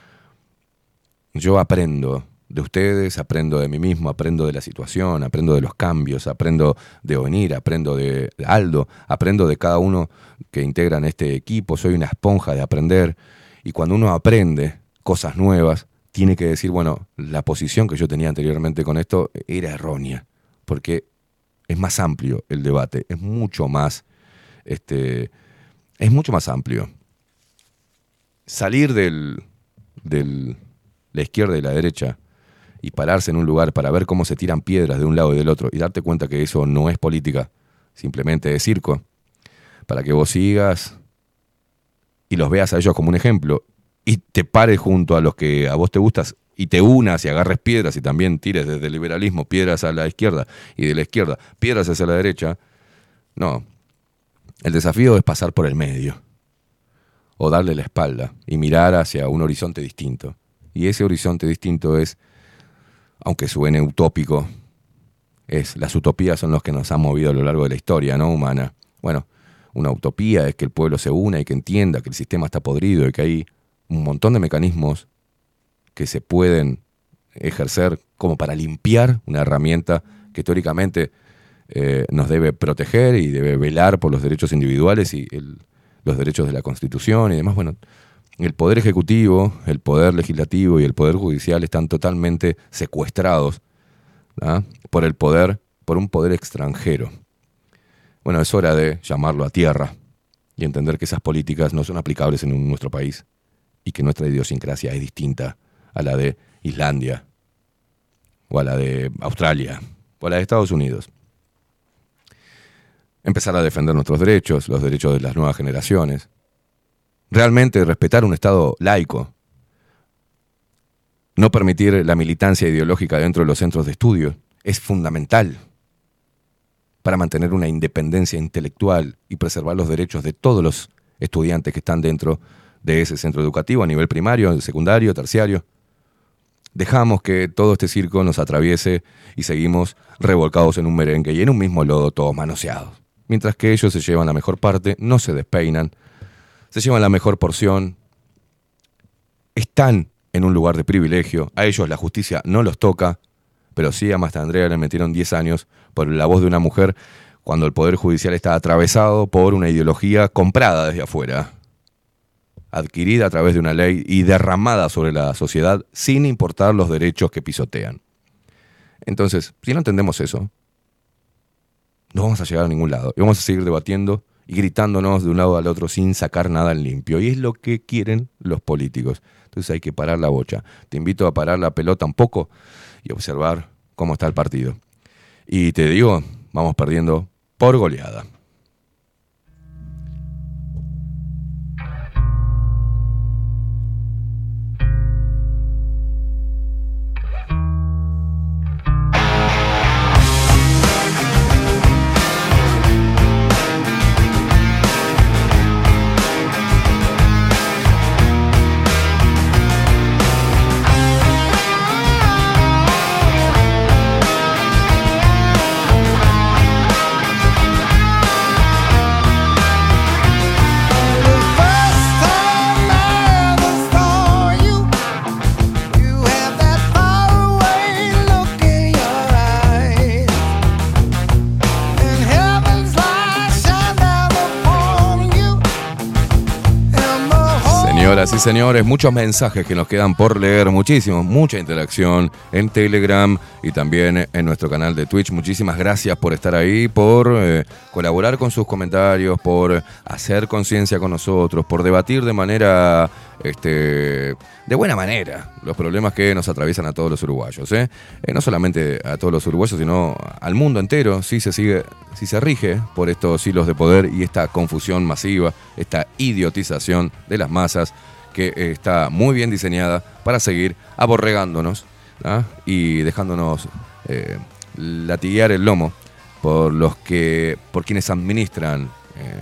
Yo aprendo de ustedes, aprendo de mí mismo, aprendo de la situación, aprendo de los cambios, aprendo de Onir, aprendo de Aldo, aprendo de cada uno que integran este equipo. Soy una esponja de aprender. Y cuando uno aprende cosas nuevas, tiene que decir, bueno, la posición que yo tenía anteriormente con esto era errónea, porque es más amplio el debate, es mucho más, este, es mucho más amplio. Salir del, del, la izquierda y la derecha y pararse en un lugar para ver cómo se tiran piedras de un lado y del otro y darte cuenta que eso no es política, simplemente es circo, para que vos sigas y los veas a ellos como un ejemplo y te pares junto a los que a vos te gustas y te unas y agarres piedras y también tires desde el liberalismo piedras a la izquierda y de la izquierda piedras hacia la derecha. No, el desafío es pasar por el medio o darle la espalda y mirar hacia un horizonte distinto. Y ese horizonte distinto es, aunque suene utópico, es las utopías son los que nos han movido a lo largo de la historia, ¿no? Humana. Bueno, una utopía es que el pueblo se una y que entienda que el sistema está podrido y que hay un montón de mecanismos que se pueden ejercer como para limpiar una herramienta que teóricamente eh, nos debe proteger y debe velar por los derechos individuales y el, los derechos de la Constitución y demás. Bueno, el Poder Ejecutivo, el Poder Legislativo y el Poder Judicial están totalmente secuestrados, ¿ah? por el poder, por un poder extranjero. Bueno, es hora de llamarlo a tierra y entender que esas políticas no son aplicables en nuestro país y que nuestra idiosincrasia es distinta a la de Islandia, o a la de Australia, o a la de Estados Unidos. Empezar a defender nuestros derechos, los derechos de las nuevas generaciones. Realmente respetar un Estado laico. No permitir la militancia ideológica dentro de los centros de estudio es fundamental para mantener una independencia intelectual y preservar los derechos de todos los estudiantes que están dentro de ese centro educativo a nivel primario, secundario, terciario. Dejamos que todo este circo nos atraviese y seguimos revolcados en un merengue y en un mismo lodo todos manoseados. Mientras que ellos se llevan la mejor parte, no se despeinan, se llevan la mejor porción, están en un lugar de privilegio, a ellos la justicia no los toca, pero sí a Maestra Andrea le metieron diez años por la voz de una mujer cuando el Poder Judicial está atravesado por una ideología comprada desde afuera, adquirida a través de una ley y derramada sobre la sociedad sin importar los derechos que pisotean. Entonces, si no entendemos eso, no vamos a llegar a ningún lado y vamos a seguir debatiendo y gritándonos de un lado al otro sin sacar nada en limpio. Y es lo que quieren los políticos. Entonces hay que parar la bocha. Te invito a parar la pelota un poco y observar cómo está el partido. Y te digo, vamos perdiendo por goleada. Señoras y señores, muchos mensajes que nos quedan por leer, muchísimos, mucha interacción en Telegram y también en nuestro canal de Twitch. Muchísimas gracias por estar ahí, por eh, colaborar con sus comentarios, por hacer conciencia con nosotros, por debatir de manera, este, de buena manera los problemas que nos atraviesan a todos los uruguayos. ¿eh? Eh, no solamente a todos los uruguayos, sino al mundo entero. Sí se sigue, sí se rige por estos hilos de poder y esta confusión masiva, esta idiotización de las masas que está muy bien diseñada para seguir aborregándonos, ¿ah? y dejándonos eh, latiguear el lomo por los que, por quienes administran eh,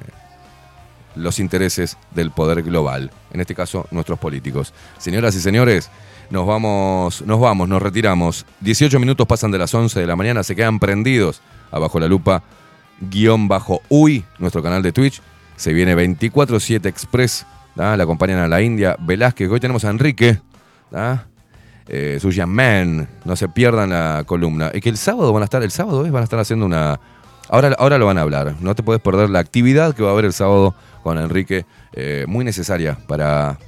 los intereses del poder global, en este caso nuestros políticos. Señoras y señores, nos vamos, nos vamos, nos retiramos. dieciocho minutos pasan de las once de la mañana, se quedan prendidos a Bajo la Lupa guión bajo uy, nuestro canal de Twitch. Se viene veinticuatro siete Express. ¿Ah? Le acompañan a la India Velázquez. Hoy tenemos a Enrique, ¿ah? eh, Suyan Man. No se pierdan la columna. Es que el sábado van a estar, el sábado es, van a estar haciendo una. Ahora, ahora lo van a hablar. No te puedes perder la actividad que va a haber el sábado con Enrique. Eh, muy necesaria para.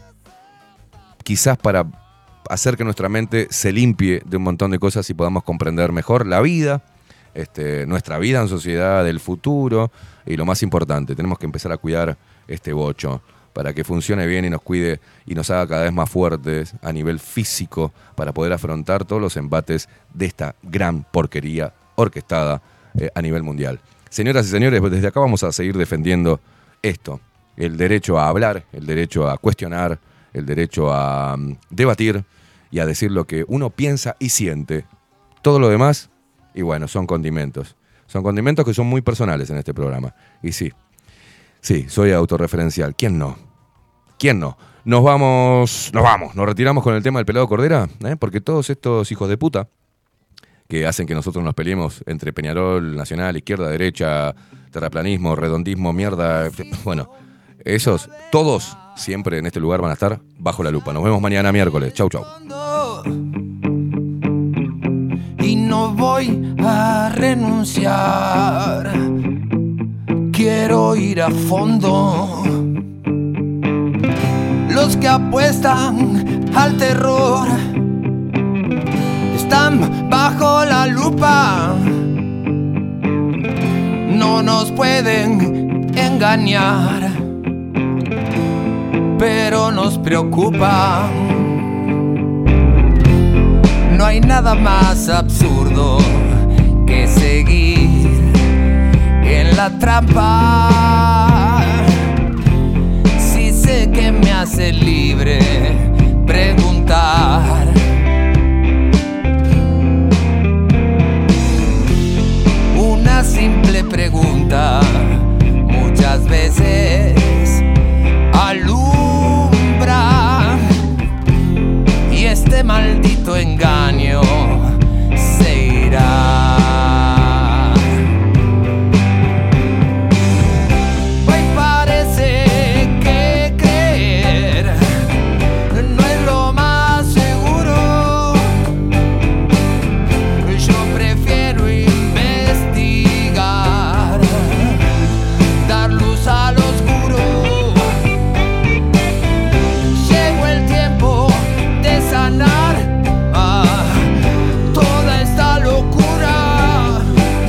Quizás para hacer que nuestra mente se limpie de un montón de cosas y podamos comprender mejor la vida, este, nuestra vida en sociedad, el futuro. Y lo más importante, tenemos que empezar a cuidar este bocho para que funcione bien y nos cuide y nos haga cada vez más fuertes a nivel físico para poder afrontar todos los embates de esta gran porquería orquestada eh, a nivel mundial. Señoras y señores, desde acá vamos a seguir defendiendo esto, el derecho a hablar, el derecho a cuestionar, el derecho a um, debatir y a decir lo que uno piensa y siente. Todo lo demás, y bueno, son condimentos. Son condimentos que son muy personales en este programa. Y sí, sí, soy autorreferencial. ¿Quién no? ¿Quién no? Nos vamos, nos vamos, nos retiramos con el tema del pelado Cordera, ¿eh? Porque todos estos hijos de puta que hacen que nosotros nos peleemos entre Peñarol, Nacional, izquierda, derecha, terraplanismo, redondismo, mierda, bueno, esos, todos siempre en este lugar van a estar bajo la lupa. Nos vemos mañana miércoles. Chau, chau. Y no voy a renunciar. Quiero ir a fondo. Los que apuestan al terror están bajo la lupa. No nos pueden engañar, pero nos preocupa. hay nada más absurdo que seguir en la trampa. Si sé que me hace libre preguntar. Una simple pregunta muchas veces alumbra, y este maldito engaño se irá. Hoy parece que creer no es lo más seguro. Yo prefiero investigar, dar luz al oscuro. Llegó el tiempo de sanar ah, toda esta locura,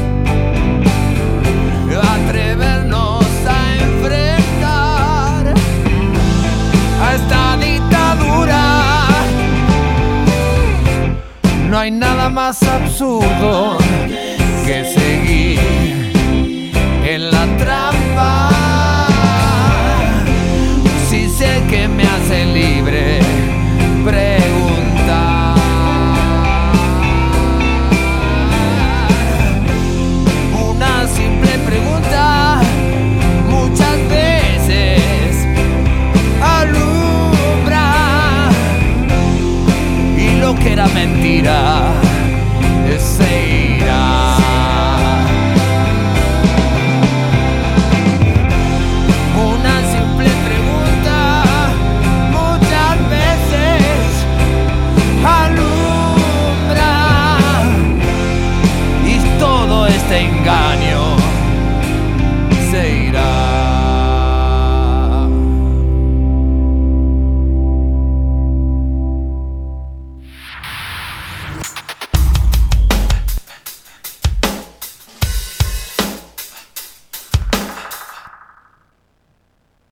atrevernos a enfrentar a esta dictadura. No hay nada más absurdo que